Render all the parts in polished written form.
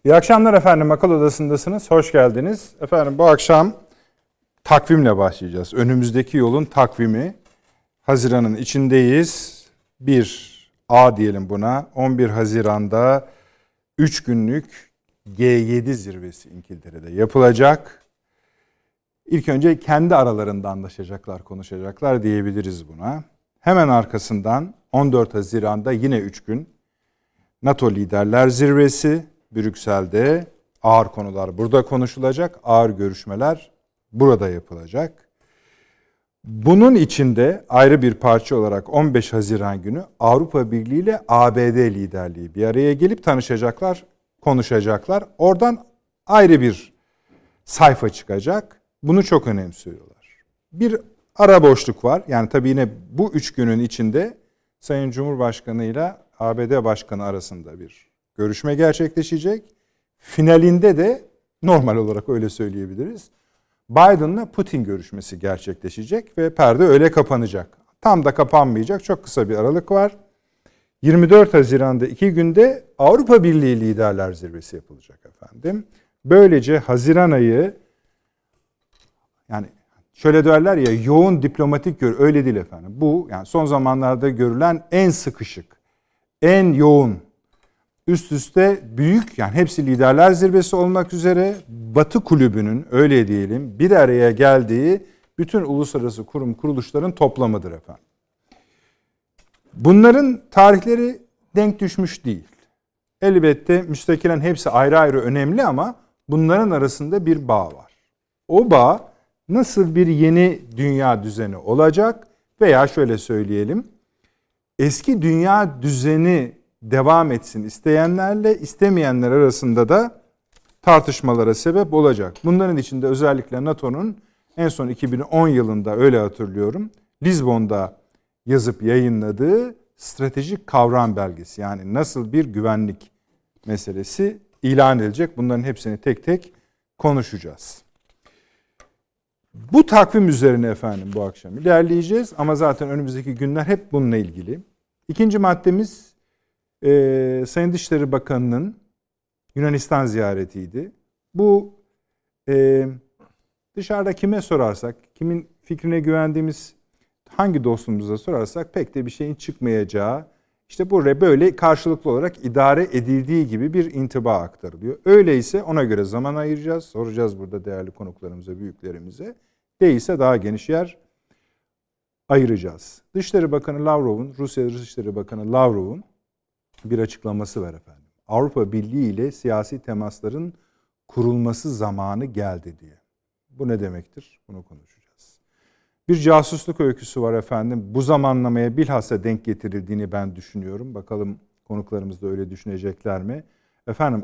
İyi akşamlar efendim. Akıl Odası'ndasınız. Hoş geldiniz. Efendim bu akşam takvimle başlayacağız. Önümüzdeki yolun takvimi. Haziran'ın içindeyiz. 1A diyelim buna. 11 Haziran'da 3 günlük G7 zirvesi İngiltere'de yapılacak. İlk önce kendi aralarında anlaşacaklar, konuşacaklar diyebiliriz buna. Hemen arkasından 14 Haziran'da yine 3 gün NATO Liderler Zirvesi Brüksel'de, ağır konular burada konuşulacak, ağır görüşmeler burada yapılacak. Bunun içinde ayrı bir parça olarak 15 Haziran günü Avrupa Birliği ile ABD liderliği bir araya gelip tanışacaklar, konuşacaklar. Oradan ayrı bir sayfa çıkacak. Bunu çok önemsiyorlar. Bir ara boşluk var. Yani tabii yine bu 3 günün içinde Sayın Cumhurbaşkanı ile ABD Başkanı arasında bir görüşme gerçekleşecek. Finalinde de normal olarak öyle söyleyebiliriz. Biden'la Putin görüşmesi gerçekleşecek ve perde öyle kapanacak. Tam da kapanmayacak. Çok kısa bir aralık var. 24 Haziran'da 2 günde Avrupa Birliği Liderler Zirvesi yapılacak efendim. Böylece Haziran ayı, yani şöyle derler ya, yoğun diplomatik öyle değil efendim. Bu yani son zamanlarda görülen en sıkışık, en yoğun, üst üste büyük, yani hepsi liderler zirvesi olmak üzere Batı kulübünün, öyle diyelim, bir araya geldiği bütün uluslararası kurum kuruluşların toplamıdır efendim. Bunların tarihleri denk düşmüş değil. Elbette müstakilen hepsi ayrı ayrı önemli ama bunların arasında bir bağ var. O bağ nasıl bir yeni dünya düzeni olacak veya şöyle söyleyelim, eski dünya düzeni devam etsin isteyenlerle istemeyenler arasında da tartışmalara sebep olacak. Bunların içinde özellikle NATO'nun en son 2010 yılında, öyle hatırlıyorum, Lizbon'da yazıp yayınladığı stratejik kavram belgesi, yani nasıl bir güvenlik meselesi ilan edilecek. Bunların hepsini tek tek konuşacağız. Bu takvim üzerine efendim bu akşam ilerleyeceğiz ama zaten önümüzdeki günler hep bununla ilgili. İkinci maddemiz Sayın Dışişleri Bakanı'nın Yunanistan ziyaretiydi. Bu dışarıda kime sorarsak, kimin fikrine güvendiğimiz hangi dostumuza sorarsak pek de bir şeyin çıkmayacağı, işte buraya böyle karşılıklı olarak idare edildiği gibi bir intiba aktarılıyor. Öyleyse ona göre zaman ayıracağız, soracağız burada değerli konuklarımıza, büyüklerimize. Değilse daha geniş yer ayıracağız. Dışişleri Bakanı Lavrov'un, Rusya Dışişleri Bakanı Lavrov'un bir açıklaması var efendim. Avrupa Birliği ile siyasi temasların kurulması zamanı geldi diye. Bu ne demektir? Bunu konuşacağız. Bir casusluk öyküsü var efendim. Bu zamanlamaya bilhassa denk getirildiğini ben düşünüyorum. Bakalım konuklarımız da öyle düşünecekler mi? Efendim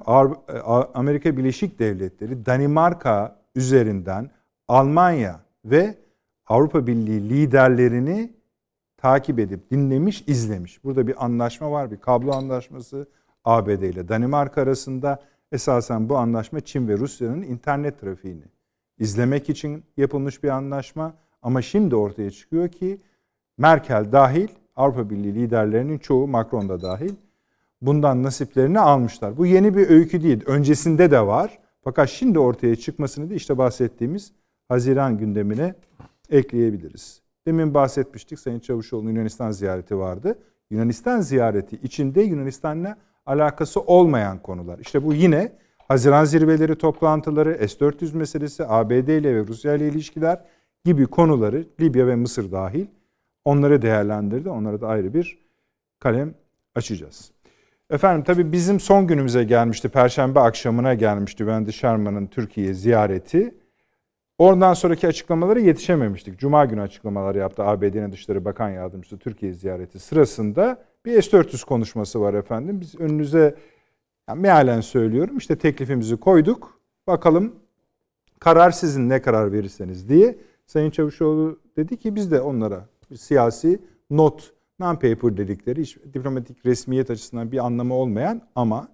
Amerika Birleşik Devletleri Danimarka üzerinden Almanya ve Avrupa Birliği liderlerini takip edip dinlemiş, izlemiş. Burada bir anlaşma var, bir kablo anlaşması ABD ile Danimarka arasında. Esasen bu anlaşma Çin ve Rusya'nın internet trafiğini izlemek için yapılmış bir anlaşma. Ama şimdi ortaya çıkıyor ki Merkel dahil, Avrupa Birliği liderlerinin çoğu, Macron da dahil, bundan nasiplerini almışlar. Bu yeni bir öykü değil. Öncesinde de var. Fakat şimdi ortaya çıkmasını da işte bahsettiğimiz Haziran gündemine ekleyebiliriz. Demin bahsetmiştik, Sayın Çavuşoğlu'nun Yunanistan ziyareti vardı. Yunanistan ziyareti içinde Yunanistan'la alakası olmayan konular. İşte bu yine Haziran zirveleri toplantıları, S-400 meselesi, ABD ile ve Rusya ile ilişkiler gibi konuları, Libya ve Mısır dahil, onları değerlendirdi. Onlara da ayrı bir kalem açacağız. Efendim tabii bizim son günümüze gelmişti, Perşembe akşamına gelmişti Wendy Sherman'ın Türkiye ziyareti. Oradan sonraki açıklamalara yetişememiştik. Cuma günü açıklamalar yaptı ABD'nin Dışişleri Bakan Yardımcısı Türkiye ziyareti sırasında. Bir S-400 konuşması var efendim. Biz önünüze, yani mealen söylüyorum, işte teklifimizi koyduk. Bakalım karar sizin, ne karar verirseniz diye. Sayın Çavuşoğlu dedi ki biz de onlara bir siyasi not, non-paper dedikleri, hiç diplomatik resmiyet açısından bir anlamı olmayan ama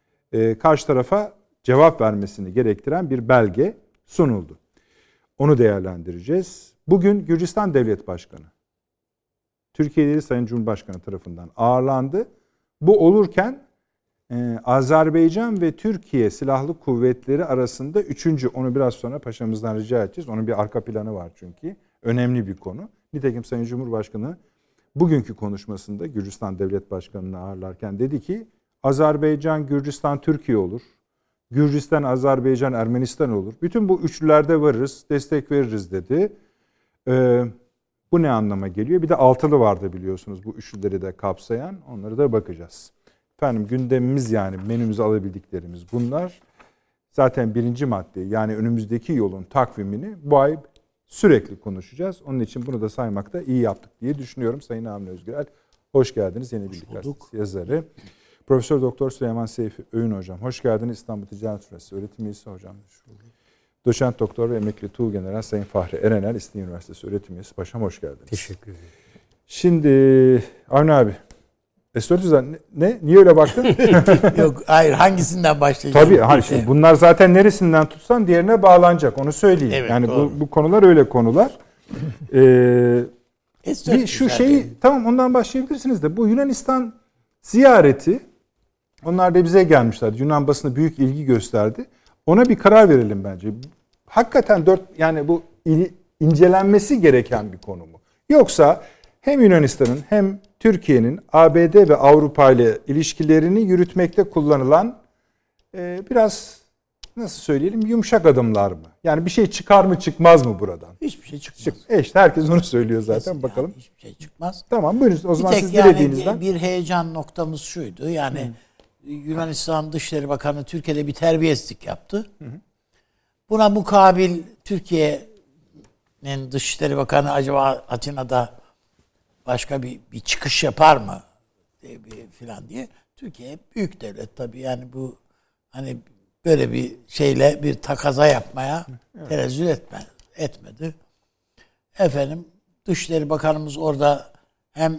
karşı tarafa cevap vermesini gerektiren bir belge sunuldu. Onu değerlendireceğiz. Bugün Gürcistan Devlet Başkanı, Türkiye'de Sayın Cumhurbaşkanı tarafından ağırlandı. Bu olurken Azerbaycan ve Türkiye Silahlı Kuvvetleri arasında üçüncü, onu biraz sonra paşamızdan rica edeceğiz. Onun bir arka planı var çünkü. Önemli bir konu. Nitekim Sayın Cumhurbaşkanı bugünkü konuşmasında Gürcistan Devlet Başkanı'nı ağırlarken dedi ki Azerbaycan, Gürcistan, Türkiye olur. Gürcistan, Azerbaycan, Ermenistan olur. Bütün bu üçlülerde varız, destek veririz dedi. Bu ne anlama geliyor? Bir de altılı vardı biliyorsunuz bu üçlüleri de kapsayan. Onlara da bakacağız. Efendim gündemimiz yani menümüze alabildiklerimiz bunlar. Zaten birinci madde yani önümüzdeki yolun takvimini bu ay sürekli konuşacağız. Onun için bunu da saymakta iyi yaptık diye düşünüyorum. Sayın Avni Özgürel, hoş geldiniz. Yeni Birlik Gazetesi yazarı. Profesör Doktor Süleyman Seyfi Öğün Hocam, hoş geldiniz. İstanbul Ticaret Üniversitesi öğretim üyesi hocam. Doçent Doktor ve Emekli Tuğgeneral Sayın Fahri Erener, İstinye Üniversitesi öğretim üyesi. Paşam hoş geldiniz. Teşekkür ederim. Şimdi Avni abi, S-400'den ne? Niye öyle baktın? Yok, hayır, hangisinden başlayacağım? Tabii, hani şimdi bunlar zaten neresinden tutsan diğerine bağlanacak, onu söyleyeyim. Evet, yani bu konular öyle konular. Bir şu şeyi, tamam ondan başlayabilirsiniz de bu Yunanistan ziyareti, onlar da bize gelmişlerdi. Yunan basını büyük ilgi gösterdi. Ona bir karar verelim bence. Hakikaten yani bu incelenmesi gereken bir konu mu? Yoksa hem Yunanistan'ın hem Türkiye'nin ABD ve Avrupa ile ilişkilerini yürütmekte kullanılan biraz nasıl söyleyelim yumuşak adımlar mı? Yani bir şey çıkar mı çıkmaz mı buradan? Hiçbir şey çıkmaz. İşte herkes onu söylüyor zaten. Kesin bakalım. Yani, hiçbir şey çıkmaz. Tamam buyurun o zaman siz dilediğinizden. Bir heyecan noktamız şuydu. Yani Yunanistan Dışişleri Bakanı Türkiye'de bir terbiyesizlik yaptı. Buna mukabil Türkiye'nin Dışişleri Bakanı acaba Atina'da başka bir çıkış yapar mı filan diye. Türkiye büyük devlet tabii yani bu hani böyle bir şeyle bir takaza yapmaya tenezzül etmedi. Efendim Dışişleri Bakanımız orada hem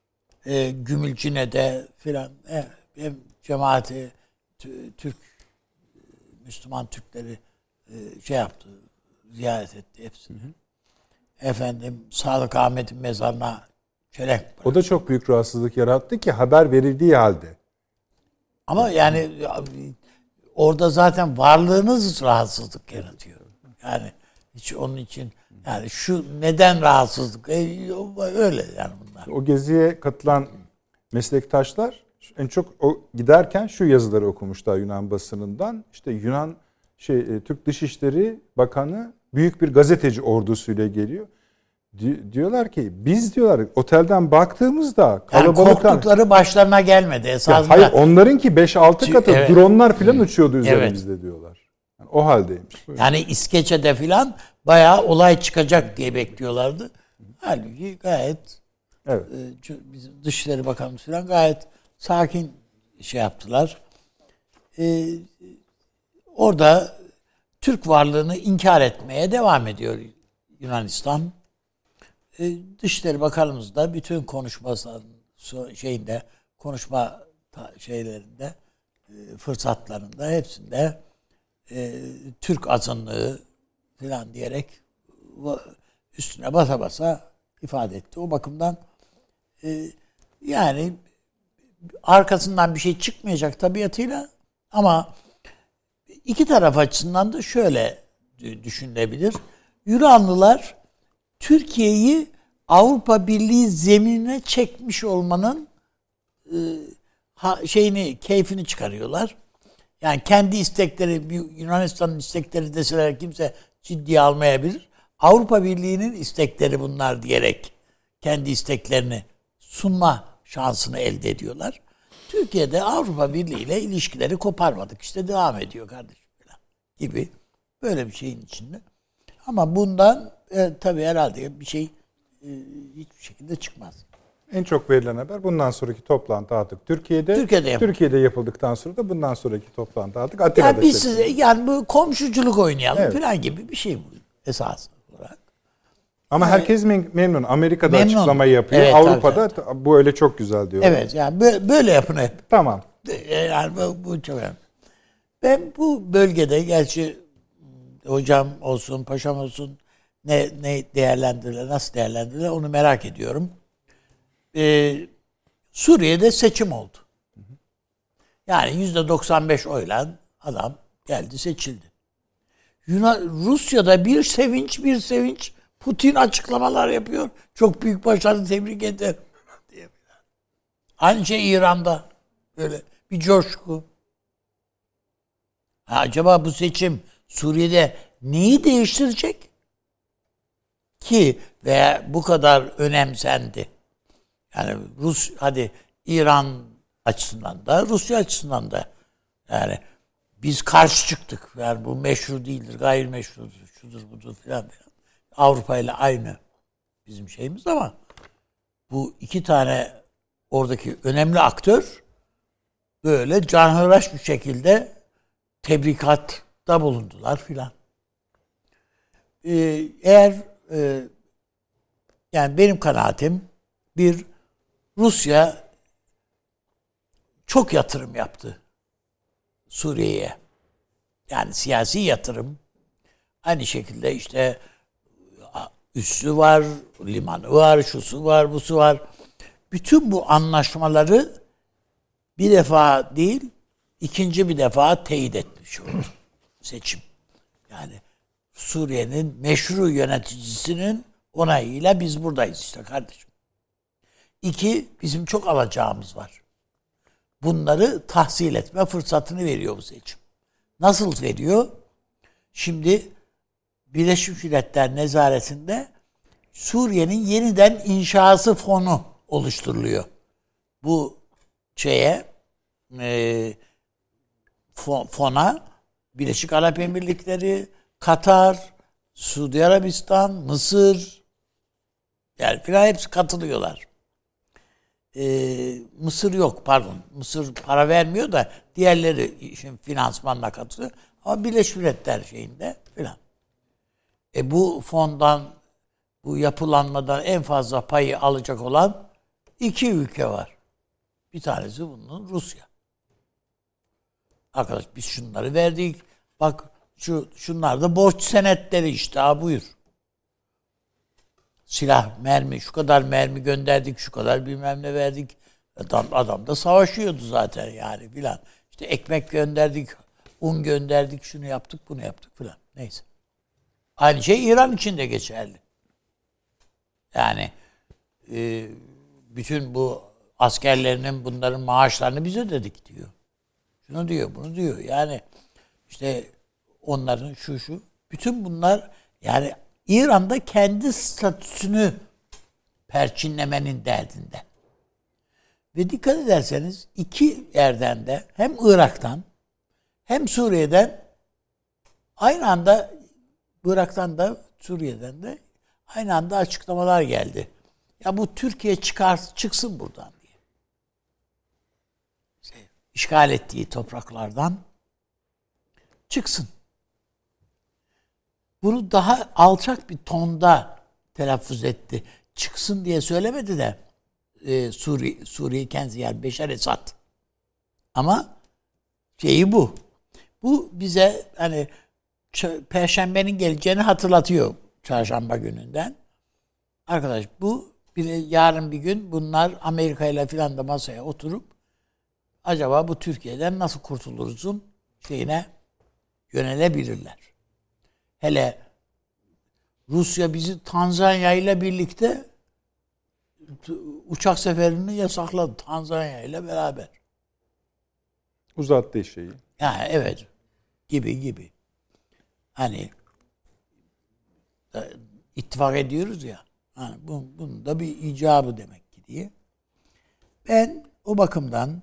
Gümülcine'de filan hem cemaati Türk Müslüman Türkleri şey yaptı, ziyaret etti hepsini. Efendim Sadık Ahmet'in mezarına çelenk bıraktı. O da çok büyük rahatsızlık yarattı ki haber verildiği halde. Ama yani orada zaten varlığınız rahatsızlık yaratıyor. Yani hiç onun için yani şu neden rahatsızlık öyle yani bunlar. O geziye katılan meslektaşlar en çok o giderken şu yazıları okumuşlar Yunan basınından. İşte Yunan Türk Dışişleri Bakanı büyük bir gazeteci ordusuyla geliyor. Diyorlar ki biz diyorlar otelden baktığımızda kalabalıktan... Yani korktukları başlarına gelmedi esasında. Hayır onlarınki 5-6 katı dronlar falan uçuyordu üzerimizde diyorlar. Yani o haldeymiş. Buyurun. Yani İskeçe'de falan bayağı olay çıkacak diye bekliyorlardı. Halbuki gayet bizim Dışişleri Bakanımız falan gayet sakin şey yaptılar. Orada Türk varlığını inkar etmeye devam ediyor Yunanistan. Dışişleri Bakanımız da bütün konuşma şeylerinde fırsatlarında hepsinde Türk azınlığı falan diyerek üstüne basa basa ifade etti. O bakımdan yani arkasından bir şey çıkmayacak tabiatıyla ama iki taraf açısından da şöyle düşünülebilir. Yunanlılar Türkiye'yi Avrupa Birliği zeminine çekmiş olmanın keyfini çıkarıyorlar. Yani kendi istekleri, Yunanistan'ın istekleri deseler kimse ciddiye almayabilir. Avrupa Birliği'nin istekleri bunlar diyerek kendi isteklerini sunma şansını elde ediyorlar. Türkiye'de Avrupa Birliği ile ilişkileri koparmadık. İşte devam ediyor kardeşim falan gibi böyle bir şeyin içinde. Ama bundan tabii herhalde bir şey hiçbir şekilde çıkmaz. En çok verilen haber bundan sonraki toplantı artık Türkiye'de yapıldıktan sonra da bundan sonraki toplantı artık Atina'da. Yani biz yani bu komşuculuk oynayalım falan gibi bir şey bu esas olarak. Ama herkes memnun. Amerika'da açıklamayı yapıyor. Evet, Avrupa'da tabii. Bu öyle çok güzel diyor. Evet yani böyle yapın hep. Tamam. Yani bu çok önemli. Ben bu bölgede gerçi hocam olsun, paşam olsun ne değerlendirirler, nasıl değerlendirirler onu merak ediyorum. Suriye'de seçim oldu. Yani %95 oyla adam geldi, seçildi. Rusya'da bir sevinç. Putin açıklamalar yapıyor. Çok büyük başarı, tebrik ederim. Aynı şey İran'da. Böyle bir coşku. Acaba bu seçim Suriye'de neyi değiştirecek? Ki veya bu kadar önemsendi. Yani hadi İran açısından da Rusya açısından da yani biz karşı çıktık. Yani bu meşru değildir, gayrimeşrudur, şudur budur filan. Avrupa ile aynı bizim şeyimiz ama bu iki tane oradaki önemli aktör böyle canhıraş bir şekilde tebrikatta bulundular filan. Eğer yani benim kanaatim Rusya çok yatırım yaptı Suriye'ye. Yani siyasi yatırım. Aynı şekilde işte üssü var, limanı var, şusu var, busu var. Bütün bu anlaşmaları bir defa değil, ikinci bir defa teyit etmiş oldu seçim. Yani Suriye'nin meşru yöneticisinin onayıyla biz buradayız işte kardeşim. 2, bizim çok alacağımız var. Bunları tahsil etme fırsatını veriyor bu seçim. Nasıl veriyor? Şimdi Birleşmiş Milletler nezaretinde Suriye'nin yeniden inşası fonu oluşturuluyor. Bu fona Birleşik Arap Emirlikleri, Katar, Suudi Arabistan, Mısır yani filan hepsi katılıyorlar. Mısır yok pardon. Mısır para vermiyor da diğerleri işin finansmanına katılıyor. Ama Birleşmiş Milletler şeyinde filan. Bu fondan, bu yapılanmadan en fazla payı alacak olan 2 ülke var. Bir tanesi bunun Rusya. Arkadaş biz şunları verdik. Bak şunlar da borç senetleri işte. Buyur. Silah, mermi, şu kadar mermi gönderdik, şu kadar bilmem ne verdik. Adam da savaşıyordu zaten yani filan. İşte ekmek gönderdik, un gönderdik, şunu yaptık, bunu yaptık filan. Neyse. Aynı şey İran için de geçerli. Yani bütün bu askerlerinin bunların maaşlarını biz ödedik diyor. Şunu diyor, bunu diyor. Yani işte onların şu. Bütün bunlar yani İran'da kendi statüsünü perçinlemenin derdinde. Ve dikkat ederseniz iki yerden de hem Irak'tan hem Suriye'den aynı anda Irak'tan da Suriye'den de aynı anda açıklamalar geldi. Ya bu Türkiye çıksın buradan diye. İşgal ettiği topraklardan çıksın. Bunu daha alçak bir tonda telaffuz etti. Çıksın diye söylemedi de Suriye kendisi yani Beşar Esad. Ama şeyi bu. Bu bize hani Perşembenin geleceğini hatırlatıyor çarşamba gününden. Arkadaş yarın bir gün bunlar Amerika ile filan da masaya oturup acaba bu Türkiye'den nasıl kurtuluruzun şeyine yönelebilirler. Hele Rusya bizi Tanzanya ile birlikte uçak seferini yasakladı. Tanzanya ile beraber. Uzattı şeyi. Yani evet. Gibi. Hani ittifak ediyoruz ya. Yani bunun da bir icabı demek ki diye. Ben o bakımdan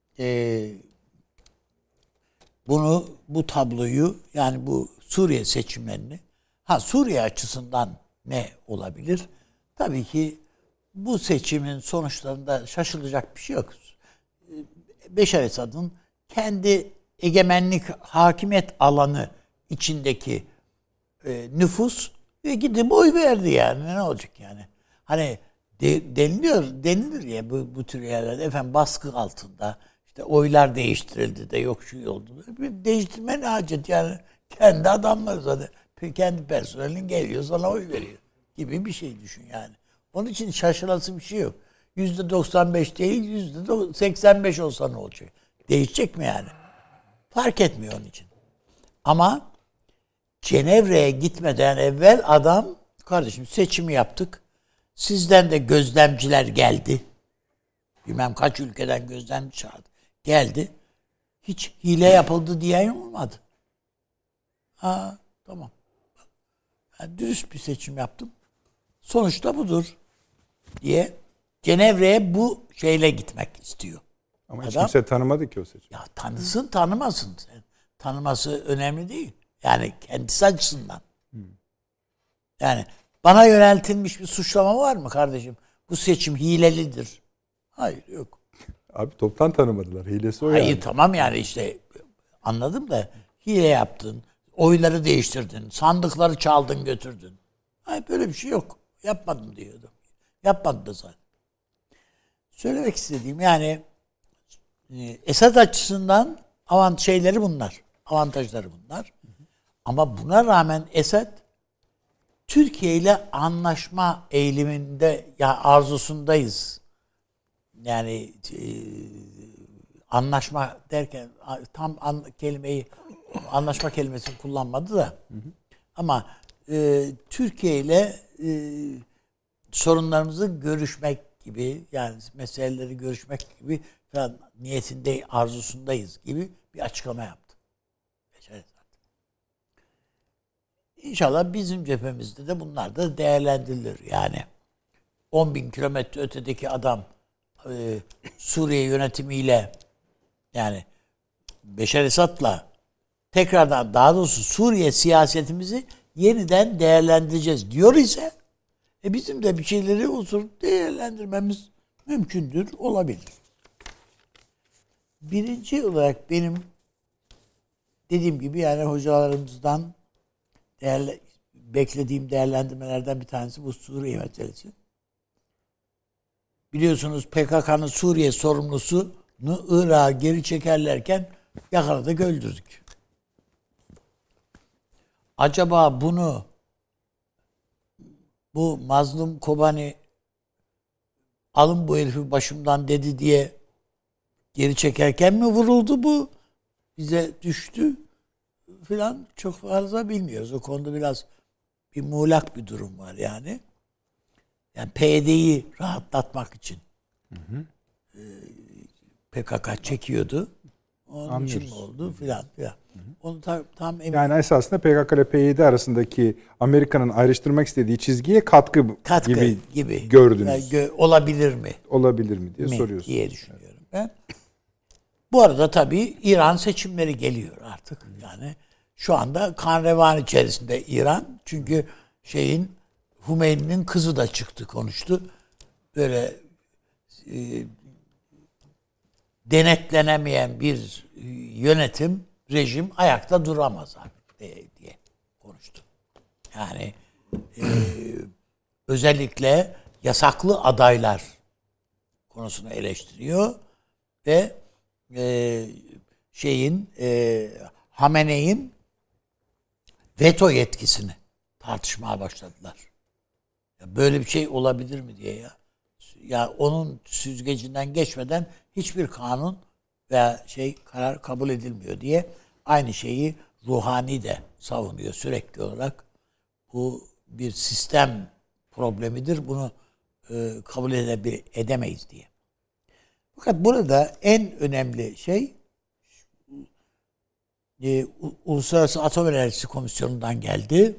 bu tabloyu yani bu Suriye seçimlerini Suriye açısından ne olabilir? Tabii ki bu seçimin sonuçlarında şaşılacak bir şey yok. Beşar Esad'ın kendi egemenlik, hakimiyet alanı içindeki nüfus gidip oy verdi yani. Ne olacak yani? Hani denilir ya bu tür yerlerde efendim baskı altında işte oylar değiştirildi de yok şu oldu. Değiştirme ne hacet yani? Kendi adamları zaten. Kendi personelin geliyor sana oy veriyor gibi bir şey düşün yani. Onun için şaşırası bir şey yok. %95 değil %85 olsa ne olacak? Değişecek mi yani? Fark etmiyor onun için. Ama Cenevre'ye gitmeden evvel adam, kardeşim seçimi yaptık. Sizden de gözlemciler geldi. Bilmem kaç ülkeden gözlemci çağırdı. Geldi. Hiç hile yapıldı diyen olmadı. Ha, tamam. Ben dürüst bir seçim yaptım. Sonuçta budur diye Cenevre'ye bu şeyle gitmek istiyor. Ama hiç kimse tanımadı ki o seçim. Ya tanısın tanımasın. Tanıması önemli değil. Yani kendisi açısından. Yani bana yöneltilmiş bir suçlama var mı kardeşim? Bu seçim hilelidir. Hayır, yok. Abi toptan tanımadılar. Hilesi o Hayır yani. tamam yani işte anladım da hile yaptın. Oyları değiştirdin. Sandıkları çaldın götürdün. Hayır böyle bir şey yok. Yapmadım diyordu. Yapmadı da zaten. Söylemek istediğim yani Esad açısından şeyleri bunlar. Avantajları bunlar. Ama buna rağmen Esad Türkiye ile anlaşma eğiliminde ya arzusundayız. Yani anlaşma derken tam kelimeyi anlaşma kelimesini kullanmadı da ama Türkiye ile sorunlarımızı görüşmek gibi yani meseleleri görüşmek gibi falan niyetinde arzusundayız gibi bir açıklama yaptı. İnşallah bizim cephemizde de bunlar da değerlendirilir. Yani 10.000 kilometre ötedeki adam Suriye yönetimiyle yani Beşar Esad'la tekrardan daha doğrusu Suriye siyasetimizi yeniden değerlendireceğiz diyor ise bizim de bir şeyleri oturup değerlendirmemiz mümkündür, olabilir. Birinci olarak benim dediğim gibi yani hocalarımızdan beklediğim değerlendirmelerden bir tanesi bu Suriye meselesi. Biliyorsunuz PKK'nın Suriye sorumlusunu Irak'a geri çekerlerken yakaladık, öldürdük. Acaba bu mazlum Kobani alın bu herifi başımdan dedi diye geri çekerken mi vuruldu bu? Bize düştü filan çok fazla bilmiyoruz. O konuda biraz bir muğlak bir durum var yani. Yani PYD'yi rahatlatmak için PKK çekiyordu. Onun için mi oldu filan. Onu tam emin. Yani esasında PKK ile PYD arasındaki Amerika'nın ayrıştırmak istediği çizgiye katkı gibi gördünüz. Yani olabilir mi? Olabilir mi diye soruyorsunuz. Diye düşünüyorum ben. Bu arada tabii İran seçimleri geliyor artık. Yani şu anda kan revan içerisinde İran. Çünkü Hümeyni'nin kızı da çıktı konuştu. Böyle denetlenemeyen bir rejim ayakta duramaz abi diye konuştu. Yani özellikle yasaklı adaylar konusunu eleştiriyor ve Hamene'in veto yetkisini tartışmaya başladılar. Ya böyle bir şey olabilir mi diye ya. Ya onun süzgecinden geçmeden hiçbir kanun veya karar kabul edilmiyor diye aynı şeyi Ruhani de savunuyor sürekli olarak. Bu bir sistem problemidir. Bunu kabul edemeyiz diye. Fakat burada en önemli şey Uluslararası Atom Enerjisi Komisyonu'ndan geldi.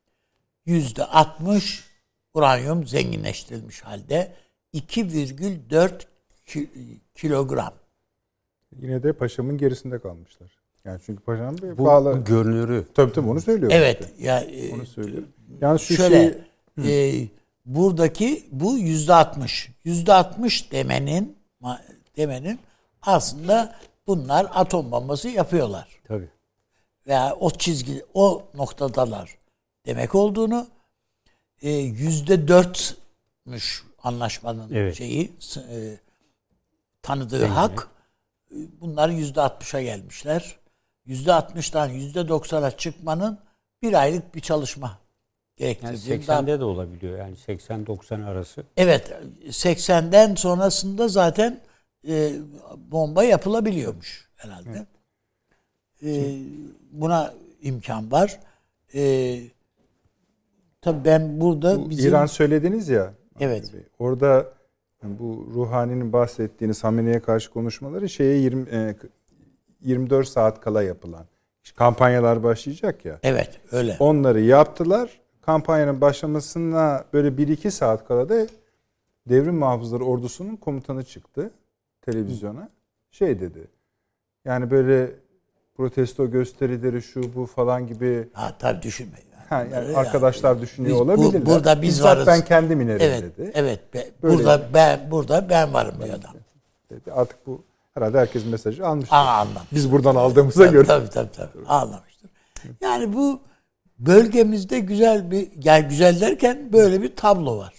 %60 uranyum zenginleştirilmiş halde 2,4 kilogram. Yine de paşamın gerisinde kalmışlar. Yani çünkü paşam bu bağlı görünürü. Tabii onu söylüyor. Evet. Işte. Ya onu söylüyor. Yani şöyle buradaki bu %60. %60 demenin aslında bunlar atom bombası yapıyorlar. Tabii. Veya o noktadalar demek olduğunu %4'müş anlaşmanın tanıdığı hak. Bunlar %60'a gelmişler. %60'dan %90'a çıkmanın bir aylık bir çalışma gerektirdiği. Yani 80'de de olabiliyor yani 80-90 arası. Evet 80'den sonrasında zaten bomba yapılabiliyormuş. herhalde. Buna imkan var. Tabii ben burada İran söylediniz ya. Evet. Orada bu Ruhani'nin bahsettiğiniz Hamene'ye karşı konuşmaları 24 saat kala yapılan. Kampanyalar başlayacak ya. Evet, öyle. Onları yaptılar. Kampanyanın başlamasına böyle 1-2 saat kala da Devrim Muhafızları Ordusu'nun komutanı çıktı televizyona. Şey dedi. Yani böyle protesto gösterileri şu bu falan gibi. Tabii düşünmeyin. Yani arkadaşlar düşünüyor olabilirler. Burada biz bizzat varız. Ben kendim inerim dedi. Evet. Burada ben varım diyor adam. Dedi. Artık bu herhalde herkes mesajı almıştır. Anladım. Biz buradan aldığımıza göre. Tabii. Anlamıştır. Yani bu bölgemizde güzel yani güzel derken böyle bir tablo var.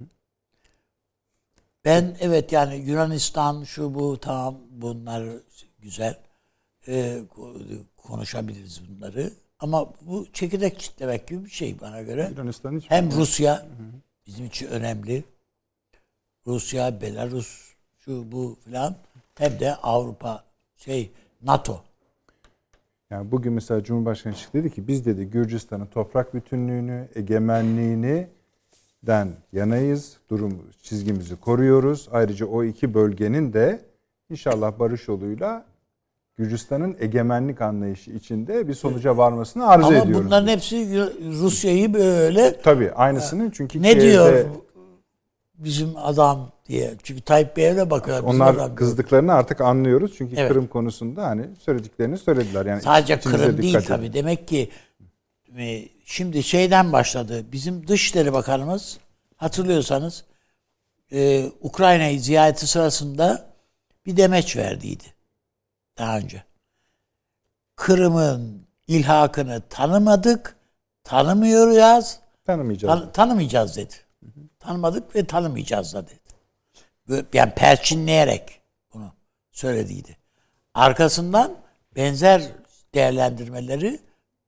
Ben evet yani Yunanistan şu bu tamam bunlar güzel. Konuşabiliriz bunları. Ama bu çekirdek çitlemek gibi bir şey bana göre. Hem Rusya bizim için önemli. Rusya, Belarus, şu bu filan. Hem de Avrupa, NATO. Yani bugün mesela Cumhurbaşkanı çıktı dedi ki biz dedi Gürcistan'ın toprak bütünlüğünü, egemenliğinden yanayız. Çizgimizi koruyoruz. Ayrıca o iki bölgenin de inşallah barış yoluyla Gürcistan'ın egemenlik anlayışı içinde bir sonuca varmasını arzu ediyoruz. Ama bunların hepsi Rusya'yı böyle... Tabii aynısının çünkü... Ne diyor bizim adam diye. Çünkü Tayyip Bey'e de bakıyor. Onlar kızdıklarını artık anlıyoruz. Çünkü Kırım konusunda hani söylediklerini söylediler. Yani sadece Kırım değil tabii. Demek ki şimdi şeyden başladı. Bizim Dışişleri Bakanımız hatırlıyorsanız Ukrayna'yı ziyareti sırasında bir demeç verdiydi. Daha önce. Kırım'ın ilhakını tanımayacağız dedi. Tanımadık ve tanımayacağız da dedi. Yani perçinleyerek bunu söylediydi. Arkasından benzer değerlendirmeleri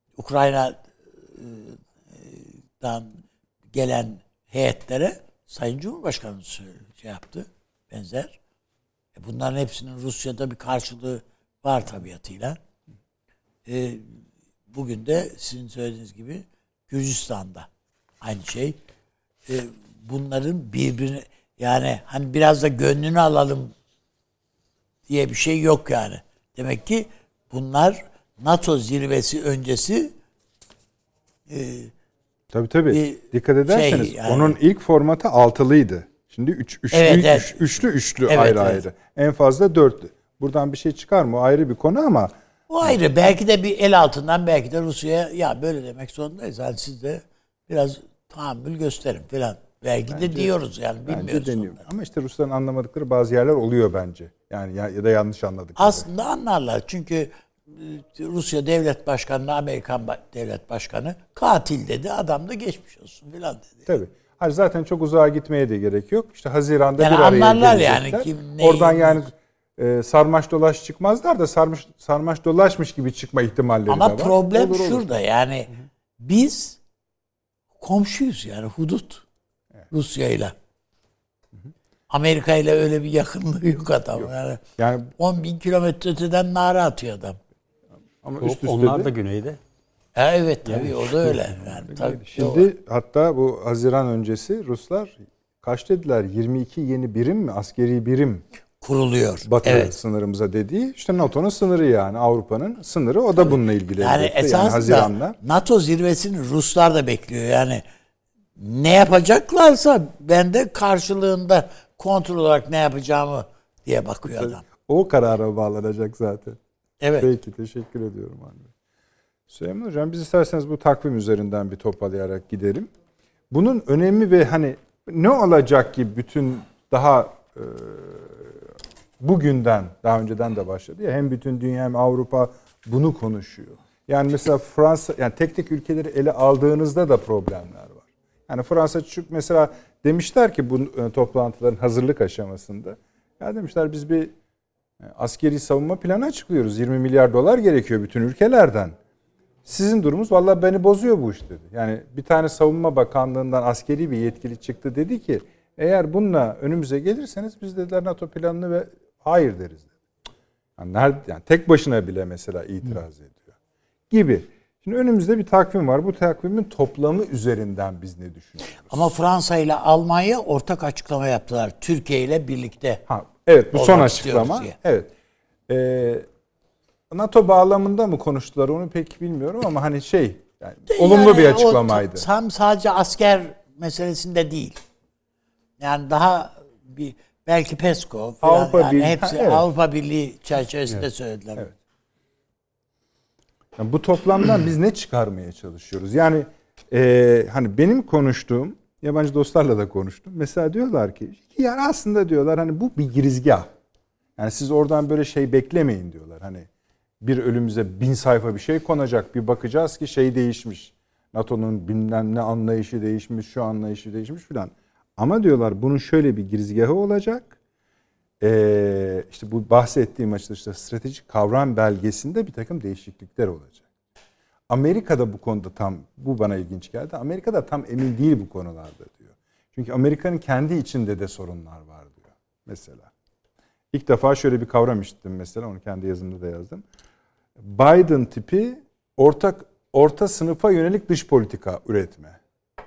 Ukrayna'dan gelen heyetlere Sayın Cumhurbaşkanı yaptı. Benzer. Bunların hepsinin Rusya'da bir karşılığı var tabiatıyla. Bugün de sizin söylediğiniz gibi Gürcistan'da aynı şey. Bunların birbirine yani hani biraz da gönlünü alalım diye bir şey yok yani. Demek ki bunlar NATO zirvesi öncesi tabii. Dikkat ederseniz yani, onun ilk formatı altılıydı. Şimdi üçlü ayrı. En fazla dörtlü. Buradan bir şey çıkar mı? O ayrı bir konu ama. O ayrı. Belki de bir el altından belki de Rusya'ya ya böyle demek zorundayız. Yani siz de biraz tahammül gösterin falan. Belki de diyoruz yani bilmiyoruz. Ama işte Rusların anlamadıkları bazı yerler oluyor bence. Yani ya da yanlış anladık. Aslında anlarlar. Çünkü Rusya Devlet Başkanı'na Amerikan Devlet Başkanı katil dedi. Adam da geçmiş olsun falan dedi. Tabii. Hayır, zaten çok uzağa gitmeye de gerek yok. İşte Haziran'da yani bir araya gelecekler. Yani oradan yani sarmaş dolaş çıkmazlar da sarmaş dolaşmış gibi çıkma ihtimalleri de var. Ama problem şurada yani biz komşuyuz yani hudut Rusya'yla. Amerika ile öyle bir yakınlığı yok adam. Yani 10.000 kilometre öteden nara atıyor adam. Ama onlar da güneyde. Evet tabii o da öyle. Yani, tabii, şimdi hatta bu Haziran öncesi Ruslar kaç dediler? 22 yeni birim mi? Askeri birim kuruluyor. Batı sınırımıza dediği işte NATO'nun sınırı yani Avrupa'nın sınırı. O da bununla ilgili. Yani esasında NATO zirvesini Ruslar da bekliyor. Yani ne yapacaklarsa ben de karşılığında kontrol olarak ne yapacağımı diye bakıyor adam. O karara bağlanacak zaten. Evet. Peki teşekkür ediyorum anne. Süleyman Hocam biz isterseniz bu takvim üzerinden bir toparlayarak gidelim. Bunun önemi ve hani ne olacak ki bütün daha bugünden daha önceden de başladı ya hem bütün dünya hem Avrupa bunu konuşuyor. Yani mesela Fransa yani tek ülkeleri ele aldığınızda da problemler var. Yani Fransa mesela demişler ki bu toplantıların hazırlık aşamasında ya demişler biz bir askeri savunma planı açıklıyoruz. 20 milyar dolar gerekiyor bütün ülkelerden. Sizin durumunuz vallahi beni bozuyor bu iş dedi. Yani bir tane savunma bakanlığından askeri bir yetkili çıktı dedi ki eğer bununla önümüze gelirseniz biz dediler NATO planını ve hayır deriz dedi. Yani tek başına bile mesela itiraz ediyor gibi. Şimdi önümüzde bir takvim var. Bu takvimin toplamı üzerinden biz ne düşünüyoruz? Ama Fransa ile Almanya ortak açıklama yaptılar. Türkiye ile birlikte. Evet, bu son açıklama. Evet. NATO bağlamında mı konuştular onu pek bilmiyorum ama hani yani olumlu bir açıklamaydı. Tam sadece asker meselesinde değil. Yani daha belki PESCO falan, Avrupa Birliği, hepsi evet. Avrupa Birliği çerçevesinde söylediler. Evet. Yani bu toplamdan biz ne çıkarmaya çalışıyoruz? Yani hani benim konuştuğum, yabancı dostlarla da konuştum. Mesela diyorlar ki yani aslında diyorlar hani bu bir girizgah. Yani siz oradan böyle beklemeyin diyorlar. Hani bir önümüze 1000 sayfa bir şey konacak. Bir bakacağız ki değişmiş. NATO'nun bilmem ne anlayışı değişmiş, şu anlayışı değişmiş filan. Ama diyorlar bunun şöyle bir girizgahı olacak. İşte bu bahsettiğim açıkçası stratejik kavram belgesinde bir takım değişiklikler olacak. Amerika'da bu konuda bu bana ilginç geldi. Amerika'da tam emin değil bu konularda diyor. Çünkü Amerika'nın kendi içinde de sorunlar var diyor mesela. İlk defa şöyle bir kavram işittim mesela, onu kendi yazımda da yazdım. Biden tipi orta sınıfa yönelik dış politika üretme.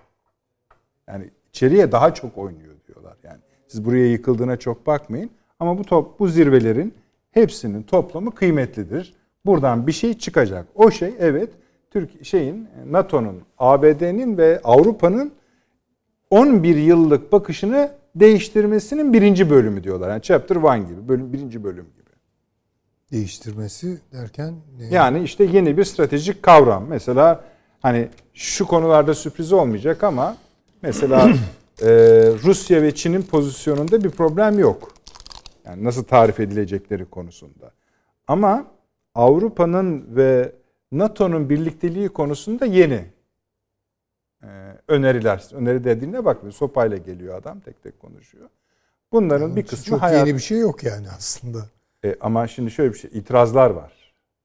Yani içeriye daha çok oynuyor diyorlar. Yani siz buraya yıkıldığına çok bakmayın ama bu zirvelerin hepsinin toplamı kıymetlidir. Buradan bir şey çıkacak. O evet NATO'nun, ABD'nin ve Avrupa'nın 11 yıllık bakışını değiştirmesinin birinci bölümü diyorlar. Yani Chapter 1 gibi, birinci bölüm gibi. Değiştirmesi derken? Yani işte yeni bir stratejik kavram. Mesela hani şu konularda sürpriz olmayacak ama mesela Rusya ve Çin'in pozisyonunda bir problem yok. Yani nasıl tarif edilecekleri konusunda. Ama Avrupa'nın ve NATO'nun birlikteliği konusunda yeni öneriler. Öneri dediğine bakmıyor. Sopayla geliyor adam, tek tek konuşuyor. Bunların yani bir kısmı çok yeni bir şey yok yani aslında. Ama şimdi şöyle bir şey, itirazlar var.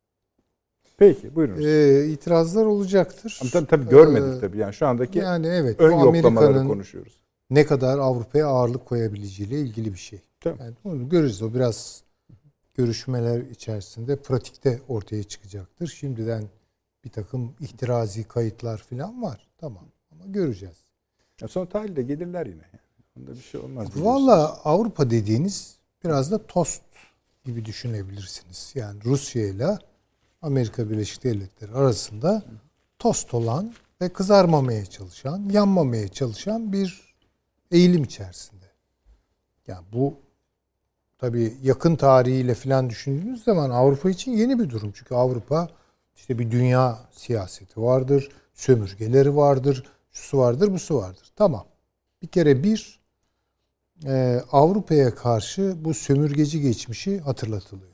Peki buyurunuz. İtirazlar olacaktır. Ama tabii görmedik tabii. Yani şu andaki evet, ön yoklamaları konuşuyoruz. Ne kadar Avrupa'ya ağırlık koyabileceğiyle ilgili bir şey. Tamam. Yani onu görürüz. O biraz görüşmeler içerisinde pratikte ortaya çıkacaktır. Şimdiden bir takım ihtirazi kayıtlar falan var. Tamam. Ama göreceğiz. Ya sonra tahlilde gelirler yine. Onda bir şey olmaz. Vallahi Avrupa dediğiniz biraz da tost gibi düşünebilirsiniz. Yani Rusya ile Amerika Birleşik Devletleri arasında tost olan ve kızarmamaya çalışan, yanmamaya çalışan bir eğilim içerisinde. Yani bu tabii yakın tarihiyle falan düşündüğünüz zaman Avrupa için yeni bir durum. Çünkü Avrupa işte bir dünya siyaseti vardır, sömürgeleri vardır, şusu vardır, busu vardır. Tamam. Bir kere Avrupa'ya karşı bu sömürgeci geçmişi hatırlatılıyor.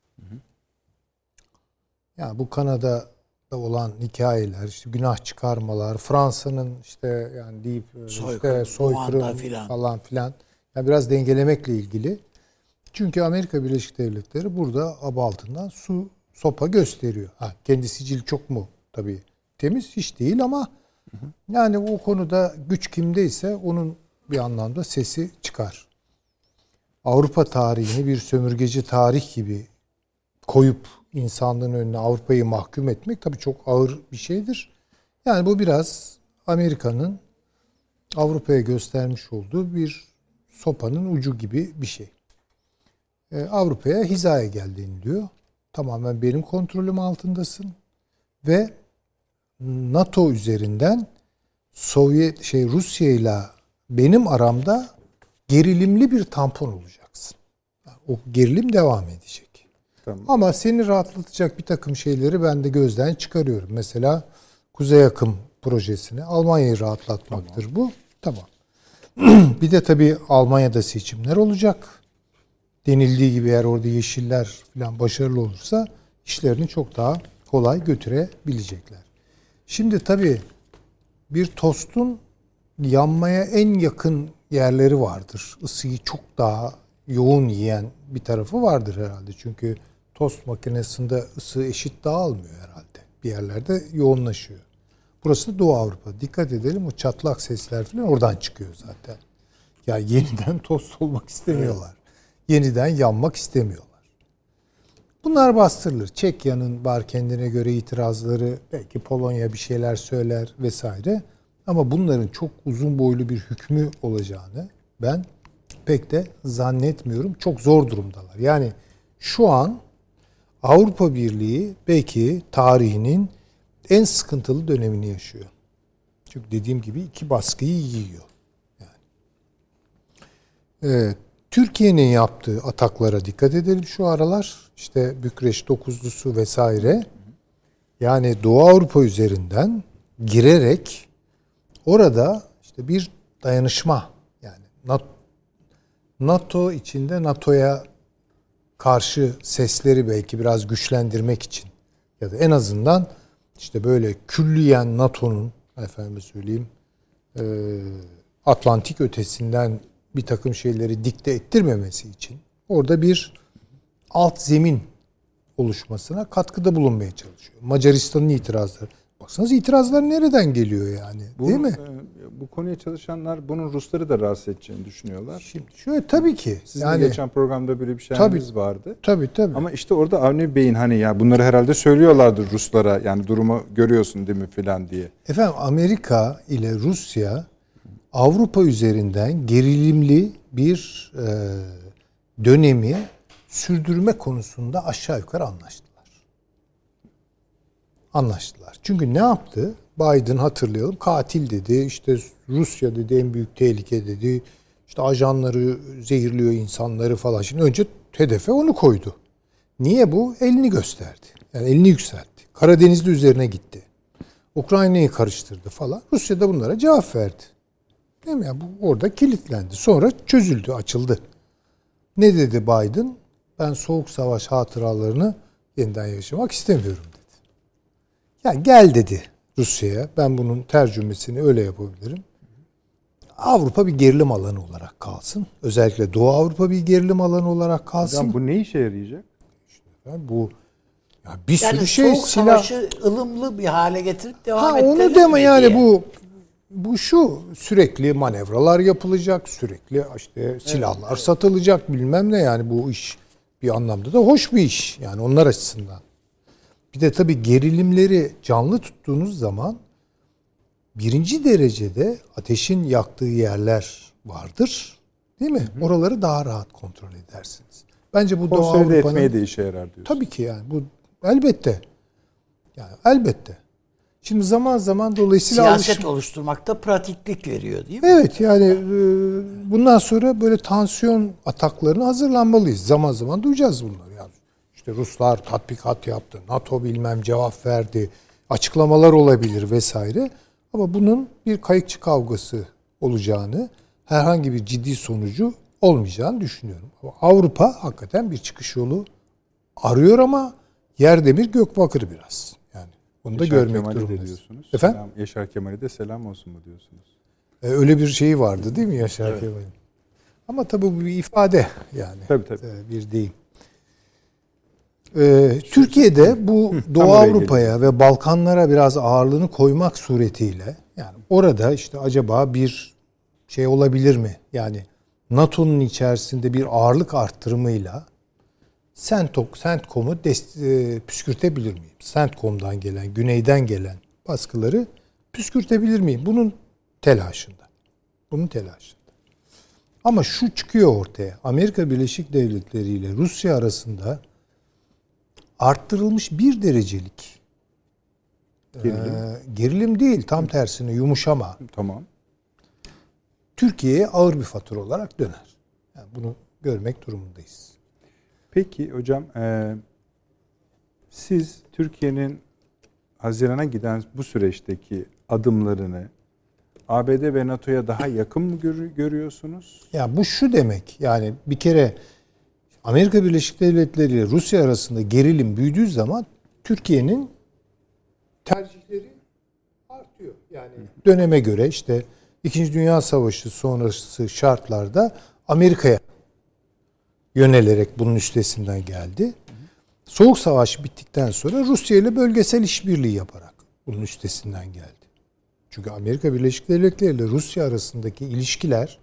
Yani bu Kanada'da olan hikayeler, işte günah çıkarmalar, Fransa'nın yani deyip soykırım falan filan. Yani biraz dengelemekle ilgili. Çünkü Amerika Birleşik Devletleri burada aba altından sopa gösteriyor. Kendi sicili çok mu tabii temiz? Hiç değil ama yani o konuda güç kimdeyse onun bir anlamda sesi çıkar. Avrupa tarihini bir sömürgeci tarih gibi koyup insanlığın önüne Avrupa'yı mahkum etmek tabii çok ağır bir şeydir. Yani bu biraz Amerika'nın Avrupa'ya göstermiş olduğu bir sopanın ucu gibi bir şey. Avrupa'ya hizaya geldiğini diyor. Tamamen benim kontrolüm altındasın ve NATO üzerinden Rusya ile benim aramda gerilimli bir tampon olacaksın. Yani o gerilim devam edecek. Tamam. Ama seni rahatlatacak bir takım şeyleri ben de gözden çıkarıyorum. Mesela Kuzey Akım projesini Almanya'yı rahatlatmaktır bu. Tamam. Bir de tabii Almanya'da seçimler olacak. Denildiği gibi eğer orada yeşiller falan başarılı olursa işlerini çok daha kolay götürebilecekler. Şimdi tabii bir tostun yanmaya en yakın yerleri vardır. Isıyı çok daha yoğun yiyen bir tarafı vardır herhalde. Çünkü tost makinesinde ısı eşit dağılmıyor herhalde. Bir yerlerde yoğunlaşıyor. Burası da Doğu Avrupa. Dikkat edelim, o çatlak sesler falan oradan çıkıyor zaten. Yani yeniden tost olmak istemiyorlar. Yeniden yanmak istemiyorlar. Bunlar bastırılır. Çekya'nın var kendine göre itirazları, belki Polonya bir şeyler söyler vesaire. Ama bunların çok uzun boylu bir hükmü olacağını ben pek de zannetmiyorum. Çok zor durumdalar. Yani şu an Avrupa Birliği belki tarihinin en sıkıntılı dönemini yaşıyor. Çünkü dediğim gibi iki baskıyı yiyor. Yani. Türkiye'nin yaptığı ataklara dikkat edelim şu aralar. İşte Bükreş dokuzlusu vesaire. Yani Doğu Avrupa üzerinden girerek orada işte bir dayanışma, yani NATO içinde NATO'ya karşı sesleri belki biraz güçlendirmek için ya da en azından işte böyle külliyen NATO'nun efendim söyleyeyim Atlantik ötesinden bir takım şeyleri dikte ettirmemesi için orada bir alt zemin oluşmasına katkıda bulunmaya çalışıyor. Macaristan'ın itirazları. Baksanız itirazlar nereden geliyor yani? Değil mi? Bu konuya çalışanlar bunun Rusları da rahatsız edeceğini düşünüyorlar. Şimdi şöyle tabii ki. Sizin de geçen programda böyle bir şeyimiz vardı. Tabii. Ama işte orada Avni Bey'in hani ya bunları herhalde söylüyorlardır Ruslara. Yani durumu görüyorsun değil mi filan diye. Efendim Amerika ile Rusya Avrupa üzerinden gerilimli bir dönemi sürdürme konusunda aşağı yukarı anlaştılar. Çünkü ne yaptı? Biden hatırlayalım katil dedi. İşte Rusya dedi en büyük tehlike dedi. İşte ajanları zehirliyor insanları falan. Şimdi önce hedefe onu koydu. Niye bu? Elini gösterdi. Yani elini yükseltti. Karadeniz'de üzerine gitti. Ukrayna'yı karıştırdı falan. Rusya da bunlara cevap verdi. Değil mi? Yani bu orada kilitlendi. Sonra çözüldü, açıldı. Ne dedi Biden? Ben Soğuk Savaş hatıralarını yeniden yaşamak istemiyorum dedi. Yani gel dedi Rusya'ya. Ben bunun tercümesini öyle yapabilirim. Avrupa bir gerilim alanı olarak kalsın. Özellikle Doğu Avrupa bir gerilim alanı olarak kalsın. Hocam bu ne işe yarayacak? Yani bu ya bir yani sürü şey soğuk savaşı ılımlı bir hale getirip devam ettirelim. Onu deme yani bu şu sürekli manevralar yapılacak, sürekli işte silahlar satılacak bilmem ne yani bu iş bir anlamda da hoş bir iş yani onlar açısından. Bir de tabii gerilimleri canlı tuttuğunuz zaman birinci derecede ateşin yaktığı yerler vardır. Değil mi? Oraları daha rahat kontrol edersiniz. Bence bu Doğu Avrupa'nın etmeye de işe yarar diyorsun. Tabii ki yani bu elbette. Yani elbette. Şimdi zaman dolayısıyla siyaset oluşturmakta pratiklik veriyor değil mi? Evet yani bundan sonra böyle tansiyon ataklarına hazırlanmalıyız. Zaman duyacağız bunları. Yani işte Ruslar tatbikat yaptı, NATO bilmem cevap verdi, açıklamalar olabilir vesaire. Ama bunun bir kayıkçı kavgası olacağını, herhangi bir ciddi sonucu olmayacağını düşünüyorum. Ama Avrupa hakikaten bir çıkış yolu arıyor ama yer demir gök bakır biraz. Yani bunu da görmek durumundayız. Efendim? Yaşar Kemal'e de selam olsun mu diyorsunuz? Öyle bir şey vardı değil mi Yaşar Kemal'in? Ama tabii bu bir ifade yani. Tabii. Bir deyim. Türkiye'de bu Doğu Avrupa'ya ve Balkanlara biraz ağırlığını koymak suretiyle yani orada işte acaba bir şey olabilir mi? Yani NATO'nun içerisinde bir ağırlık arttırımıyla CENTCOM'u püskürtebilir miyim? CENTCOM'dan gelen, güneyden gelen baskıları püskürtebilir miyim? Bunun telaşında. Ama şu çıkıyor ortaya. Amerika Birleşik Devletleri ile Rusya arasında arttırılmış bir derecelik gerilim değil, tam tersine yumuşama. Tamam. Türkiye'ye ağır bir fatura olarak döner. Yani bunu görmek durumundayız. Peki hocam, siz Türkiye'nin Haziran'a giden bu süreçteki adımlarını ABD ve NATO'ya daha yakın mı görüyorsunuz? Ya bu şu demek, yani bir kere Amerika Birleşik Devletleri ile Rusya arasında gerilim büyüdüğü zaman Türkiye'nin tercihleri artıyor. Yani döneme göre işte İkinci Dünya Savaşı sonrası şartlarda Amerika'ya yönelerek bunun üstesinden geldi. Soğuk Savaş bittikten sonra Rusya ile bölgesel işbirliği yaparak bunun üstesinden geldi. Çünkü Amerika Birleşik Devletleri ile Rusya arasındaki ilişkiler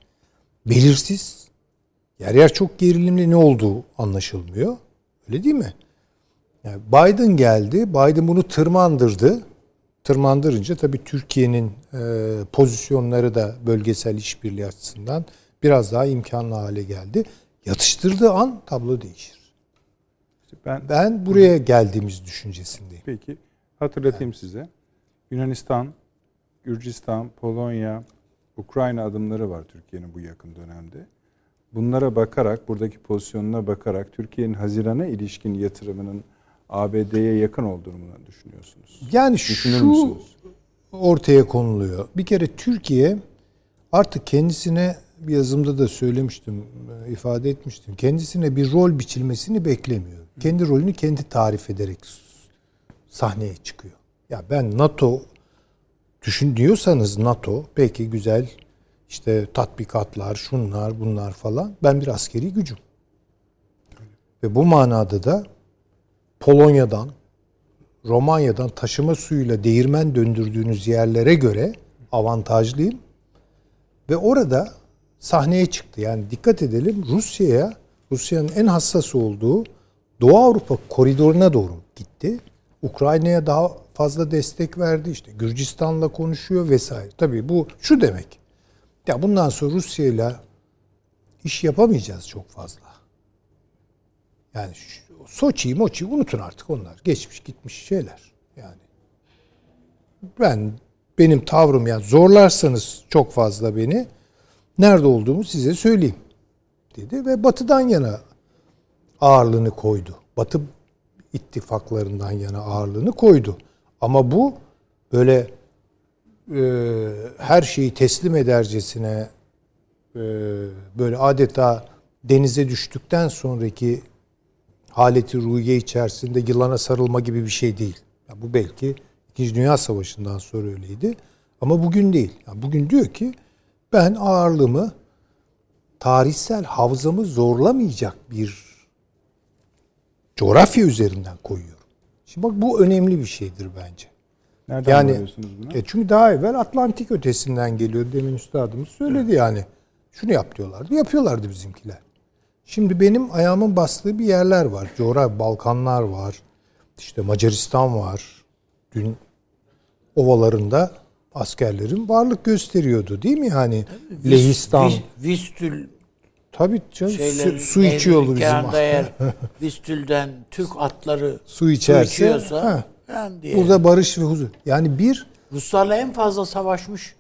belirsiz. Yer yer çok gerilimli, ne olduğu anlaşılmıyor. Öyle değil mi? Yani Biden geldi. Biden bunu tırmandırdı. Tırmandırınca tabii Türkiye'nin pozisyonları da bölgesel işbirliği açısından biraz daha imkanlı hale geldi. Yatıştırdığı an tablo değişir. Ben buraya geldiğimiz düşüncesindeyim. Peki hatırlatayım size. Yunanistan, Gürcistan, Polonya, Ukrayna adımları var Türkiye'nin bu yakın dönemde. Bunlara bakarak, buradaki pozisyonuna bakarak Türkiye'nin Haziran'a ilişkin yatırımının ABD'ye yakın olduğunu düşünüyorsunuz. Yani şu ortaya konuluyor. Bir kere Türkiye artık kendisine, bir yazımda da söylemiştim, ifade etmiştim. Kendisine bir rol biçilmesini beklemiyor. Kendi rolünü kendi tarif ederek sahneye çıkıyor. Ya ben NATO diyorsanız NATO peki güzel, işte tatbikatlar, şunlar, bunlar falan. Ben bir askeri gücüm. Ve bu manada da Polonya'dan, Romanya'dan taşıma suyuyla değirmen döndürdüğünüz yerlere göre avantajlıyım. Ve orada sahneye çıktı. Yani dikkat edelim, Rusya'nın en hassas olduğu Doğu Avrupa koridoruna doğru gitti. Ukrayna'ya daha fazla destek verdi. İşte Gürcistan'la konuşuyor vesaire. Tabii bu şu demek. Ya bundan sonra Rusya'yla iş yapamayacağız çok fazla. Yani Soçi'yi unutun artık onlar. Geçmiş gitmiş şeyler. Yani benim tavrım, yani zorlarsanız çok fazla beni, nerede olduğumu size söyleyeyim dedi ve Batı'dan yana ağırlığını koydu. Batı ittifaklarından yana ağırlığını koydu. Ama bu böyle her şeyi teslim edercesine böyle adeta denize düştükten sonraki haleti ruhiye içerisinde yılana sarılma gibi bir şey değil. Yani bu belki İkinci Dünya Savaşı'ndan sonra öyleydi. Ama bugün değil. Yani bugün diyor ki ben ağırlığımı tarihsel havzamı zorlamayacak bir coğrafya üzerinden koyuyorum. Şimdi bak, bu önemli bir şeydir bence. Nereden görüyorsunuz bunu? Çünkü daha evvel Atlantik ötesinden geliyor. Demin üstadımız söyledi yani. Şunu yap diyorlardı. Yapıyorlardı bizimkiler. Şimdi benim ayağımın bastığı bir yerler var. Coğrafya, Balkanlar var. İşte Macaristan var. Dün ovalarında askerlerin varlık gösteriyordu değil mi? Yani Lehistan. Vistül. Tabii canım, su içiyordu bizim. Vistül'den Türk atları su içiyorsa burada barış ve huzur. Yani Ruslarla en fazla savaşmış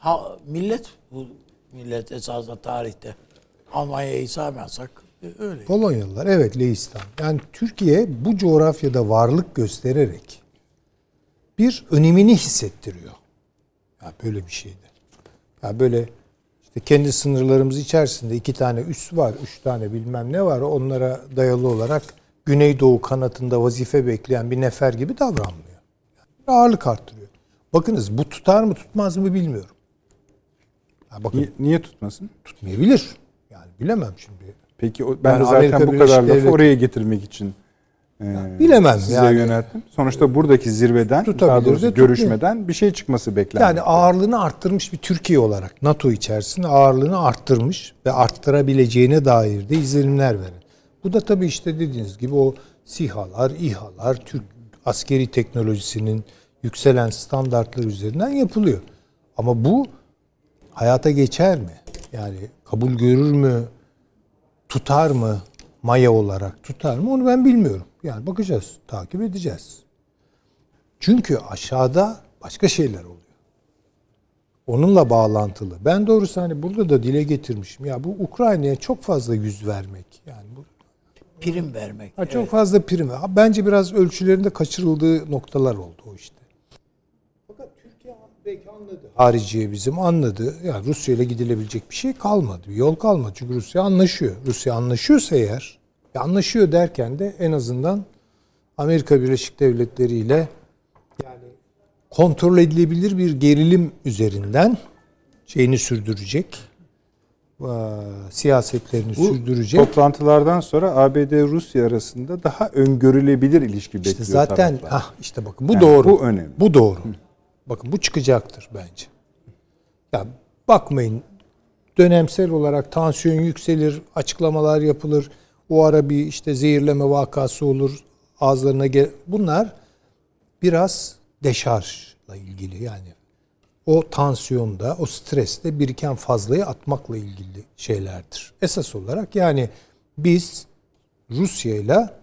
bu millet esasında tarihte. Almanya'yı saymazsak öyle. Polonyalılar, evet, Lehistan. Yani Türkiye bu coğrafyada varlık göstererek bir önemini hissettiriyor. Ya böyle bir şeydi. Ya böyle işte kendi sınırlarımız içerisinde 2 tane üs var, 3 tane bilmem ne var. Onlara dayalı olarak Güneydoğu kanatında vazife bekleyen bir nefer gibi davranmıyor. Yani ağırlık arttırıyor. Bakınız, bu tutar mı tutmaz mı bilmiyorum. Ya bakın, niye tutmasın? Tutmayabilir. Yani bilemem şimdi. Peki ben de zaten bu kadar lafı oraya getirmek için bilemem size yani yönelttim. Sonuçta buradaki zirveden, daha doğrusu görüşmeden bir şey çıkması beklenmiyor. Yani ağırlığını arttırmış bir Türkiye olarak NATO içerisinde ağırlığını arttırmış ve arttırabileceğine dair de izlenimler veren. Bu da tabii işte dediğiniz gibi o SİHA'lar, İHA'lar, Türk askeri teknolojisinin yükselen standartları üzerinden yapılıyor. Ama bu hayata geçer mi? Yani kabul görür mü? Tutar mı? Maya olarak tutar mı? Onu ben bilmiyorum. Yani bakacağız, takip edeceğiz. Çünkü aşağıda başka şeyler oluyor. Onunla bağlantılı. Ben doğrusu hani burada da dile getirmişim. Ya bu Ukrayna'ya çok fazla yüz vermek. Yani bu prim vermek. çok fazla prim. Bence biraz ölçülerinde kaçırıldığı noktalar oldu o işte. Fakat Türkiye belki anladı. Hariciye bizim anladı. Yani Rusya ile gidilebilecek bir şey kalmadı. Bir yol kalmadı. Çünkü Rusya anlaşıyor. Rusya anlaşıyorsa eğer, anlaşıyor derken de en azından Amerika Birleşik Devletleri ile yani kontrol edilebilir bir gerilim üzerinden şeyini sürdürecek. Siyasetlerini sürdürecek. Toplantılardan sonra ABD-Rusya arasında daha öngörülebilir ilişki bekliyor. İşte zaten işte bakın bu yani doğru. Bu önemli. Bu doğru. Bakın bu çıkacaktır bence. Ya bakmayın, dönemsel olarak tansiyon yükselir, açıklamalar yapılır. O ara bir işte zehirleme vakası olur. ağızlarına bunlar biraz deşarjla ilgili, yani o tansiyonda, o streste biriken fazlayı atmakla ilgili şeylerdir. Esas olarak yani biz Rusya'yla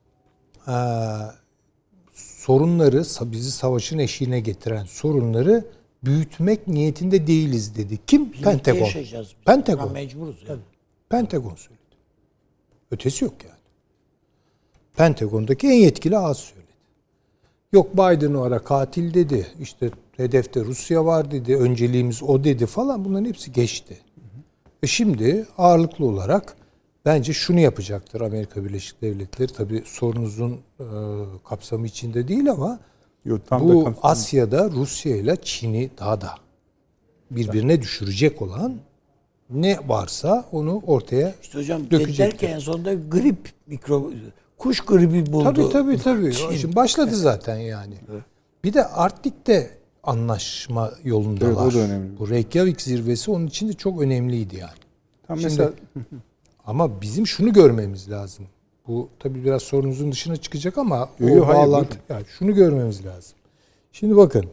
sorunları, bizi savaşın eşiğine getiren sorunları büyütmek niyetinde değiliz dedi. Kim? Birlikte Pentagon. yaşayacağız. Pentagon. Mecburuz yani. Pentagon söyledi. Ötesi yok yani. Pentagon'daki en yetkili ağız söyledi. Yok Biden o ara katil dedi. İşte hedefte Rusya var dedi. Önceliğimiz o dedi falan. Bunların hepsi geçti. Ve şimdi ağırlıklı olarak bence şunu yapacaktır Amerika Birleşik Devletleri. Tabii sorunuzun kapsamı içinde değil ama bu Asya'da Rusya ile Çin'i daha da birbirine düşürecek olan ne varsa onu ortaya İşte hocam dökecektir. derken en sonunda grip, kuş gribi buldu. Tabii. Şimdi başladı zaten yani. Evet. Bir de Arktik'te anlaşma yolundalar. Evet, o da önemli. Bu Reykjavik zirvesi onun için de çok önemliydi yani. Şimdi, mesela... Ama bizim şunu görmemiz lazım. Bu tabii biraz sorunuzun dışına çıkacak ama o bağlantı. Yani şunu görmemiz lazım. Şimdi bakın.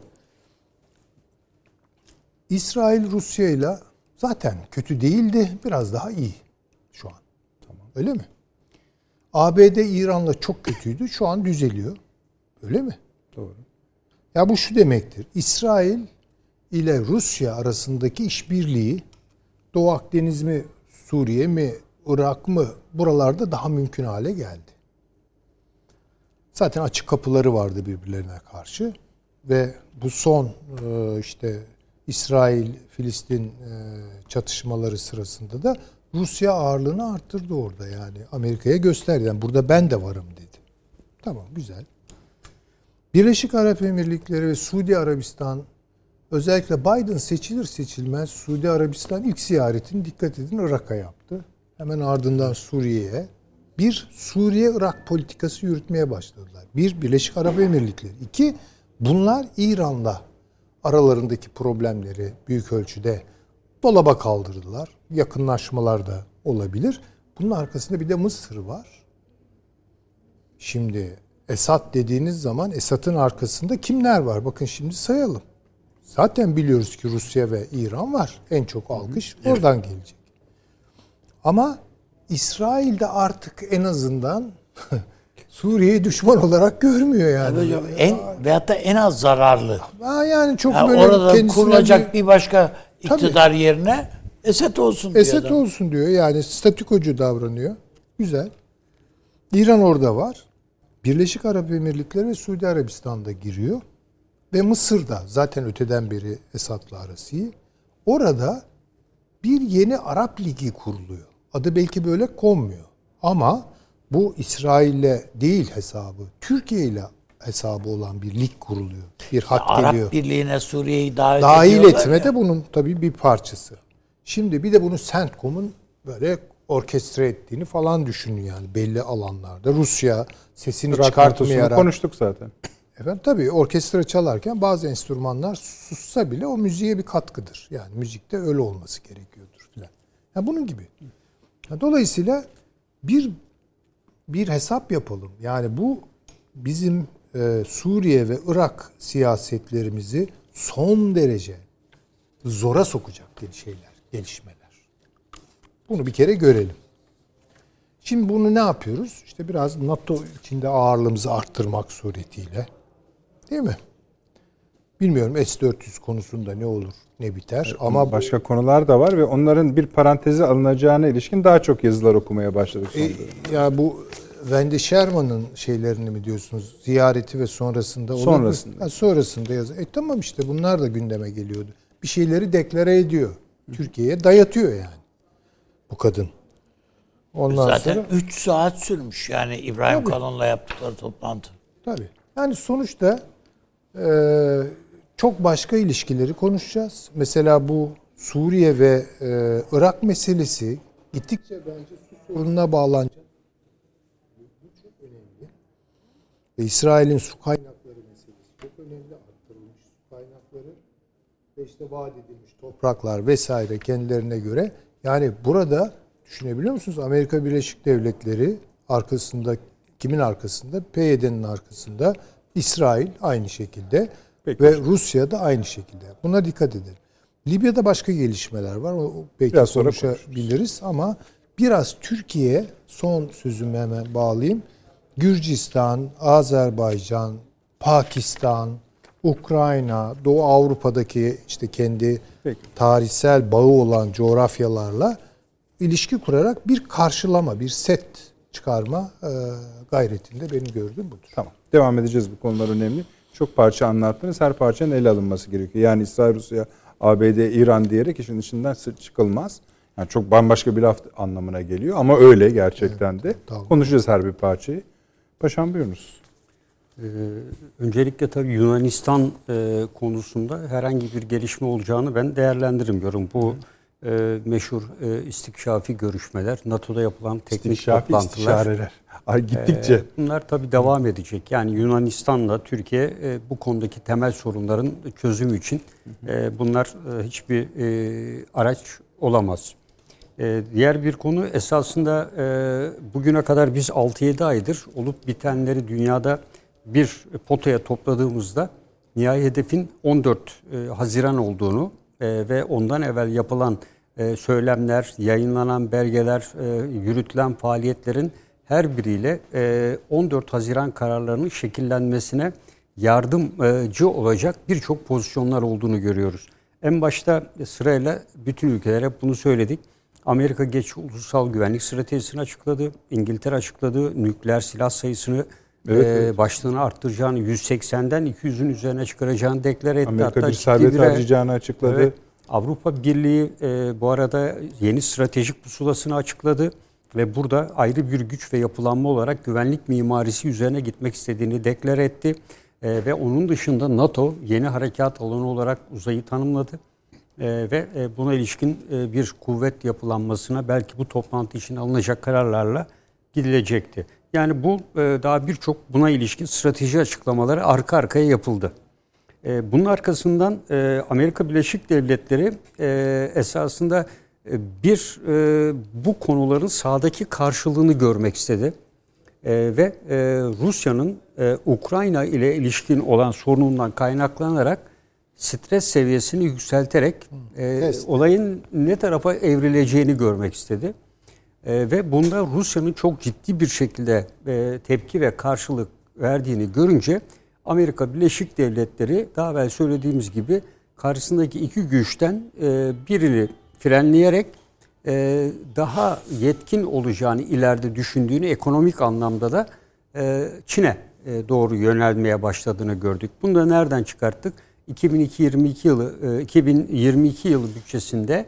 İsrail Rusya'yla zaten kötü değildi. Biraz daha iyi şu an. Tamam. Öyle mi? ABD İran'la çok kötüydü. Şu an düzeliyor. Öyle mi? Doğru. Ya bu şu demektir. İsrail ile Rusya arasındaki işbirliği Doğu Akdeniz mi, Suriye mi, Irak mı, buralarda daha mümkün hale geldi. Zaten açık kapıları vardı birbirlerine karşı ve bu son işte İsrail-Filistin çatışmaları sırasında da Rusya ağırlığını arttırdı orada yani. Amerika'ya gösterdi. Yani burada ben de varım dedi. Tamam, güzel. Birleşik Arap Emirlikleri ve Suudi Arabistan, özellikle Biden seçilir seçilmez Suudi Arabistan ilk ziyaretini, dikkat edin, Irak'a yaptı. Hemen ardından Suriye'ye. Bir, Suriye-Irak politikası yürütmeye başladılar. Bir, Birleşik Arap Emirlikleri. İki, bunlar İran'la aralarındaki problemleri büyük ölçüde dolaba kaldırdılar. Yakınlaşmalar da olabilir. Bunun arkasında bir de Mısır var. Şimdi Esad dediğiniz zaman Esad'ın arkasında kimler var? Bakın şimdi sayalım. Zaten biliyoruz ki Rusya ve İran var. En çok alkış oradan gelecek. Ama İsrail de artık en azından Suriye'yi düşman olarak görmüyor yani. Evet hocam, veyahut da en az zararlı. Yani çok böyle orada kurulacak bir başka iktidar yerine Esad olsun diyor. Esad olsun diyor. Yani statükocu davranıyor. Güzel. İran orada var. Birleşik Arap Emirlikleri ve Suudi Arabistan'da giriyor. Ve Mısır'da zaten öteden beri Esad'la arası iyi. Orada bir yeni Arap Ligi kuruluyor. Adı belki böyle konmuyor. Ama bu İsrail'le değil hesabı, Türkiye ile hesabı olan bir lig kuruluyor. Bir hat geliyor. Arap Birliği'ne Suriye'yi dahil etme de bunun tabii bir parçası. Şimdi bir de bunu CENTCOM'un böyle orkestre ettiğini falan düşünün yani belli alanlarda. Rusya sesini çıkartmayarak. Konuştuk zaten. Efendim tabii orkestra çalarken bazı enstrümanlar sussa bile o müziğe bir katkıdır. Yani müzikte öyle olması gerekiyordur filan. Yani bunun gibi. Dolayısıyla bir hesap yapalım. Yani bu bizim Suriye ve Irak siyasetlerimizi son derece zora sokacak gelişmeler. Bunu bir kere görelim. Şimdi bunu ne yapıyoruz? İşte biraz NATO içinde ağırlığımızı arttırmak suretiyle. Değil mi? Bilmiyorum S-400 konusunda ne olur, ne biter. Ama başka konular da var ve onların bir paranteze alınacağına ilişkin daha çok yazılar okumaya başladık. Ya bu Wendy Sherman'ın şeylerini mi diyorsunuz? Ziyareti ve sonrasında. Sonrasında yazı. Tamam işte bunlar da gündeme geliyordu. Bir şeyleri deklare ediyor. Türkiye'ye dayatıyor yani. Bu kadın. Ondan zaten sonra 3 saat sürmüş yani İbrahim Kalın'la yaptıkları toplantı. Tabii. Yani sonuçta çok başka ilişkileri konuşacağız. Mesela bu Suriye ve Irak meselesi gittikçe bence su sorununa bağlanacak. Bu çok önemli. Ve İsrail'in su kaynakları meselesi çok önemli. Arttırılmış su kaynakları ve işte vaat edilmiş topraklar vesaire kendilerine göre. Yani burada düşünebiliyor musunuz? Amerika Birleşik Devletleri arkasında Kimin arkasında? PYD'nin arkasında. İsrail aynı şekilde. Peki. Ve Rusya da aynı şekilde. Buna dikkat edelim. Libya'da başka gelişmeler var. O belki biraz sonra konuşabiliriz ama biraz Türkiye, son sözümü hemen bağlayayım. Gürcistan, Azerbaycan, Pakistan, Ukrayna, Doğu Avrupa'daki işte kendi tarihsel bağı olan coğrafyalarla ilişki kurarak bir karşılama, bir set çıkarma gayretinde benim gördüğüm budur. Tamam. Devam edeceğiz, bu konular önemli. Çok parça anlattınız. Her parçanın ele alınması gerekiyor. Yani İsrail, Rusya, ABD, İran diyerek işin içinden çıkılmaz. Yani çok bambaşka bir laf anlamına geliyor ama öyle gerçekten de. Tamam. Konuşacağız her bir parçayı. Paşam buyurunuz. Öncelikle tabii Yunanistan konusunda herhangi bir gelişme olacağını ben değerlendirmiyorum. Bu meşhur istikşafi görüşmeler, NATO'da yapılan teknik toplantılar. Gittikçe. Bunlar tabii devam edecek. Yani Yunanistan'la Türkiye bu konudaki temel sorunların çözümü için bunlar hiçbir araç olamaz. Diğer bir konu esasında bugüne kadar biz 6-7 aydır olup bitenleri dünyada bir potaya topladığımızda nihai hedefin 14 Haziran olduğunu ve ondan evvel yapılan söylemler, yayınlanan belgeler, yürütülen faaliyetlerin her biriyle 14 Haziran kararlarının şekillenmesine yardımcı olacak birçok pozisyonlar olduğunu görüyoruz. En başta sırayla bütün ülkelere bunu söyledik. Amerika ulusal güvenlik stratejisini açıkladı. İngiltere açıkladı. Nükleer silah sayısını başlığını arttıracağını, 180'den 200'ün üzerine çıkaracağını deklare etti. Amerika bir servet harcayacağını açıkladı. Evet, Avrupa Birliği bu arada yeni stratejik pusulasını açıkladı ve burada ayrı bir güç ve yapılanma olarak güvenlik mimarisi üzerine gitmek istediğini deklare etti. Ve onun dışında NATO yeni harekat alanı olarak uzayı tanımladı. Ve buna ilişkin bir kuvvet yapılanmasına belki bu toplantı için alınacak kararlarla gidilecekti. Yani bu daha birçok buna ilişkin strateji açıklamaları arka arkaya yapıldı. Bunun arkasından Amerika Birleşik Devletleri esasında bu konuların sahadaki karşılığını görmek istedi. Ve Rusya'nın Ukrayna ile ilişkin olan sorunundan kaynaklanarak stres seviyesini yükselterek olayın ne tarafa evrileceğini görmek istedi. Ve bunda Rusya'nın çok ciddi bir şekilde tepki ve karşılık verdiğini görünce Amerika Birleşik Devletleri daha evvel söylediğimiz gibi karşısındaki iki güçten birini frenleyerek daha yetkin olacağını ileride düşündüğünü, ekonomik anlamda da Çin'e doğru yönelmeye başladığını gördük. Bunu da nereden çıkarttık? 2022 yılı bütçesinde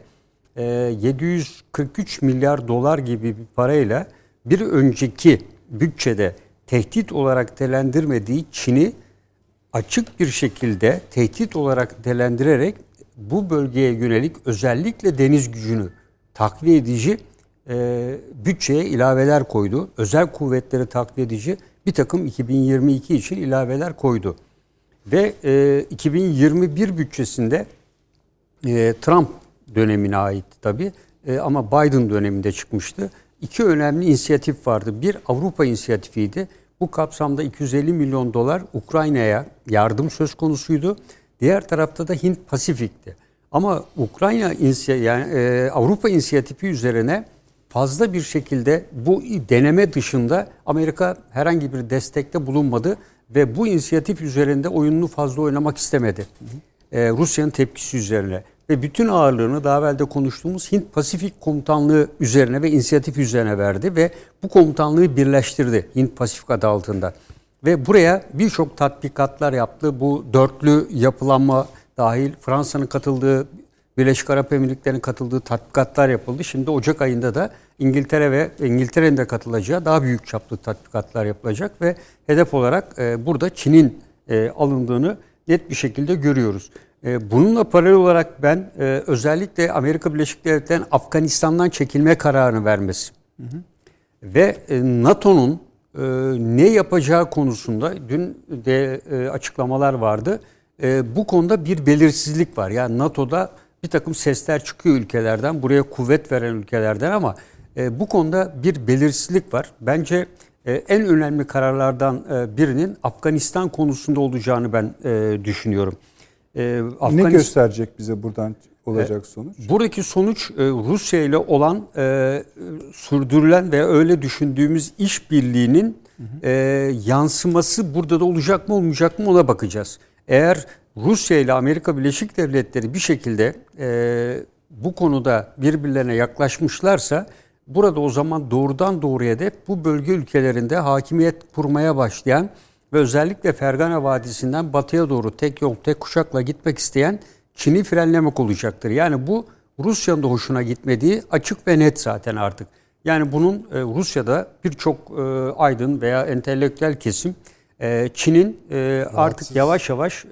743 milyar dolar gibi bir parayla bir önceki bütçede tehdit olarak nitelendirmediği Çin'i açık bir şekilde tehdit olarak nitelendirerek bu bölgeye yönelik özellikle deniz gücünü takviye edici bütçeye ilaveler koydu. Özel kuvvetleri takviye edici bir takım 2022 için ilaveler koydu. Ve 2021 bütçesinde Trump dönemine ait tabii ama Biden döneminde çıkmıştı. İki önemli inisiyatif vardı. Bir Avrupa inisiyatifiydi. Bu kapsamda 250 milyon dolar Ukrayna'ya yardım söz konusuydu. Diğer tarafta da Hint Pasifik'ti. Ama Avrupa inisiyatifi üzerine fazla bir şekilde bu deneme dışında Amerika herhangi bir destekte bulunmadı ve bu inisiyatif üzerinde oyununu fazla oynamak istemedi. Rusya'nın tepkisi üzerine ve bütün ağırlığını daha evvel de konuştuğumuz Hint Pasifik Komutanlığı üzerine ve inisiyatif üzerine verdi ve bu komutanlığı birleştirdi Hint Pasifik adı altında. Ve buraya birçok tatbikatlar yaptı. Bu dörtlü yapılanma dahil Fransa'nın katıldığı, Birleşik Arap Emirlikleri'nin katıldığı tatbikatlar yapıldı. Şimdi Ocak ayında da İngiltere'nin de katılacağı daha büyük çaplı tatbikatlar yapılacak ve hedef olarak burada Çin'in alındığını net bir şekilde görüyoruz. Bununla paralel olarak ben özellikle Amerika Birleşik Devletleri'nin Afganistan'dan çekilme kararını vermesi ve NATO'nun ne yapacağı konusunda dün de açıklamalar vardı. Bu konuda bir belirsizlik var. Yani NATO'da bir takım sesler çıkıyor ülkelerden, buraya kuvvet veren ülkelerden ama bu konuda bir belirsizlik var. Bence en önemli kararlardan birinin Afganistan konusunda olacağını ben düşünüyorum. Ne gösterecek bize buradan olacak sonuç? Buradaki sonuç Rusya ile olan sürdürülen ve öyle düşündüğümüz işbirliğinin yansıması burada da olacak mı olmayacak mı ona bakacağız. Eğer Rusya ile Amerika Birleşik Devletleri bir şekilde bu konuda birbirlerine yaklaşmışlarsa burada o zaman doğrudan doğruya da bu bölge ülkelerinde hakimiyet kurmaya başlayan ve özellikle Fergana Vadisi'nden batıya doğru tek yol tek kuşakla gitmek isteyen Çin'i frenlemek olacaktır. Yani bu Rusya'nın da hoşuna gitmediği açık ve net zaten artık. Yani bunun Rusya'da birçok aydın veya entelektüel kesim Çin'in artık yavaş yavaş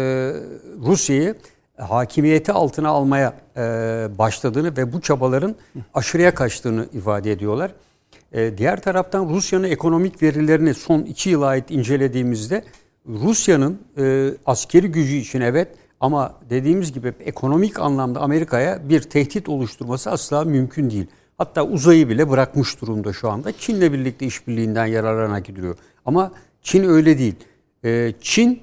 Rusya'yı hakimiyeti altına almaya başladığını ve bu çabaların aşırıya kaçtığını ifade ediyorlar. Diğer taraftan Rusya'nın ekonomik verilerini son 2 yıla ait incelediğimizde Rusya'nın askeri gücü için evet ama dediğimiz gibi ekonomik anlamda Amerika'ya bir tehdit oluşturması asla mümkün değil. Hatta uzayı bile bırakmış durumda şu anda. Çin'le birlikte işbirliğinden yararlanarak gidiyor. Ama Çin öyle değil. Çin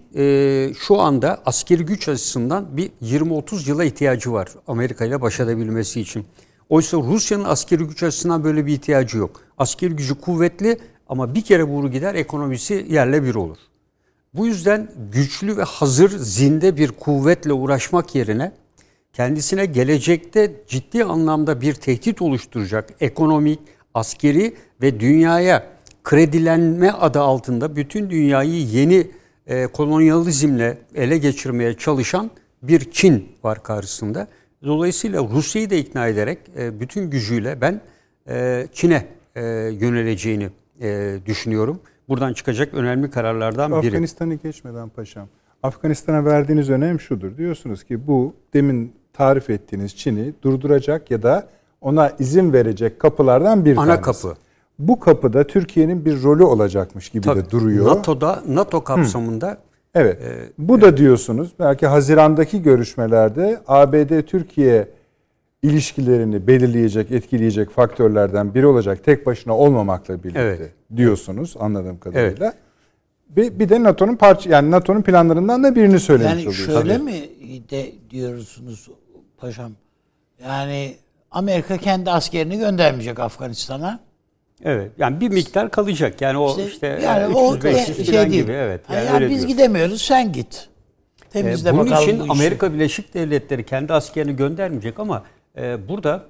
şu anda askeri güç açısından bir 20-30 yıla ihtiyacı var Amerika ile baş edebilmesi için. Oysa Rusya'nın askeri güç açısından böyle bir ihtiyacı yok. Askeri gücü kuvvetli ama bir kere vuru gider ekonomisi yerle bir olur. Bu yüzden güçlü ve hazır zinde bir kuvvetle uğraşmak yerine kendisine gelecekte ciddi anlamda bir tehdit oluşturacak ekonomik, askeri ve dünyaya kredilenme adı altında bütün dünyayı yeni kolonyalizmle ele geçirmeye çalışan bir Çin var karşısında. Dolayısıyla Rusya'yı da ikna ederek bütün gücüyle ben Çin'e yöneleceğini düşünüyorum. Buradan çıkacak önemli kararlardan biri. Afganistan'ı geçmeden paşam, Afganistan'a verdiğiniz önem şudur. Diyorsunuz ki bu demin tarif ettiğiniz Çin'i durduracak ya da ona izin verecek kapılardan bir tanesi. Ana kapı. Bu kapıda Türkiye'nin bir rolü olacakmış gibi de duruyor. NATO kapsamında. Evet. Bu da diyorsunuz belki Haziran'daki görüşmelerde ABD-Türkiye ilişkilerini belirleyecek, etkileyecek faktörlerden biri olacak. Tek başına olmamakla birlikte diyorsunuz anladığım kadarıyla. Evet. Bir de NATO'nun yani NATO'nun planlarından da birini söylemiş oluyorsunuz. Yani şöyle mi de diyorsunuz paşam? Yani Amerika kendi askerini göndermeyecek Afganistan'a. Evet. Yani bir miktar kalacak. Yani o yani o şey değil. Gibi. Evet. Yani biz gidemiyoruz, sen git. Temizle bunun bakalım için bu Amerika Birleşik Devletleri kendi askerini göndermeyecek ama burada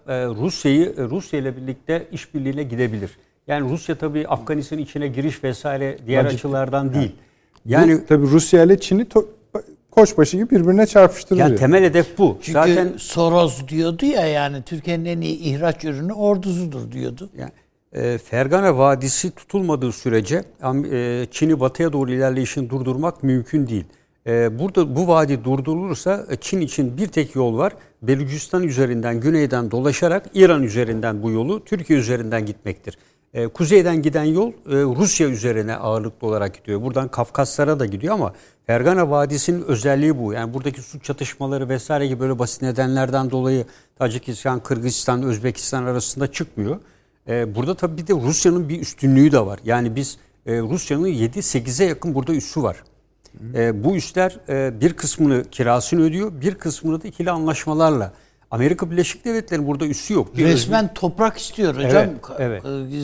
Rusya ile birlikte işbirliğine gidebilir. Yani Rusya tabii Afganistan içine giriş vesaire diğer açılardan değil. Yani tabii Rusya ile Çin'i koçbaşı gibi birbirine çarpıştırıyor. Yani temel hedef bu. Çünkü zaten Soros diyordu ya yani Türkiye'nin en iyi ihraç ürünü ordusudur diyordu. Yani Fergana Vadisi tutulmadığı sürece Çin'i batıya doğru ilerleyişini durdurmak mümkün değil. Burada bu vadi durdurulursa Çin için bir tek yol var. Belucistan üzerinden güneyden dolaşarak İran üzerinden bu yolu Türkiye üzerinden gitmektir. Kuzeyden giden yol Rusya üzerine ağırlıklı olarak gidiyor. Buradan Kafkaslara da gidiyor ama Fergana Vadisi'nin özelliği bu. Yani buradaki su çatışmaları vesaire gibi böyle basit nedenlerden dolayı Tacikistan, Kırgızistan, Özbekistan arasında çıkmıyor. Burada tabii bir de Rusya'nın bir üstünlüğü de var. Yani biz Rusya'nın 7-8'e yakın burada üssü var. Bu üsler bir kısmını kirasını ödüyor, bir kısmını da ikili anlaşmalarla. Amerika Birleşik Devletleri'nin burada üssü yok. Resmen toprak istiyor hocam. Evet.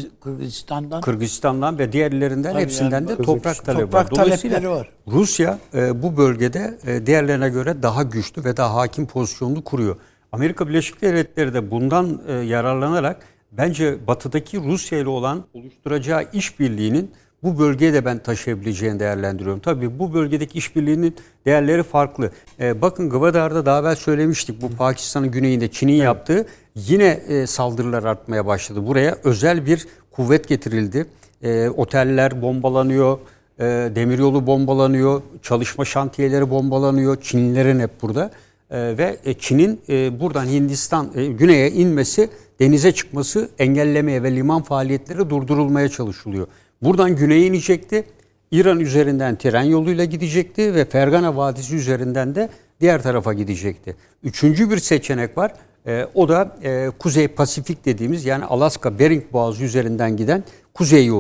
Kırgızistan'dan ve diğerlerinden hepsinden yani, de toprak talebi var. Dolayısıyla var. Rusya bu bölgede diğerlerine göre daha güçlü ve daha hakim pozisyonunu kuruyor. Amerika Birleşik Devletleri de bundan yararlanarak bence batıdaki Rusya ile olan oluşturacağı işbirliğinin bu bölgeye de ben taşıyabileceğini değerlendiriyorum. Tabii bu bölgedeki işbirliğinin değerleri farklı. Bakın Gwadar'da daha evvel söylemiştik. Bu Pakistan'ın güneyinde Çin'in yaptığı yine saldırılar artmaya başladı. Buraya özel bir kuvvet getirildi. Oteller bombalanıyor, demiryolu bombalanıyor, çalışma şantiyeleri bombalanıyor. Çinlilerin hep burada. Ve Çin'in buradan Hindistan güneye inmesi, denize çıkması engellemeye ve liman faaliyetleri durdurulmaya çalışılıyor. Buradan güneye inecekti. İran üzerinden tren yoluyla gidecekti ve Fergana Vadisi üzerinden de diğer tarafa gidecekti. Üçüncü bir seçenek var. O da Kuzey Pasifik dediğimiz yani Alaska, Bering Boğazı üzerinden giden kuzey yolu.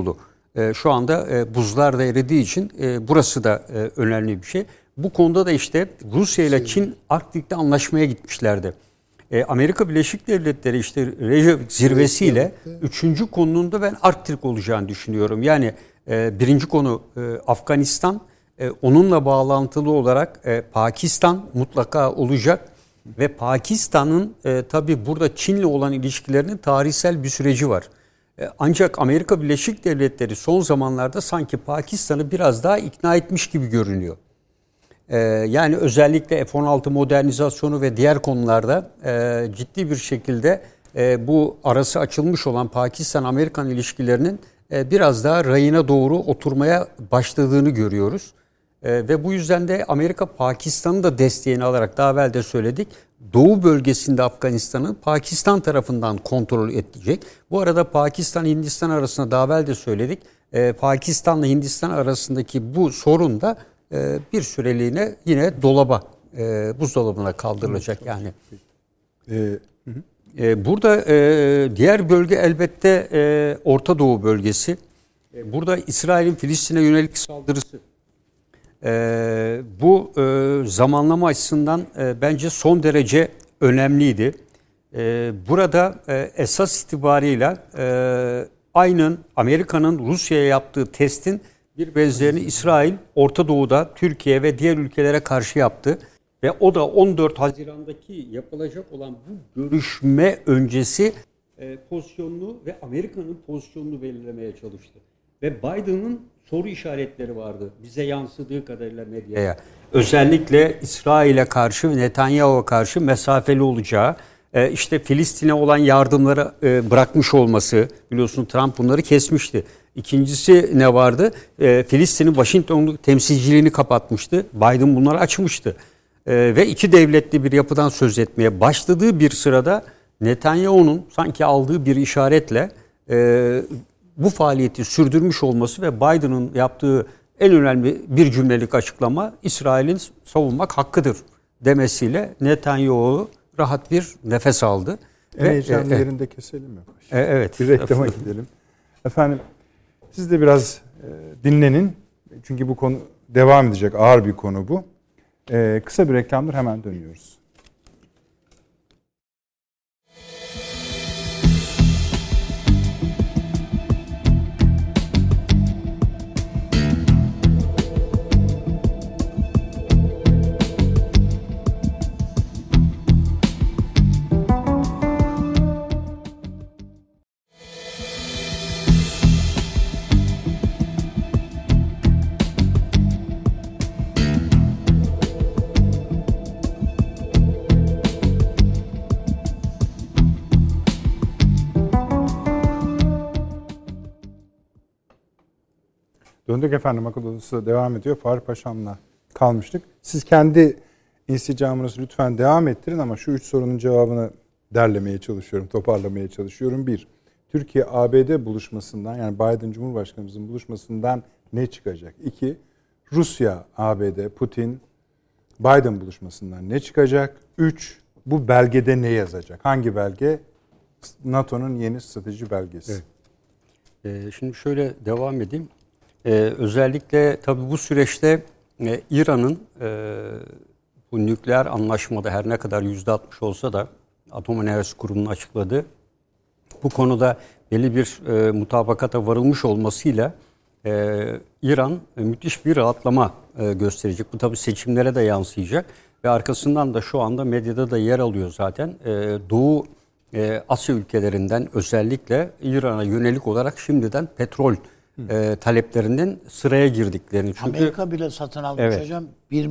Şu anda buzlar da eridiği için burası da önemli bir şey. Bu konuda da işte Rusya ile Çin Arktik'te anlaşmaya gitmişlerdi. Amerika Birleşik Devletleri işte Reykjavik zirvesiyle 3. konunun da ben Arktik olacağını düşünüyorum. Yani birinci konu Afganistan, onunla bağlantılı olarak Pakistan mutlaka olacak ve Pakistan'ın tabii burada Çin'le olan ilişkilerinin tarihsel bir süreci var. Ancak Amerika Birleşik Devletleri son zamanlarda sanki Pakistan'ı biraz daha ikna etmiş gibi görünüyor. Yani özellikle F-16 modernizasyonu ve diğer konularda ciddi bir şekilde bu arası açılmış olan Pakistan-Amerikan ilişkilerinin biraz daha rayına doğru oturmaya başladığını görüyoruz. Ve bu yüzden de Amerika Pakistan'ın da desteğini alarak daha evvel de söyledik. Doğu bölgesinde Afganistan'ın Pakistan tarafından kontrol edilecek. Bu arada Pakistan-Hindistan arasında daha evvel de söyledik. Pakistan'la Hindistan arasındaki bu sorun da bir süreliğine yine buzdolabına kaldırılacak yani. Burada diğer bölge elbette Orta Doğu bölgesi. Burada İsrail'in Filistin'e yönelik saldırısı. Bu zamanlama açısından bence son derece önemliydi. Burada esas itibarıyla aynen Amerika'nın Rusya'ya yaptığı testin bir benzerini İsrail, Orta Doğu'da Türkiye ve diğer ülkelere karşı yaptı. Ve o da 14 Haziran'daki yapılacak olan bu görüşme öncesi pozisyonunu ve Amerika'nın pozisyonunu belirlemeye çalıştı. Ve Biden'ın soru işaretleri vardı bize yansıdığı kadarıyla medyaya. Özellikle İsrail'e karşı ve Netanyahu'ya karşı mesafeli olacağı, işte Filistin'e olan yardımları bırakmış olması, biliyorsun Trump bunları kesmişti. İkincisi ne vardı? Filistin'in Washington temsilciliğini kapatmıştı. Biden bunları açmıştı. Ve iki devletli bir yapıdan söz etmeye başladığı bir sırada Netanyahu'nun sanki aldığı bir işaretle bu faaliyeti sürdürmüş olması ve Biden'ın yaptığı en önemli bir cümlelik açıklama İsrail'in savunmak hakkıdır demesiyle Netanyahu rahat bir nefes aldı. Heyecanlı yerinde keselim mi? Evet. Bir reklama gidelim. Efendim siz de biraz dinlenin. Çünkü bu konu devam edecek, ağır bir konu bu. Kısa bir reklamdır, hemen dönüyoruz. Döndük efendim, akıl odası devam ediyor. Fahri Paşam'la kalmıştık. Siz kendi insicamınızı lütfen devam ettirin ama şu 3 sorunun cevabını derlemeye çalışıyorum, toparlamaya çalışıyorum. 1. Türkiye-ABD buluşmasından, yani Biden Cumhurbaşkanımızın buluşmasından ne çıkacak? 2. Rusya-ABD, Putin-Biden buluşmasından ne çıkacak? 3. Bu belgede ne yazacak? Hangi belge? NATO'nun yeni strateji belgesi. Evet. Şimdi şöyle devam edeyim. Özellikle tabii bu süreçte İran'ın bu nükleer anlaşmada her ne kadar %60 olsa da Atom Enerjisi Kurumu'nun açıkladığı bu konuda belli bir mutabakata varılmış olmasıyla İran müthiş bir rahatlama gösterecek. Bu tabii seçimlere de yansıyacak ve arkasından da şu anda medyada da yer alıyor zaten. Doğu Asya ülkelerinden özellikle İran'a yönelik olarak şimdiden petrol taleplerinin sıraya girdiklerini. Çünkü Amerika bile satın almış, evet, hocam.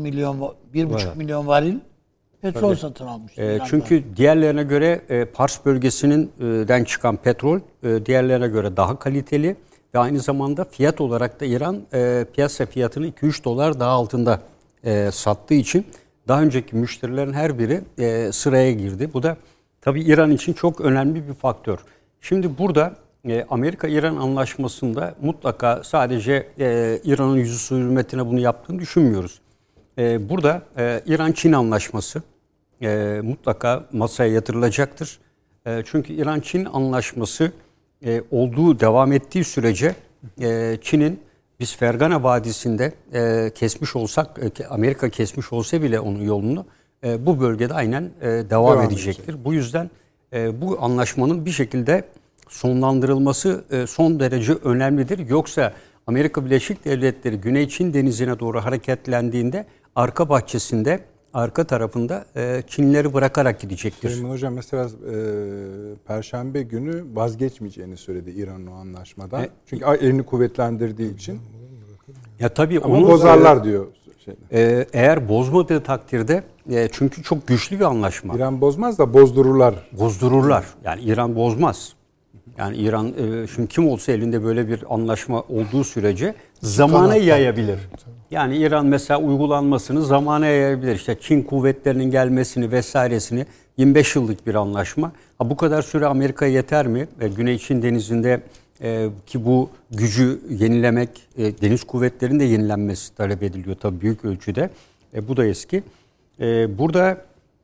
1,5 milyon varil petrol satın almış. Çünkü diğerlerine göre Pars bölgesinden çıkan petrol diğerlerine göre daha kaliteli ve aynı zamanda fiyat olarak da İran piyasa fiyatını 2-3 dolar daha altında sattığı için daha önceki müşterilerin her biri sıraya girdi. Bu da tabii İran için çok önemli bir faktör. Şimdi burada Amerika-İran anlaşmasında mutlaka sadece İran'ın yüzüstü hürmetine bunu yaptığını düşünmüyoruz. Burada İran-Çin anlaşması mutlaka masaya yatırılacaktır. Çünkü İran-Çin anlaşması devam ettiği sürece Çin'in biz Fergana Vadisi'nde kesmiş olsak, Amerika kesmiş olsa bile onun yolunu bu bölgede aynen devam edecektir. Bu yüzden bu anlaşmanın bir şekilde sonlandırılması son derece önemlidir. Yoksa Amerika Birleşik Devletleri Güney Çin Denizi'ne doğru hareketlendiğinde arka bahçesinde, arka tarafında Çinlileri bırakarak gidecektir. Süleyman Hocam mesela Perşembe günü vazgeçmeyeceğini söyledi İran'ın o anlaşmadan. Çünkü elini kuvvetlendirdiği için. Ya tabii ama onu bozarlar diyor. Eğer bozmadığı takdirde çünkü çok güçlü bir anlaşma. İran bozmaz da bozdururlar. Bozdururlar. Yani İran bozmaz. Yani İran şimdi kim olsa elinde böyle bir anlaşma olduğu sürece zamana yayabilir. Yani İran mesela uygulanmasını zamana yayabilir. İşte Çin kuvvetlerinin gelmesini vesairesini 25 yıllık bir anlaşma. Bu kadar süre Amerika'ya yeter mi? Güney Çin Denizi'nde ki bu gücü yenilemek, deniz kuvvetlerinin de yenilenmesi talep ediliyor tabii büyük ölçüde. Bu da eski. Burada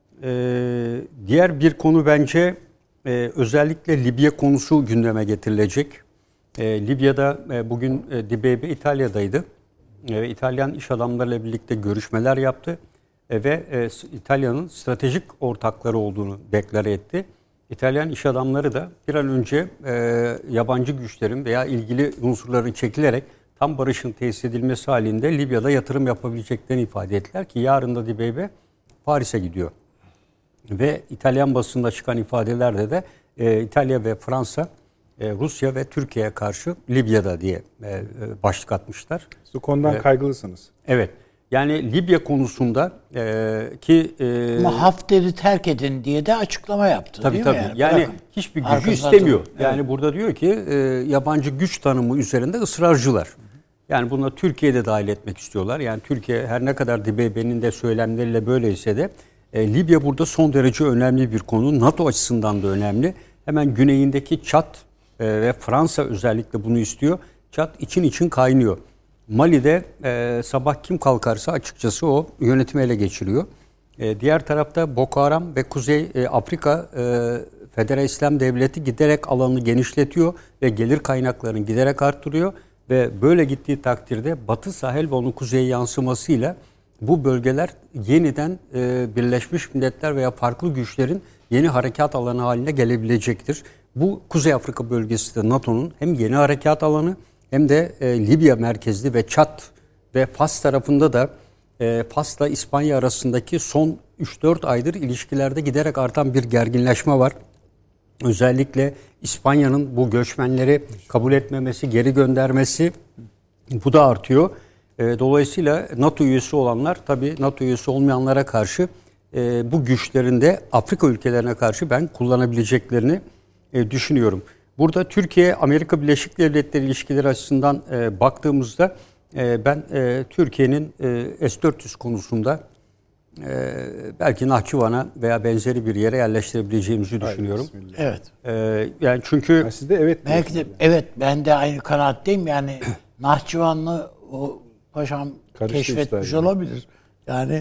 diğer bir konu bence özellikle Libya konusu gündeme getirilecek. Libya'da bugün Dibeybe İtalya'daydı. İtalyan iş adamlarıyla birlikte görüşmeler yaptı ve İtalya'nın stratejik ortakları olduğunu deklare etti. İtalyan iş adamları da bir an önce yabancı güçlerin veya ilgili unsurların çekilerek tam barışın tesis edilmesi halinde Libya'da yatırım yapabileceklerini ifade ettiler ki yarın da Dibeybe Paris'e gidiyor. Ve İtalyan basında çıkan ifadelerde de İtalya ve Fransa, Rusya ve Türkiye'ye karşı Libya'da diye başlık atmışlar. Bu konudan kaygılısınız. Evet. Yani Libya konusunda ki... Ama Hafter'i terk edin diye de açıklama yaptı tabii, değil tabii. mi? Yani hiçbir gücü istemiyor. Yani burada diyor ki yabancı güç tanımı üzerinde ısrarcılar. Yani buna Türkiye'de dahil etmek istiyorlar. Yani Türkiye her ne kadar Dibeybe'nin de söylemleriyle böyleyse de Libya burada son derece önemli bir konu. NATO açısından da önemli. Hemen güneyindeki Çad ve Fransa özellikle bunu istiyor. Çad için kaynıyor. Mali'de sabah kim kalkarsa açıkçası o yönetimi ele geçiriyor. Diğer tarafta Boko Haram ve Kuzey Afrika Federal İslam Devleti giderek alanını genişletiyor ve gelir kaynaklarını giderek arttırıyor. Ve böyle gittiği takdirde Batı Sahel ve onun kuzeye yansımasıyla bu bölgeler yeniden Birleşmiş Milletler veya farklı güçlerin yeni harekat alanı haline gelebilecektir. Bu Kuzey Afrika bölgesi de NATO'nun hem yeni harekat alanı hem de Libya merkezli ve Çad ve Fas tarafında da Fas'la İspanya arasındaki son 3-4 aydır ilişkilerde giderek artan bir gerginleşme var. Özellikle İspanya'nın bu göçmenleri kabul etmemesi, geri göndermesi bu da artıyor. Dolayısıyla NATO üyesi olanlar tabii NATO üyesi olmayanlara karşı bu güçlerin de Afrika ülkelerine karşı ben kullanabileceklerini düşünüyorum. Burada Türkiye-Amerika Birleşik Devletleri ilişkileri açısından baktığımızda ben Türkiye'nin S-400 konusunda belki Nahçıvan'a veya benzeri bir yere yerleştirebileceğimizi düşünüyorum. Evet. Yani çünkü siz de evet. Belki de evet, ben de aynı kanaatteyim. Yani Nahçıvanlı o paşam keşfetmiş olabilir. Yani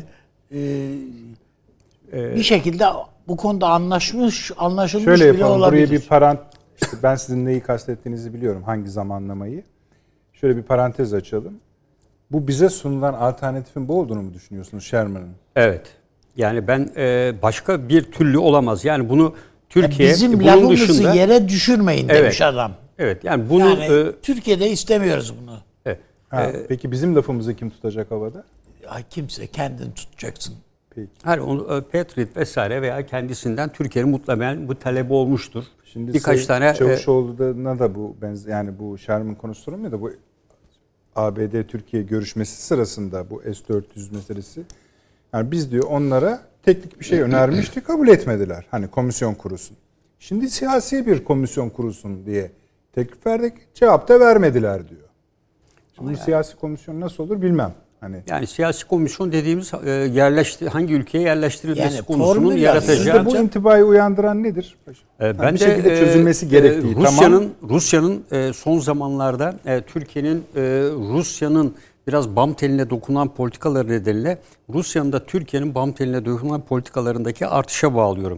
bir şekilde bu konuda anlaşılmış şöyle bile olabilir. Buraya bir parantez, işte ben sizin neyi kastettiğinizi biliyorum, hangi zamanlamayı. Şöyle bir parantez açalım. Bu bize sunulan alternatifin bu olduğunu mu düşünüyorsunuz Sherman'ın? Evet. Yani ben başka bir türlü olamaz. Yani bunu Türkiye bizim bunun lafımızı dışında yere düşürmeyin demiş adam. Evet. Yani bunu Türkiye'de istemiyoruz bunu. Evet. Peki bizim lafımızı kim tutacak havada? Kimse, kendin tutacaksın. Peki. Patriot vesaire veya kendisinden Türkiye'nin muhtemelen bu talebi olmuştur. Şimdi birkaç tane Çavuşoğlu'na da bu yani bu Sherman konusu sorulmuyor da bu ABD Türkiye görüşmesi sırasında bu S-400 meselesi. Yani biz diyor onlara teknik bir şey önermişti, kabul etmediler. Hani komisyon kurulsun. Şimdi siyasi bir komisyon kurulsun diye teklif verdik, cevap da vermediler diyor. Şimdi bu siyasi komisyon nasıl olur bilmem. Yani siyasi komisyon dediğimiz hangi ülkeye yerleştirilmesi yani konusunun yaratacağı. Sizde bu intibayı uyandıran nedir? Ben bir şekilde çözülmesi gerektiği. Rusya'nın son zamanlarda Türkiye'nin Rusya'nın biraz bam teline dokunan politikaları nedeniyle Rusya'nın da Türkiye'nin bam teline dokunan politikalarındaki artışa bağlıyorum.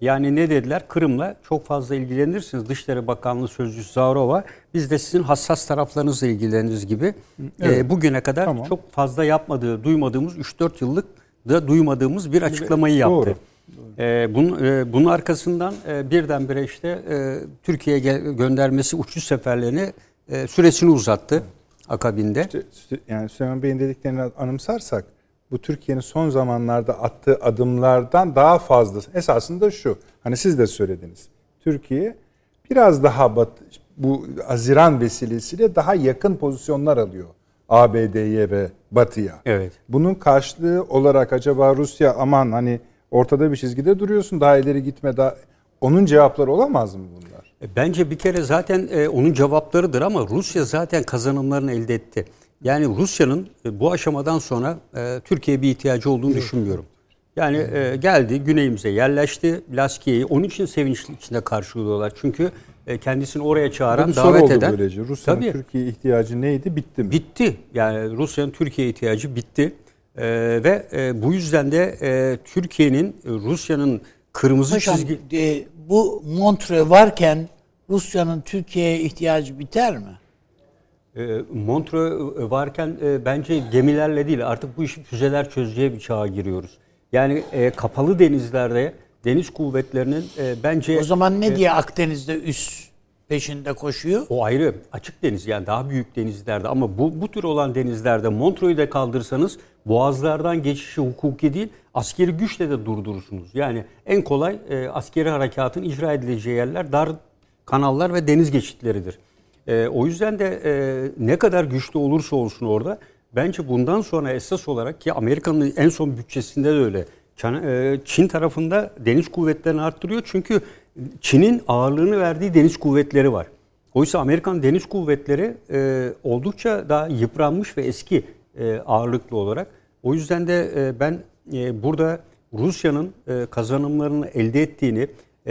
Yani ne dediler? Kırım'la çok fazla ilgilenirsiniz. Dışişleri Bakanlığı Sözcüsü Zavrova, biz de sizin hassas taraflarınızla ilgileniriz gibi. Evet. Bugüne kadar çok fazla duymadığımız 3-4 yıllık da duymadığımız bir açıklamayı yaptı. Doğru. Bunun arkasından birdenbire işte Türkiye'ye göndermesi uçuş seferlerini süresini uzattı akabinde. İşte, yani Süleyman Bey'in dediklerini anımsarsak, bu Türkiye'nin son zamanlarda attığı adımlardan daha fazlası. Esasında şu, hani siz de söylediniz. Türkiye biraz daha bu Haziran vesilesiyle daha yakın pozisyonlar alıyor ABD'ye ve Batı'ya. Evet. Bunun karşılığı olarak acaba Rusya, aman hani ortada bir çizgide duruyorsun, daha ileri gitme, daha... Onun cevapları olamaz mı bunlar? Bence bir kere zaten onun cevaplarıdır ama Rusya zaten kazanımlarını elde etti. Yani Rusya'nın bu aşamadan sonra Türkiye'ye bir ihtiyacı olduğunu düşünmüyorum. Yani geldi, güneyimize yerleşti, Laskiye'yi onun için sevinçli içinde karşılıyorlar. Çünkü kendisini oraya çağıran, davet eden... Böylece. Rusya'nın Türkiye'ye ihtiyacı neydi? Bitti mi? Bitti. Yani Rusya'nın Türkiye'ye ihtiyacı bitti. Ve bu yüzden de Türkiye'nin, Rusya'nın kırmızı çizgi... Bu Montreux varken Rusya'nın Türkiye'ye ihtiyacı biter mi? Montreux varken bence gemilerle değil, artık bu işi füzeler çözeceği bir çağa giriyoruz. Yani kapalı denizlerde deniz kuvvetlerinin bence... O zaman ne diye Akdeniz'de üs peşinde koşuyor? O ayrı, açık deniz, yani daha büyük denizlerde, ama bu tür olan denizlerde Montreux'u da kaldırsanız boğazlardan geçişi hukuki değil, askeri güçle de durdurursunuz. Yani en kolay askeri harekatın icra edileceği yerler dar kanallar ve deniz geçitleridir. O yüzden de ne kadar güçlü olursa olsun orada, bence bundan sonra esas olarak, ki Amerika'nın en son bütçesinde de öyle, Çin tarafında deniz kuvvetlerini arttırıyor. Çünkü Çin'in ağırlığını verdiği deniz kuvvetleri var. Oysa Amerikan deniz kuvvetleri oldukça daha yıpranmış ve eski ağırlıklı olarak. O yüzden de ben burada Rusya'nın kazanımlarını elde ettiğini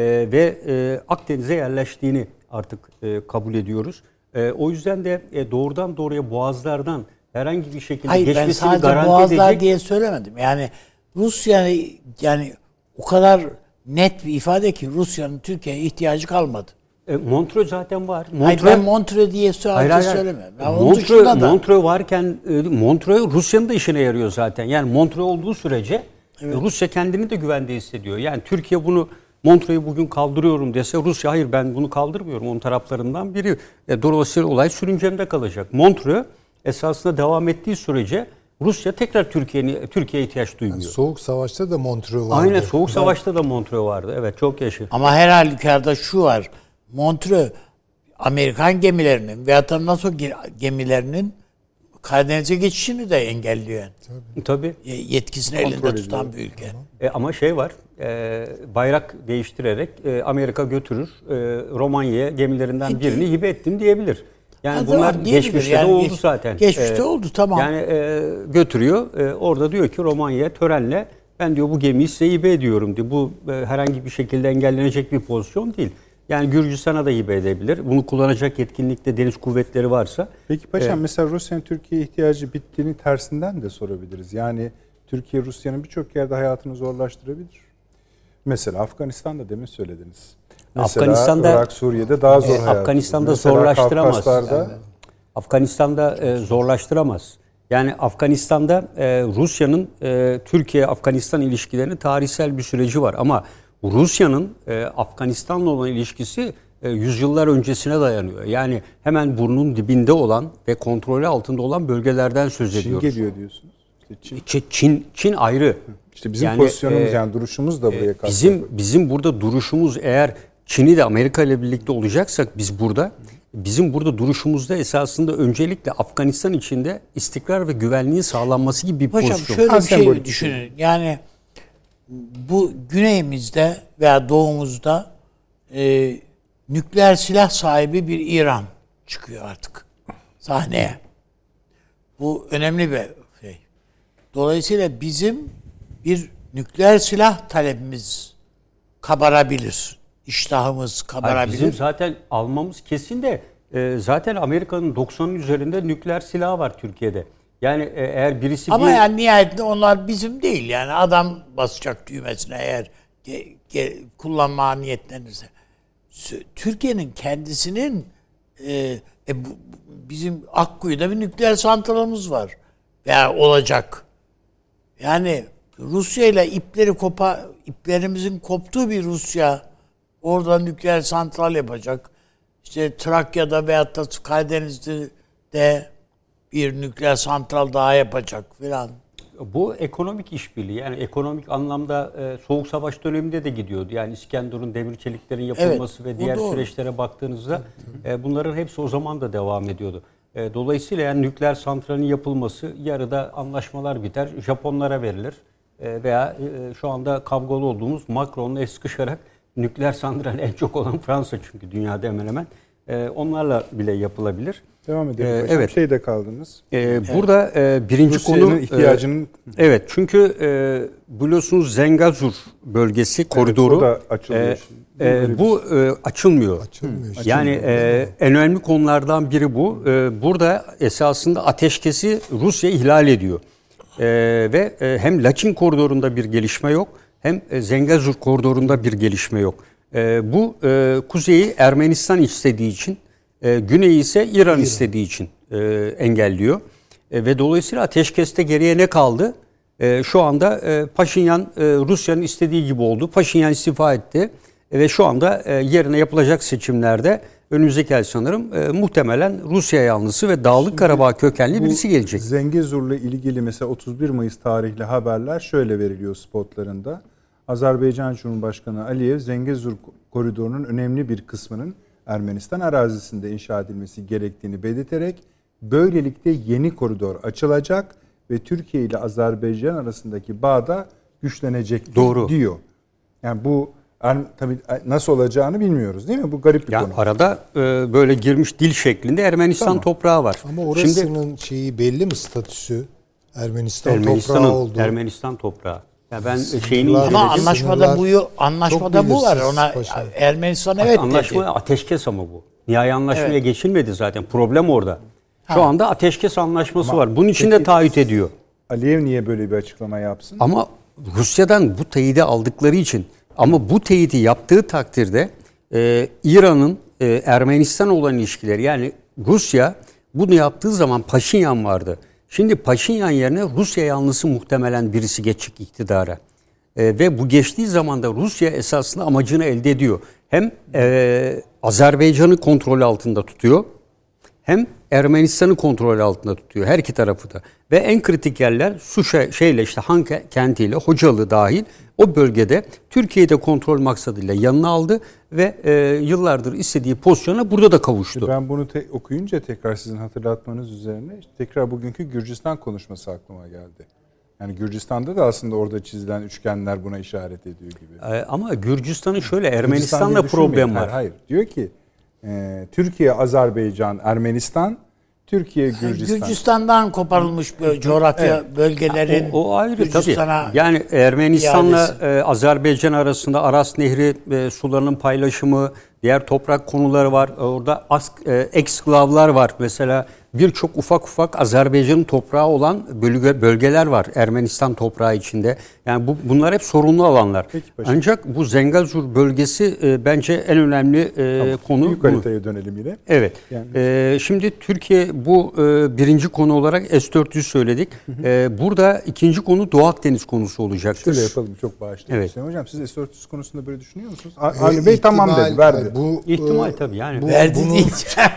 ve Akdeniz'e yerleştiğini artık kabul ediyoruz. O yüzden de doğrudan doğruya boğazlardan herhangi bir şekilde geçmesini garanti edecek... Hayır, ben sadece boğazlar diye söylemedim. Yani Rusya, yani o kadar net bir ifade ki Rusya'nın Türkiye'ye ihtiyacı kalmadı. Montreux zaten var. Hayır, ben Montreux diye söylemiyorum. Montreux varken Montreux Rusya'nın da işine yarıyor zaten. Yani Montreux olduğu sürece Rusya kendini de güvende hissediyor. Yani Türkiye bunu, Montreux'u bugün kaldırıyorum dese, Rusya hayır ben bunu kaldırmıyorum, onun taraflarından biri. Dolayısıyla olay sürüncemde kalacak. Montreux esasında devam ettiği sürece Rusya tekrar Türkiye'ye ihtiyaç duymuyor. Yani Soğuk Savaş'ta da Montreux vardı. Aynen, Soğuk Savaş'ta da Montreux vardı. Evet, çok yaşa. Ama her halükarda şu var. Montreux Amerikan gemilerinin veya da NATO gemilerinin Karadeniz'e geçişini de engelliyor. Tabii. Yetkisini elinde tutan bir ülke. Ama şey var. Bayrak değiştirerek Amerika götürür. Romanya'ya gemilerinden birini hibe ettim diyebilir. Yani bunlar geçmişte de oldu zaten. Geçmişte oldu, tamam. Yani götürüyor. Orada diyor ki Romanya'ya törenle, ben diyor bu gemiyi size hibe ediyorum diyor. Bu herhangi bir şekilde engellenecek bir pozisyon değil. Yani Gürcistan'a da hibe edebilir. Bunu kullanacak yetkinlikte deniz kuvvetleri varsa. Peki paşam, mesela Rusya'nın Türkiye'ye ihtiyacı bittiğini tersinden de sorabiliriz. Yani Türkiye Rusya'nın birçok yerde hayatını zorlaştırabilir. Mesela Afganistan'da demin söylediniz. Mesela Afganistan'da, Irak, Suriye'de daha zor hayat. Afganistan'da zorlaştıramaz. Afganistan'da zorlaştıramaz. Yani Afganistan'da Rusya'nın Türkiye-Afganistan ilişkilerinin tarihsel bir süreci var. Ama Rusya'nın Afganistan'la olan ilişkisi yüzyıllar öncesine dayanıyor. Yani hemen burnun dibinde olan ve kontrolü altında olan bölgelerden söz ediyoruz. Çin geliyor diyorsunuz. Çin ayrı. İşte bizim pozisyonumuz, yani duruşumuz da buraya karşı. Bizim burada duruşumuz, eğer Çin'i de Amerika ile birlikte olacaksak bizim burada duruşumuzda esasında öncelikle Afganistan içinde istikrar ve güvenliğin sağlanması gibi bir pozisyon. Hocam şöyle bir şey düşünün. Yani bu güneyimizde veya doğumuzda nükleer silah sahibi bir İran çıkıyor artık sahneye. Bu önemli bir şey. Dolayısıyla bizim bir nükleer silah talebimiz kabarabilir. İştahımız kabarabilir. Bizim zaten almamız kesin de zaten Amerika'nın 90'ın üzerinde nükleer silahı var Türkiye'de. Yani eğer birisi... Ama yani nihayetinde onlar bizim değil. Yani adam basacak düğmesine eğer kullanmaya niyetlenirse, Türkiye'nin kendisinin bizim Akkuyu'da bir nükleer santralımız var veya olacak. Yani Rusya ile iplerimizin koptuğu bir Rusya orada nükleer santral yapacak. İşte Trakya'da veyahut da Karadeniz'de de bir nükleer santral daha yapacak filan. Bu ekonomik işbirliği, yani ekonomik anlamda Soğuk Savaş döneminde de gidiyordu. Yani İskenderun demir çeliklerin yapılması ve diğer süreçlere baktığınızda bunların hepsi o zaman da devam ediyordu. Dolayısıyla yani nükleer santralin yapılması, yarıda anlaşmalar biter, Japonlara verilir veya şu anda kavgalı olduğumuz Macron'la sıkışarak nükleer santral en çok olan Fransa, çünkü dünyada hemen hemen onlarla bile yapılabilir. Devam edelim. Evet. Şeyde kaldınız. Burada birinci Rusya'nın konu ihtiyacının evet, çünkü biliyorsunuz Zengezur bölgesi koridoru o da açılıyor şimdi. Bu açılmıyor. Yani en önemli konulardan biri bu. Burada esasında ateşkesi Rusya ihlal ediyor. Ve hem Laçin koridorunda bir gelişme yok, hem Zengezur koridorunda bir gelişme yok. Bu kuzeyi Ermenistan istediği için, güneyi ise İran istediği için engelliyor. Ve dolayısıyla ateşkeste geriye ne kaldı? Şu anda Paşinyan Rusya'nın istediği gibi oldu. Paşinyan istifa etti ve şu anda yerine yapılacak seçimlerde önümüzdeki ay sanırım muhtemelen Rusya yanlısı ve Dağlık Karabağ kökenli birisi gelecek. Zengezur'la ilgili mesela 31 Mayıs tarihli haberler şöyle veriliyor spotlarında. Azerbaycan Cumhurbaşkanı Aliyev, Zengezur koridorunun önemli bir kısmının Ermenistan arazisinde inşa edilmesi gerektiğini belirterek böylelikle yeni koridor açılacak ve Türkiye ile Azerbaycan arasındaki bağ da güçlenecek diyor. Yani bu tabii nasıl olacağını bilmiyoruz, değil mi? Bu garip bir konu. Arada böyle girmiş dil şeklinde Ermenistan toprağı var. Ama orasının şeyi belli mi, statüsü? Ermenistan toprağı oldu. Ermenistan toprağı. Ya ben şeyini ama anlaşmada bu var. Ona Ermenistan evet anlaşma, dedi. Ateşkes ama bu. Nihai anlaşmaya geçilmedi zaten. Problem orada. Şu anda ateşkes anlaşması var. Bunun için de taahhüt ediyor. Aliyev niye böyle bir açıklama yapsın? Ama Rusya'dan bu teyidi aldıkları için, ama bu teyidi yaptığı takdirde İran'ın Ermenistan olan ilişkileri, yani Rusya bunu yaptığı zaman Paşinyan vardı. Şimdi Paşinyan yerine Rusya yanlısı muhtemelen birisi geçecek iktidara. Ve bu geçtiği zaman da Rusya esasında amacını elde ediyor. Hem Azerbaycan'ı kontrol altında tutuyor, hem Ermenistan'ı kontrol altında tutuyor. Her iki tarafı da. Ve en kritik yerler Suşa işte Han kentiyle Hocalı dahil o bölgede Türkiye'de kontrol maksadıyla yanına aldı ve yıllardır istediği pozisyona burada da kavuştu. Ben bunu okuyunca tekrar sizin hatırlatmanız üzerine tekrar bugünkü Gürcistan konuşması aklıma geldi. Yani Gürcistan'da da aslında orada çizilen üçgenler buna işaret ediyor gibi. Ama Gürcistan'ın şöyle Ermenistan'la problem var. Hayır. Diyor ki Türkiye, Azerbaycan, Ermenistan, Türkiye, Gürcistan. Gürcistan'dan koparılmış coğrafya bölgelerin o ayrı tabii. Yani Ermenistan'la Azerbaycan arasında Aras Nehri sularının paylaşımı, diğer toprak konuları var. Orada eksklavlar var. Mesela birçok ufak Azerbaycan'ın toprağı olan bölgeler var Ermenistan toprağı içinde. Yani bunlar hep sorunlu alanlar. Ancak bu Zengezur bölgesi bence en önemli konu. Büyük haritaya dönelim yine. Evet. Yani. Şimdi Türkiye bu birinci konu olarak S-400 söyledik. Burada ikinci konu Doğu Akdeniz konusu olacaktır. Şöyle yapalım, çok bağışlayın. Evet. Hocam siz S-400 konusunda böyle düşünüyor musunuz? Avni Bey tamam dedi, verdi. İhtimal tabii yani. Verdi değil.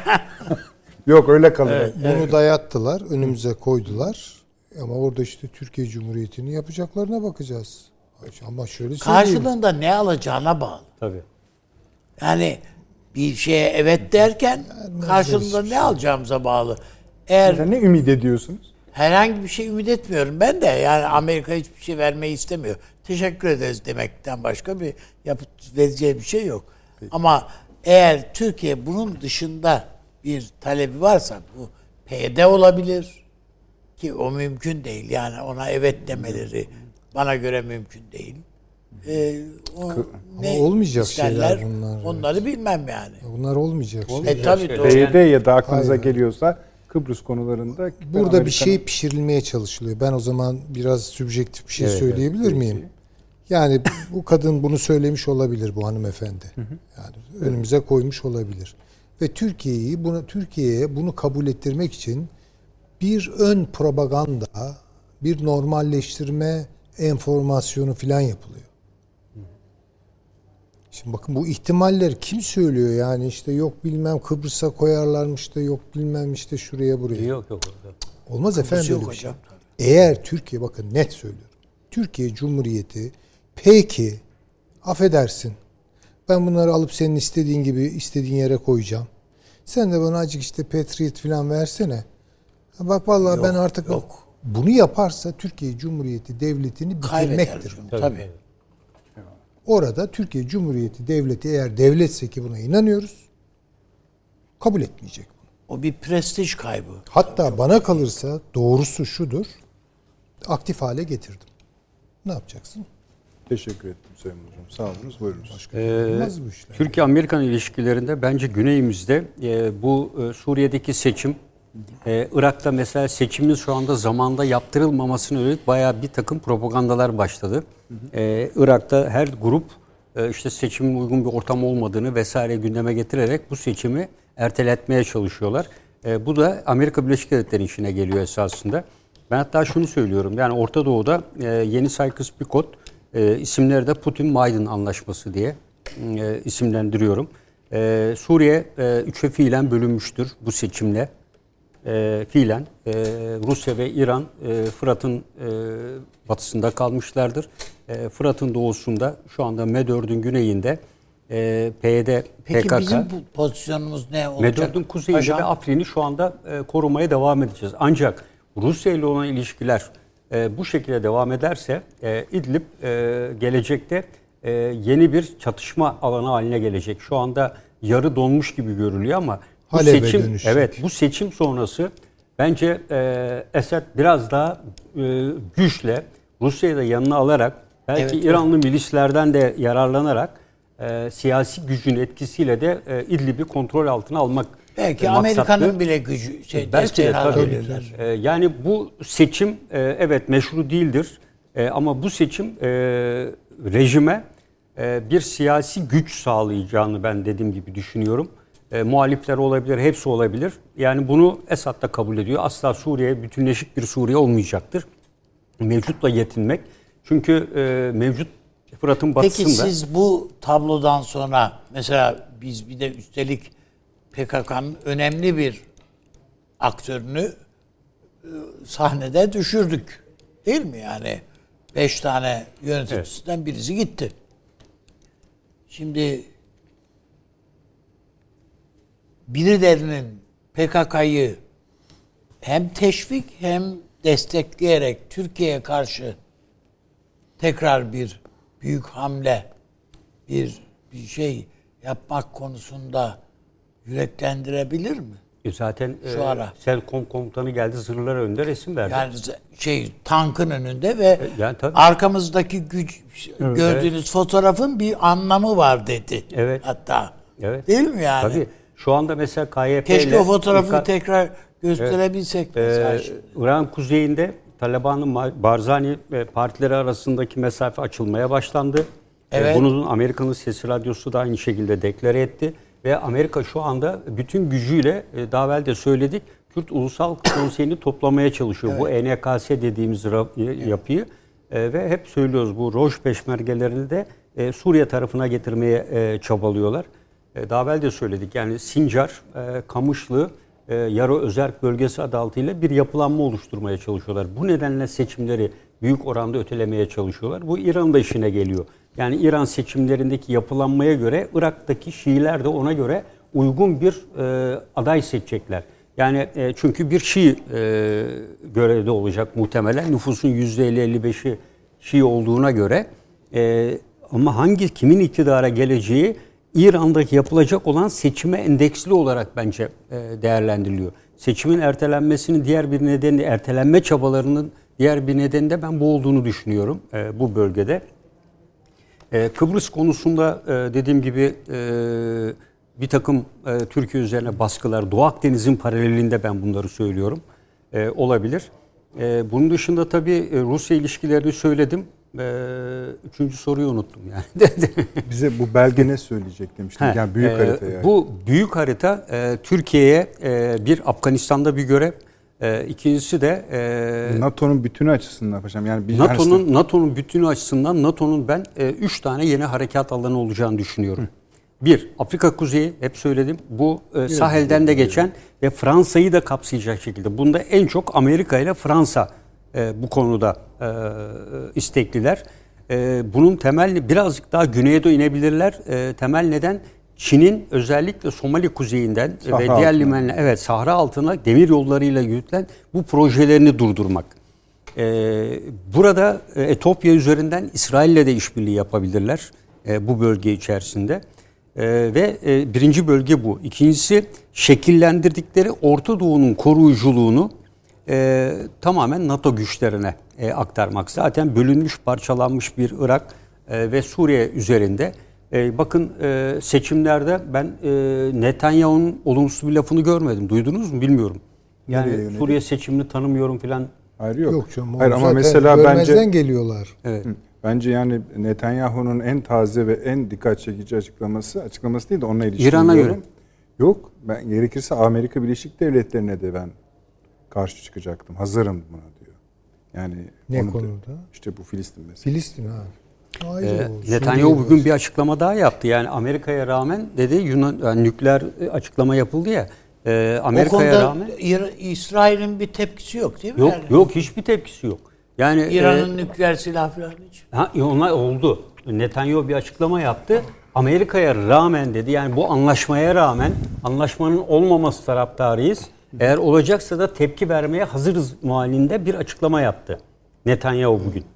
Yok öyle kalır. Bunu dayattılar, önümüze koydular. Ama orada işte Türkiye Cumhuriyeti'nin yapacaklarına bakacağız. Ama şöyle söyleyeyim. Karşılığında ne alacağına bağlı. Tabii. Yani bir şeye evet derken karşılığında ne alacağımıza bağlı. Eğer ne ümit ediyorsunuz? Herhangi bir şey ümit etmiyorum ben de. Yani Amerika hiçbir şey vermeyi istemiyor. Teşekkür ederiz demekten başka bir vereceği bir şey yok. Peki. Ama eğer Türkiye bunun dışında bir talebi varsa bu PYD olabilir ki o mümkün değil. Yani ona evet demeleri bana göre mümkün değil. Ne olmayacak şeyler bunlar. Onları bilmem yani. Bunlar olmayacak şeyler. Tabii PYD ya da aklınıza geliyorsa Kıbrıs konularında burada bir şey pişirilmeye çalışılıyor. Ben o zaman biraz sübjektif bir şey söyleyebilir miyim? Yani bu kadın bunu söylemiş olabilir, bu hanımefendi. Yani önümüze koymuş olabilir. Ve Türkiye'ye bunu kabul ettirmek için bir ön propaganda, bir normalleştirme enformasyonu falan yapılıyor. Şimdi bakın, bu ihtimaller kim söylüyor? Yani işte yok bilmem Kıbrıs'a koyarlarmış da, yok bilmem işte şuraya buraya. Yok. Olmaz efendim yok öyle bir şey. hocam. Eğer Türkiye, bakın net söylüyorum, Türkiye Cumhuriyeti peki, affedersin, ben bunları alıp senin istediğin gibi istediğin yere koyacağım. Sen de bana azıcık işte Patriot falan versene. Bak vallahi ben artık bunu yaparsa Türkiye Cumhuriyeti Devleti'ni bitirmektir. Tabii. Orada Türkiye Cumhuriyeti Devleti, eğer devletse ki buna inanıyoruz, kabul etmeyecek bunu. O bir prestij kaybı. Hatta bana kalırsa doğrusu şudur, aktif hale getirdim. Ne yapacaksın? Teşekkür ettim Sayın Hocam. Sağ olunuz. Buyurunuz. Olmaz bu işler. Türkiye-Amerikan ilişkilerinde bence güneyimizde bu Suriye'deki seçim, Irak'ta mesela seçimin şu anda zamanda yaptırılmamasına yönelik bayağı bir takım propagandalar başladı. Irak'ta her grup işte seçimin uygun bir ortam olmadığını vesaire gündeme getirerek bu seçimi erteletmeye çalışıyorlar. Bu da Amerika Birleşik Devletleri'nin işine geliyor esasında. Ben hatta şunu söylüyorum, yani Orta Doğu'da yeni Sykes-Picot isimleri de Putin-Biden anlaşması diye isimlendiriyorum. Suriye üçe fiilen bölünmüştür bu seçimle. Fiilen Rusya ve İran Fırat'ın batısında kalmışlardır. Fırat'ın doğusunda şu anda M4'ün güneyinde PYD, Peki PKK. bizim bu pozisyonumuz ne olacak? M4'ün kuzeyinde ve Afrin'i şu anda korumaya devam edeceğiz. Ancak Rusya ile olan ilişkiler bu şekilde devam ederse İdlib gelecekte yeni bir çatışma alanı haline gelecek. Şu anda yarı donmuş gibi görülüyor ama bu seçim, bu seçim sonrası bence Esed biraz daha güçle Rusya'yı da yanına alarak belki İranlı milislerden de yararlanarak siyasi gücün etkisiyle de İdlib'i kontrol altına almak belki Amerika'nın bile gücü desteğini alabilirler. Yani bu seçim evet meşru değildir ama bu seçim rejime bir siyasi güç sağlayacağını ben dediğim gibi düşünüyorum. Muhalifler olabilir, hepsi olabilir. Yani bunu Esad da kabul ediyor. Asla Suriye bütünleşik bir Suriye olmayacaktır. Mevcutla yetinmek. Çünkü mevcut Fırat'ın batısında... Peki siz bu tablodan sonra mesela biz bir de üstelik PKK'nın önemli bir aktörünü sahnede düşürdük. Değil mi yani? 5 tane yöneticisinden birisi gitti. Şimdi birilerinin PKK'yı hem teşvik hem destekleyerek Türkiye'ye karşı tekrar bir büyük hamle, bir şey yapmak konusunda yüreklendirebilir mi? Zaten şu ara Selkom komutanı geldi, zırhlar önünde resim verdi. Yani tankın önünde ve yani arkamızdaki güç, gördüğünüz fotoğrafın bir anlamı var dedi. Evet. Hatta. Evet. Değil mi yani? Tabii. Şu anda mesela KYP keşke o fotoğrafı tekrar gösterebilsek. İran kuzeyinde Taliban'ın Barzani partileri arasındaki mesafe açılmaya başlandı. Evet. Bunun Amerika'nın Sesi Radyosu da aynı şekilde deklare etti. Ve Amerika şu anda bütün gücüyle, daha evvel de söyledik, Kürt Ulusal Konseyi'ni toplamaya çalışıyor. Bu ENKS dediğimiz yapıyı. Ve hep söylüyoruz, bu Roj peşmergelerini de Suriye tarafına getirmeye çabalıyorlar. Daha evvel de söyledik, yani Sincar, Kamışlı, Yarı Özerk bölgesi adı altıyla bir yapılanma oluşturmaya çalışıyorlar. Bu nedenle seçimleri büyük oranda ötelemeye çalışıyorlar. Bu İran'ın da işine geliyor. Yani İran seçimlerindeki yapılanmaya göre Irak'taki Şiiler de ona göre uygun bir aday seçecekler. Yani çünkü bir Şii görevde olacak muhtemelen. Nüfusun %50-55'i Şii olduğuna göre. Ama kimin iktidara geleceği İran'daki yapılacak olan seçime endeksli olarak bence değerlendiriliyor. Seçimin ertelenmesinin diğer bir nedeni, ertelenme çabalarının diğer bir nedeni de ben bu olduğunu düşünüyorum bu bölgede. Kıbrıs konusunda dediğim gibi bir takım Türkiye üzerine baskılar, Doğu Akdeniz'in paralelinde ben bunları söylüyorum, olabilir. Bunun dışında tabii Rusya ilişkilerini söyledim. Üçüncü soruyu unuttum yani. Bize bu belge ne söyleyecek demiştim. Yani büyük harita yani. Bu büyük harita Türkiye'ye bir Afganistan'da bir görev. İkincisi de NATO'nun bütünü açısından paşam. Yani NATO'nun bütünü açısından NATO'nun ben 3 tane yeni harekat alanı olacağını düşünüyorum. Bir, Afrika Kuzeyi, hep söyledim. Bu Sahel'den de geçen ve Fransa'yı da kapsayacak şekilde. Bunda en çok Amerika ile Fransa bu konuda istekliler. Bunun temelini birazcık daha güneye de inebilirler. Temel neden? Çin'in özellikle Somali kuzeyinden Sahra ve diğer limanlar, Sahra altına demir yollarıyla yürütülen bu projelerini durdurmak. Burada Etiyopya üzerinden İsrail'le de işbirliği yapabilirler bu bölge içerisinde. Ve birinci bölge bu. İkincisi, şekillendirdikleri Orta Doğu'nun koruyuculuğunu tamamen NATO güçlerine aktarmak. Zaten bölünmüş, parçalanmış bir Irak ve Suriye üzerinde. Bakın seçimlerde ben Netanyahu'nun olumsuz bir lafını görmedim. Duydunuz mu bilmiyorum. Yani Suriye seçimini tanımıyorum filan. Hayır yok. Yok canım. Hayır ama mesela görmezden geliyorlar. Evet. Bence yani Netanyahu'nun en taze ve en dikkat çekici açıklaması değil de onunla ilişkili. İran'a göre. Yok. Ben gerekirse Amerika Birleşik Devletleri'ne de ben karşı çıkacaktım. Hazırım buna diyor. Yani ne konuda? İşte bu Filistin meselesi. Filistin ha. Netanyahu bugün bir açıklama daha yaptı. Yani Amerika'ya rağmen dedi yani nükleer açıklama yapıldı ya. Amerika'ya rağmen İsrail'in bir tepkisi yok değil mi? Yok yani? Yok, hiçbir tepkisi yok. Yani İran'ın nükleer silah falan hiç. Onlar oldu. Netanyahu bir açıklama yaptı. Amerika'ya rağmen dedi, yani bu anlaşmaya rağmen, anlaşmanın olmaması taraftarıyız. Eğer olacaksa da tepki vermeye hazırız muhalinde bir açıklama yaptı Netanyahu bugün.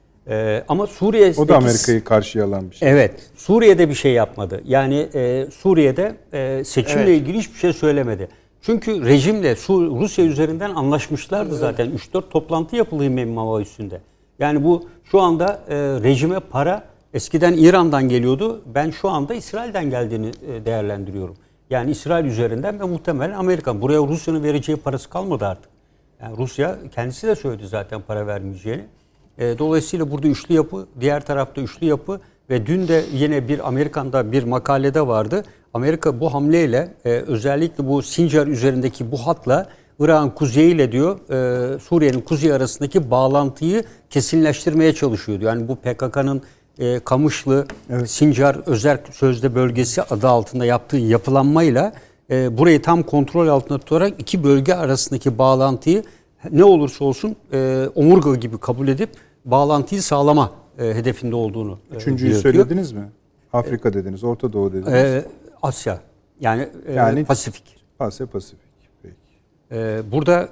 Ama Suriye'deki... O da Amerika'yı karşıya alan bir şey. Evet. Suriye'de bir şey yapmadı. Yani Suriye'de seçimle ilgili hiçbir şey söylemedi. Çünkü rejimle Rusya üzerinden anlaşmışlardı zaten. 3-4 toplantı yapılıyor Memmava üstünde. Yani bu şu anda rejime para eskiden İran'dan geliyordu. Ben şu anda İsrail'den geldiğini değerlendiriyorum. Yani İsrail üzerinden ve muhtemelen Amerika. Buraya Rusya'nın vereceği parası kalmadı artık. Yani Rusya kendisi de söyledi zaten para vermeyeceğini. Dolayısıyla burada üçlü yapı, diğer tarafta üçlü yapı ve dün de yine bir Amerikan'da bir makalede vardı. Amerika bu hamleyle özellikle bu Sincar üzerindeki bu hatla Irak'ın kuzeyiyle diyor Suriye'nin kuzeyi arasındaki bağlantıyı kesinleştirmeye çalışıyordu. Yani bu PKK'nın Kamışlı, evet, Sincar Özerk Sözde Bölgesi adı altında yaptığı yapılanmayla burayı tam kontrol altında tutarak iki bölge arasındaki bağlantıyı ne olursa olsun omurga gibi kabul edip bağlantıyı sağlama hedefinde olduğunu Üçüncüyü söylediniz mi? Afrika dediniz, Orta Doğu dediniz. Asya. Yani Pasifik. Pasifik. Peki. Burada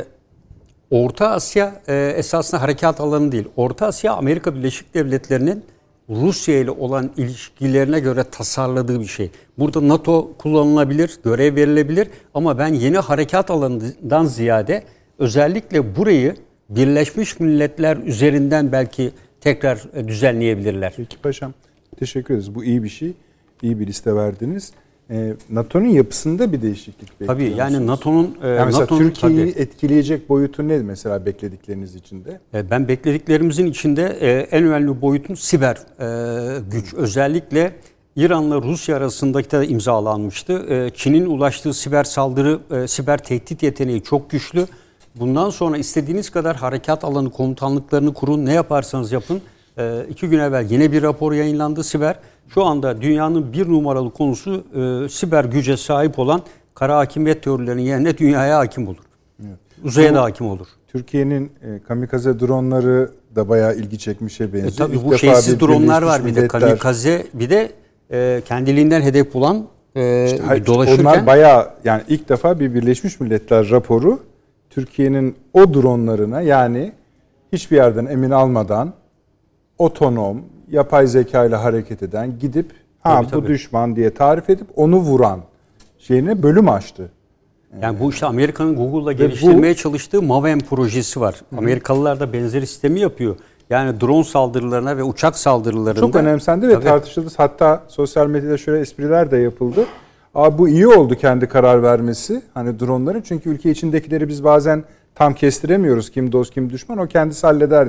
Orta Asya esasında harekat alanı değil. Orta Asya Amerika Birleşik Devletleri'nin Rusya ile olan ilişkilerine göre tasarladığı bir şey. Burada NATO kullanılabilir, görev verilebilir ama ben yeni harekat alanından ziyade özellikle burayı Birleşmiş Milletler üzerinden belki tekrar düzenleyebilirler. Peki paşam, teşekkür ederiz. Bu iyi bir şey. İyi bir liste verdiniz. NATO'nun yapısında bir değişiklik bekliyor Tabii yani NATO'nun... mesela Türkiye'yi etkileyecek boyutu ne mesela bekledikleriniz içinde? Ben beklediklerimizin içinde en önemli boyutun siber güç. Özellikle İran'la Rusya arasındaki de imzalanmıştı. Çin'in ulaştığı siber saldırı, siber tehdit yeteneği çok güçlü. Bundan sonra istediğiniz kadar harekat alanı komutanlıklarını kurun, ne yaparsanız yapın. 2 gün evvel yine bir rapor yayınlandı siber. Şu anda dünyanın bir numaralı konusu siber güce sahip olan kara hakimiyet teorilerinin yerine dünyaya hakim olur. Evet. Uzaya da hakim olur. Türkiye'nin kamikaze dronları da bayağı ilgi çekmişe benziyor. Tabii bu şeysiz dronlar var bir de kamikaze, bir de kendiliğinden hedef bulan dolaşırken. Onlar bayağı, yani ilk defa bir Birleşmiş Milletler raporu Türkiye'nin o dronlarına, yani hiçbir yerden emin almadan otonom, yapay zeka ile hareket eden, gidip bu düşman diye tarif edip onu vuran şeyine bölüm açtı. Yani bu işte Amerika'nın Google'la geliştirmeye çalıştığı MAVEN projesi var. Amerikalılar da benzeri sistemi yapıyor. Yani drone saldırılarına ve uçak saldırılarında çok önemsendi ve tartışıldı. Hatta sosyal medyada şöyle espriler de yapıldı. Bu iyi oldu kendi karar vermesi hani dronların, çünkü ülke içindekileri biz bazen tam kestiremiyoruz, kim dost kim düşman, o kendisi halleder diye.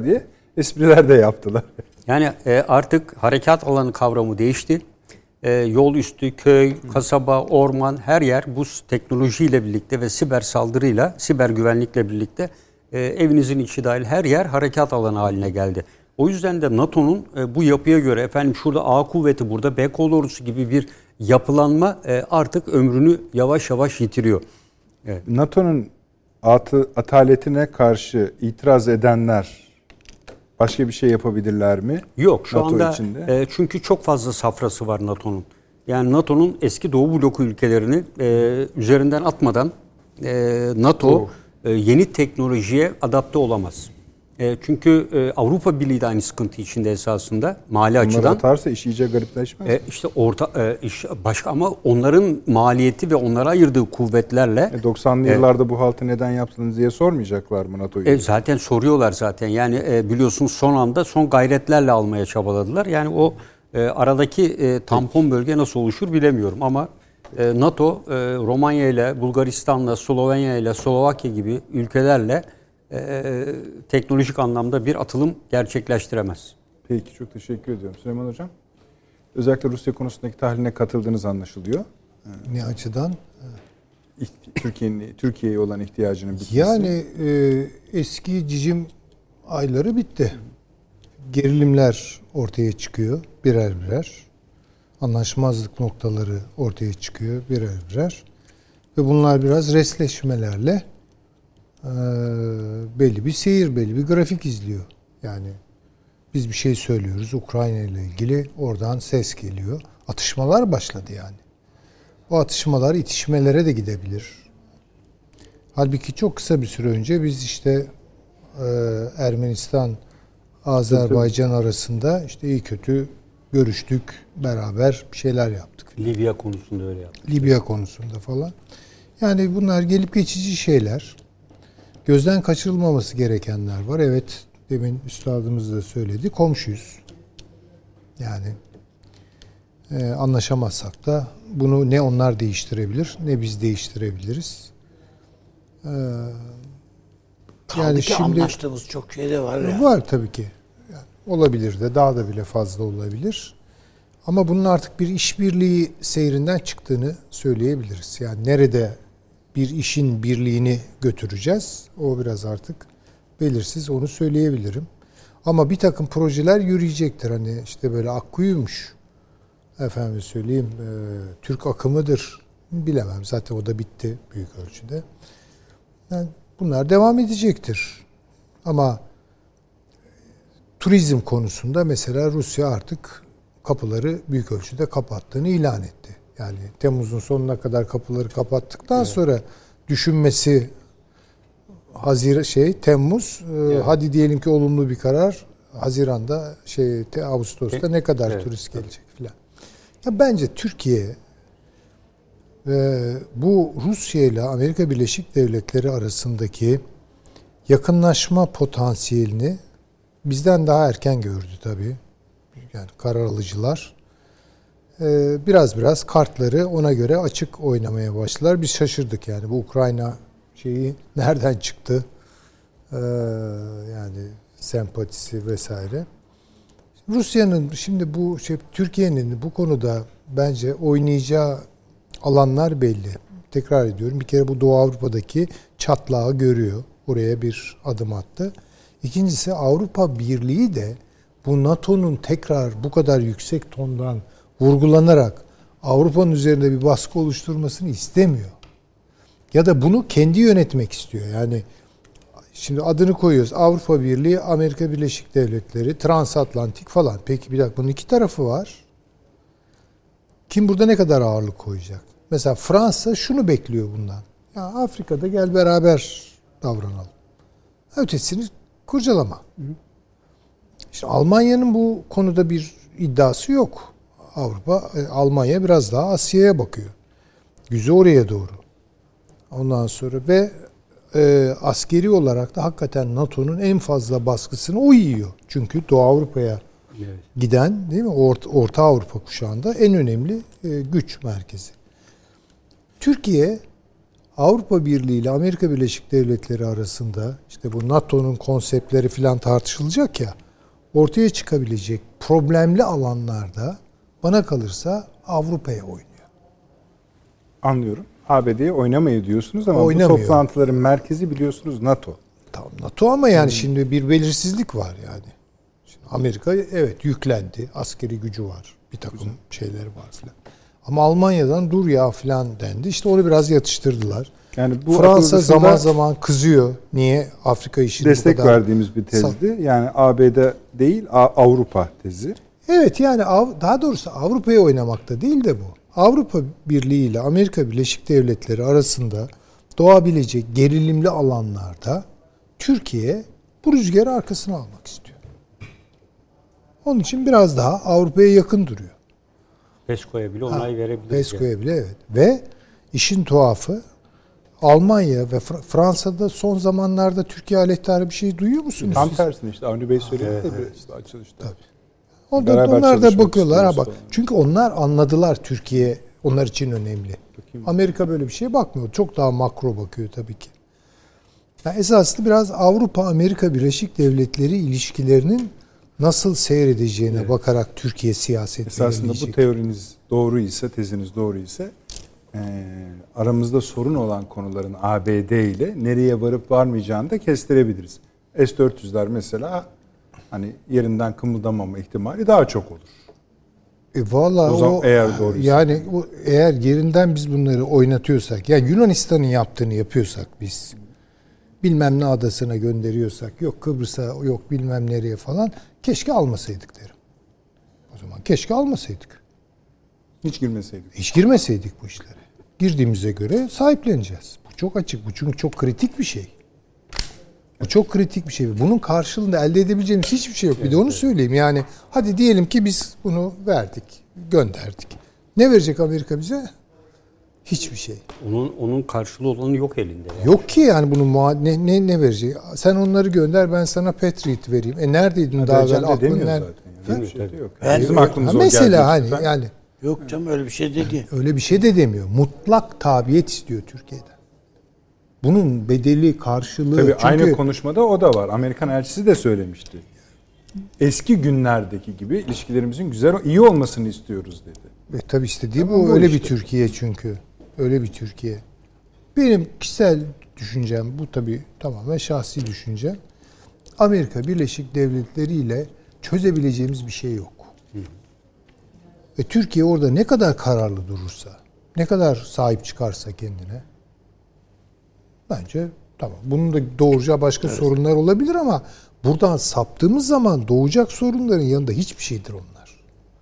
espriler de yaptılar. Yani artık harekat alanı kavramı değişti. Yol üstü, köy, kasaba, orman her yer bu teknolojiyle birlikte ve siber saldırıyla, siber güvenlikle birlikte evinizin içi dahil her yer harekat alanı haline geldi. O yüzden de NATO'nun bu yapıya göre efendim şurada A kuvveti burada B kolordusu gibi bir yapılanma artık ömrünü yavaş yavaş yitiriyor. Evet. NATO'nun ataletine karşı itiraz edenler başka bir şey yapabilirler mi? Yok şu NATO anda çünkü çok fazla safrası var NATO'nun. Yani NATO'nun eski Doğu bloku ülkelerini üzerinden atmadan NATO yeni teknolojiye adapte olamaz. Çünkü Avrupa Birliği de aynı sıkıntı içinde esasında mali Onları açıdan. atarsa iş iyice garipleşmez. İşte iş başka ama onların maliyeti ve onlara ayırdığı kuvvetlerle 90'lı yıllarda bu haltı neden yaptınız diye sormayacaklar mı NATO'yu? Zaten soruyorlar zaten. Yani biliyorsunuz son anda son gayretlerle almaya çabaladılar. Yani o aradaki tampon bölge nasıl oluşur bilemiyorum ama NATO Romanya ile Bulgaristan'la Slovenya ile Slovakya gibi ülkelerle teknolojik anlamda bir atılım gerçekleştiremez. Peki çok teşekkür ediyorum Süleyman Hocam. Özellikle Rusya konusundaki tahliline katıldığınız anlaşılıyor. Ne açıdan? Türkiye'ye olan ihtiyacının bitmesi. Yani eski cicim ayları bitti. Gerilimler ortaya çıkıyor birer birer. Anlaşmazlık noktaları ortaya çıkıyor birer birer. Ve bunlar biraz resleşmelerle belli bir seyir, belli bir grafik izliyor. Yani biz bir şey söylüyoruz Ukrayna ile ilgili, oradan ses geliyor. Atışmalar başladı yani. O atışmalar itişmelere de gidebilir. Halbuki çok kısa bir süre önce biz işte Ermenistan, Azerbaycan arasında işte iyi kötü görüştük, beraber bir şeyler yaptık. Libya konusunda öyle yaptık. Libya konusunda falan. Yani bunlar gelip geçici şeyler. Gözden kaçırılmaması gerekenler var. Evet, demin üstadımız da söyledi. Komşuyuz. Yani anlaşamazsak da bunu ne onlar değiştirebilir ne biz değiştirebiliriz. Yani şimdi anlaştığımız çok şey de var ya. Var tabii ki. Yani olabilir de daha da bile fazla olabilir. Ama bunun artık bir işbirliği seyrinden çıktığını söyleyebiliriz. Yani nerede bir işin birliğini götüreceğiz. O biraz artık belirsiz, onu söyleyebilirim. Ama bir takım projeler yürüyecektir. Hani işte böyle Akkuyu'ymuş. Efendim söyleyeyim Türk akımıdır. Bilemem. Zaten o da bitti büyük ölçüde. Yani bunlar devam edecektir. Ama turizm konusunda mesela Rusya artık kapıları büyük ölçüde kapattığını ilan etti. Yani Temmuz'un sonuna kadar kapıları kapattıktan sonra düşünmesi Temmuz hadi diyelim ki olumlu bir karar Haziran'da Ağustos'ta ne kadar turist gelecek filan. Ya bence Türkiye bu Rusya ile Amerika Birleşik Devletleri arasındaki yakınlaşma potansiyelini bizden daha erken gördü tabii. Yani karar alıcılar. Biraz kartları ona göre açık oynamaya başladılar. Biz şaşırdık yani bu Ukrayna şeyi nereden çıktı? Yani sempatisi vesaire. Rusya'nın şimdi Türkiye'nin bu konuda bence oynayacağı alanlar belli. Tekrar ediyorum. Bir kere bu Doğu Avrupa'daki çatlağı görüyor. Oraya bir adım attı. İkincisi Avrupa Birliği de bu NATO'nun tekrar bu kadar yüksek tondan vurgulanarak Avrupa'nın üzerinde bir baskı oluşturmasını istemiyor. Ya da bunu kendi yönetmek istiyor. Yani şimdi adını koyuyoruz. Avrupa Birliği, Amerika Birleşik Devletleri, transatlantik falan. Peki bir dakika bunun iki tarafı var. Kim burada ne kadar ağırlık koyacak? Mesela Fransa şunu bekliyor bundan. Ya Afrika'da gel beraber davranalım. Ötesini kurcalama. İşte Almanya'nın bu konuda bir iddiası yok. Almanya biraz daha Asya'ya bakıyor. Yüzü oraya doğru. Ondan sonra ve askeri olarak da hakikaten NATO'nun en fazla baskısını o yiyor. Çünkü Doğu Avrupa'ya giden, değil mi? Orta Avrupa kuşağında en önemli güç merkezi. Türkiye Avrupa Birliği ile Amerika Birleşik Devletleri arasında işte bu NATO'nun konseptleri falan tartışılacak ya, ortaya çıkabilecek problemli alanlarda bana kalırsa Avrupa'ya oynuyor. Anlıyorum. ABD'ye oynamayı diyorsunuz ama Oynamıyor. bu toplantıların merkezi biliyorsunuz NATO. Tamam NATO ama yani şimdi bir belirsizlik var yani. Şimdi Amerika evet yüklendi. Askeri gücü var. Bir takım şeyleri var filan. Ama Almanya'dan dur ya filan dendi. İşte onu biraz yatıştırdılar. Yani bu Fransa zaman zaman kızıyor. Niye Afrika işini destek bu kadar verdiğimiz bir tezdi. Yani ABD değil Avrupa tezi. Evet yani daha doğrusu Avrupa'ya oynamakta değil de bu. Avrupa Birliği ile Amerika Birleşik Devletleri arasında doğabilecek gerilimli alanlarda Türkiye bu rüzgarı arkasına almak istiyor. Onun için biraz daha Avrupa'ya yakın duruyor. PESCO'ya bile onay verebiliriz. PESCO'ya bile evet. Ve işin tuhafı Almanya ve Fransa'da son zamanlarda Türkiye aleyhtarı bir şey duyuyor musunuz? Tam siz? tersine işte Avni Bey söyledi işte açılışta. Tabii. Beraber Onlar da çalışmak bakıyorlar. istiyoruz Bak. falan. Çünkü onlar anladılar Türkiye onlar için önemli. Bakayım. Amerika böyle bir şeye bakmıyor. Çok daha makro bakıyor tabii ki. Yani esaslı biraz Avrupa-Amerika Birleşik Devletleri ilişkilerinin nasıl seyredeceğine bakarak Türkiye siyaset Esasında belirleyecek. bu teoriniz doğru ise, teziniz doğru ise aramızda sorun olan konuların ABD ile nereye varıp varmayacağını da kestirebiliriz. S-400'ler mesela hani yerinden kımıldamama ihtimali daha çok olur. Vallahi O zaman eğer doğruysa. yani eğer yerinden biz bunları oynatıyorsak, yani Yunanistan'ın yaptığını yapıyorsak biz, bilmem ne adasına gönderiyorsak, yok Kıbrıs'a, yok bilmem nereye falan, keşke almasaydık derim. O zaman keşke almasaydık. Hiç girmeseydik. Hiç girmeseydik bu işlere. Girdiğimize göre sahipleneceğiz. Bu çok açık. Bu çünkü çok kritik bir şey. Bu çok kritik bir şey. Bunun karşılığında elde edebileceğimiz hiçbir şey yok. Bir de onu söyleyeyim. Yani hadi diyelim ki biz bunu verdik, gönderdik. Ne verecek Amerika bize? Hiçbir şey. Onun karşılığı olanı yok elinde. Yani. Yok ki yani bunun ne verecek? Sen onları gönder, ben sana Patriot vereyim. Neredeydin daha evvel? Aklın demiyor nerede? zaten. Yani. Bir şey de yok. Ben- Bizim aklımıza o Mesela hani geldiği için yani Yok canım öyle bir şey dedi. öyle bir şey de demiyor. Mutlak tabiyet istiyor Türkiye'den. Bunun bedeli, karşılığı. Tabii çünkü aynı konuşmada o da var. Amerikan elçisi de söylemişti. Eski günlerdeki gibi ilişkilerimizin güzel, iyi olmasını istiyoruz dedi. tabii istediği Tamam, bu. bu Öyle işte. bir Türkiye çünkü. Öyle bir Türkiye. Benim kişisel düşüncem bu tabii tamamen şahsi düşüncem. Amerika Birleşik Devletleri ile çözebileceğimiz bir şey yok. Ve Türkiye orada ne kadar kararlı durursa, ne kadar sahip çıkarsa kendine, bence tamam. Bunun da doğuracağı başka sorunlar olabilir ama buradan saptığımız zaman doğacak sorunların yanında hiçbir şeydir onlar.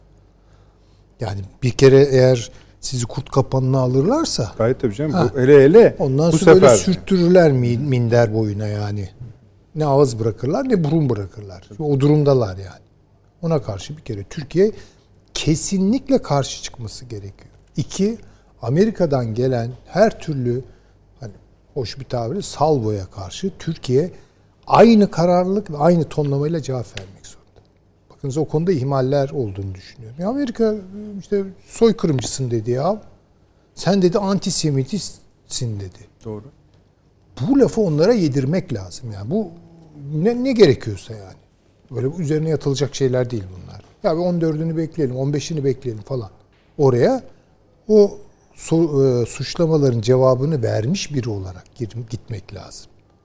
Yani bir kere eğer sizi kurt kapanına alırlarsa Gayet tabii canım. Bu ele ondan bu sonra böyle sefer sürttürürler minder boyuna yani. Ne ağız bırakırlar ne burun bırakırlar. O durumdalar yani. Ona karşı bir kere Türkiye kesinlikle karşı çıkması gerekiyor. 2, Amerika'dan gelen her türlü hani hoş bir tabiri salvoya karşı Türkiye aynı kararlılık ve aynı tonlamayla cevap vermek zorunda. Bakınız o konuda ihmaller olduğunu düşünüyorum. Ya Amerika işte soykırımcısın dedi ya. Sen dedi antisemitistsin dedi. doğru. Bu lafı onlara yedirmek lazım. Yani bu ne gerekiyorsa yani. Böyle üzerine yatılacak şeyler değil bunlar. Ya bir 14'ünü bekleyelim, 15'ini bekleyelim falan. Oraya o suçlamaların cevabını vermiş biri olarak gitmek lazım.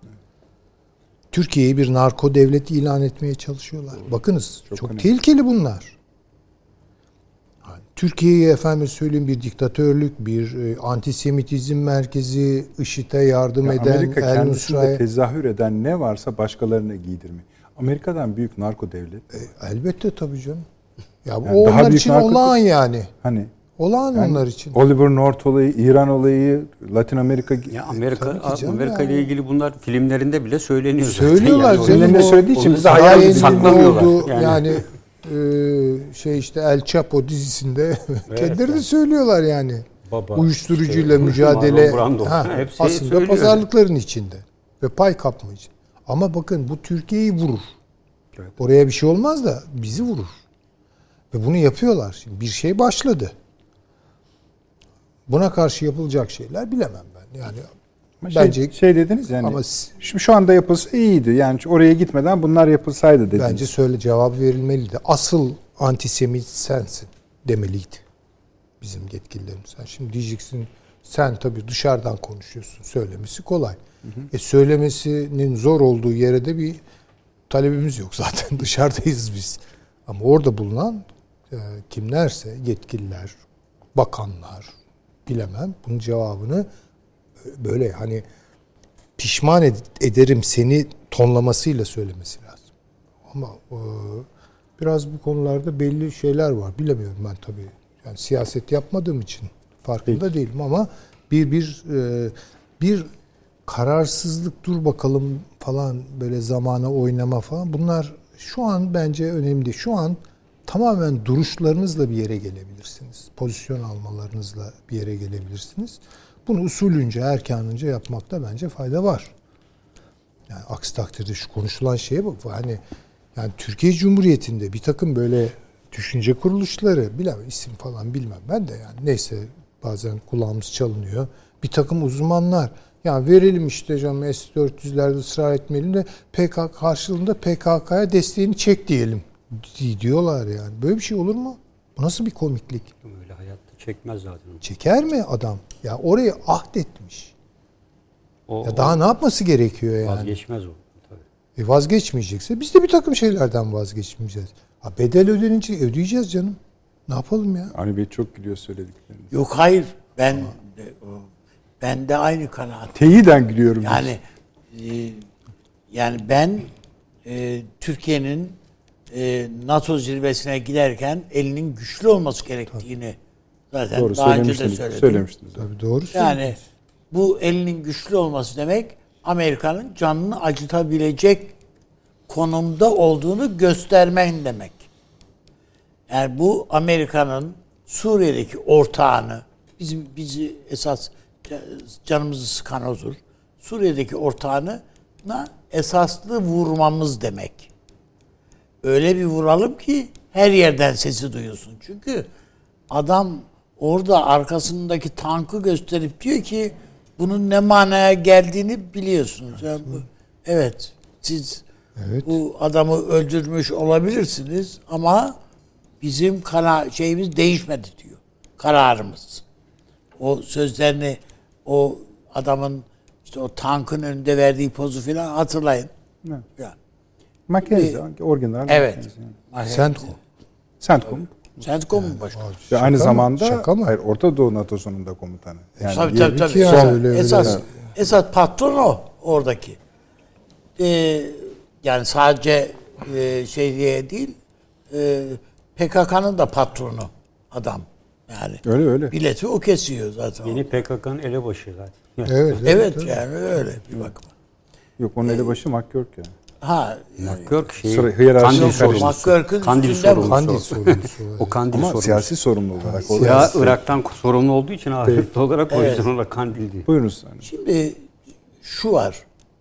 Türkiye'yi bir narko devleti ilan etmeye çalışıyorlar. Bakınız çok önemli. tehlikeli bunlar. Türkiye'yi efendim söyleyeyim bir diktatörlük, bir antisemitizm merkezi, IŞİD'e yardım eden, Amerika El kendisinde Nusra'ya... tezahür eden ne varsa başkalarına giydirme. Amerika'dan büyük narko devlet. Elbette tabii canım. Ya bu Yani o daha onlar büyük için narkotik- olağan yani. Hani Olağan yani onlar için. Oliver North olayı, İran olayı, Latin Amerika Ya Amerika Tabii ki canım Amerika ya. ile ilgili bunlar filmlerinde bile söyleniyor. Söylüyorlar zaten. canım. filmlerinde o- söylediği için onu bize hayal sahibi ediliyor. saklamıyorlar. Oldu. Yani. Yani işte El Chapo dizisinde kendileri de söylüyorlar yani. Baba, Uyuşturucuyla işte, mücadele Marlon Brando. Hepsi aslında söylüyor. pazarlıkların içinde ve pay kapmacı. Ama bakın bu Türkiye'yi vurur. Evet. Oraya bir şey olmaz da bizi vurur. Ve bunu yapıyorlar. Şimdi bir şey başladı. Buna karşı yapılacak şeyler bilemem ben. Yani bence şey dediniz yani. Ama şu anda yapılsa iyiydi. Yani oraya gitmeden bunlar yapılsaydı dediniz. Bence cevap verilmeliydi. Asıl antisemit sensin demeliydi bizim yetkililerimiz. Yani şimdi diyeceksin sen tabii dışarıdan konuşuyorsun. Söylemesi kolay. Söylemesinin zor olduğu yere de bir talebimiz yok zaten. Dışarıdayız biz. Ama orada bulunan kimlerse yetkililer, bakanlar bilemem bunun cevabını böyle hani pişman ederim seni tonlamasıyla söylemesi lazım. Ama biraz bu konularda belli şeyler var. Bilemiyorum ben tabii. Yani siyaset yapmadığım için farkında değilim ama bir kararsızlık dur bakalım falan böyle zamana oynama falan bunlar şu an bence önemli değil. Şu an tamamen duruşlarınızla bir yere gelebilirsiniz. Pozisyon almalarınızla bir yere gelebilirsiniz. Bunu usulünce, erkanınca yapmakta bence fayda var. Yani aksi takdirde şu konuşulan şeye bak. Yani Türkiye Cumhuriyeti'nde bir takım böyle düşünce kuruluşları, bilemem isim falan bilmem ben de yani neyse bazen kulağımız çalınıyor. Bir takım uzmanlar yani verelim işte canım S-400'lerde ısrar etmeyelim de PKK karşılığında PKK'ya desteğini çek diyelim diyorlar yani. Böyle bir şey olur mu? Bu nasıl bir komiklik? Öyle hayatta çekmez zaten. Çeker mi adam? Ya orayı ahdetmiş. Ya daha ne yapması gerekiyor yani? Vazgeçmez o. Tabii. Vazgeçmeyecekse biz de bir takım şeylerden vazgeçmeyeceğiz. Bedel ödenince ödeyeceğiz canım. Ne yapalım ya? Avni Bey çok gülüyor söyledikleriniz. Yok hayır. Ben de aynı kanaat. Teyiden gülüyorum. Yani ben Türkiye'nin NATO zirvesine giderken elinin güçlü olması gerektiğini zaten doğru, daha önce de söyledim. Söylemiştiniz. Tabii doğru Yani bu elinin güçlü olması demek Amerika'nın canını acıtabilecek konumda olduğunu göstermen demek. Yani bu Amerika'nın Suriye'deki ortağını bizi esas canımızı sıkan odur. Suriye'deki ortağına esaslı vurmamız demek. Öyle bir vuralım ki her yerden sesi duyulsun. Çünkü adam orada arkasındaki tankı gösterip diyor ki bunun ne manaya geldiğini biliyorsunuz. Yani evet siz bu adamı öldürmüş olabilirsiniz ama bizim şeyimiz değişmedi diyor. Kararımız. O sözlerini o adamın işte o tankın önünde verdiği pozu falan hatırlayın. Evet. Yani. Mackenzie, orijinal. Evet. CENTCOM. CENTCOM mu başkanı? Ve aynı zamanda Şaka mı? hayır, Orta Doğu NATO'sunun da komutanı. Yani Tabii. Yani Esas patron o oradaki. Yani sadece diye değil PKK'nın da patronu adam. Yani öyle. bileti o kesiyor zaten. Yeni PKK'nın elebaşı zaten. Evet. Yani öyle bir bakıma. Yok onun elebaşı McGurk yani. McGurk Kandil sorumlusu. McGurk'ın Kandil üstünde bu. sorumlusu. O Kandil Ama sorumlusu. siyasi sorumlu olarak. Ya Irak'tan sorumlu olduğu için ağırlıklı olarak o yüzden ona Kandil değil. Buyurunuz. Şimdi şu var.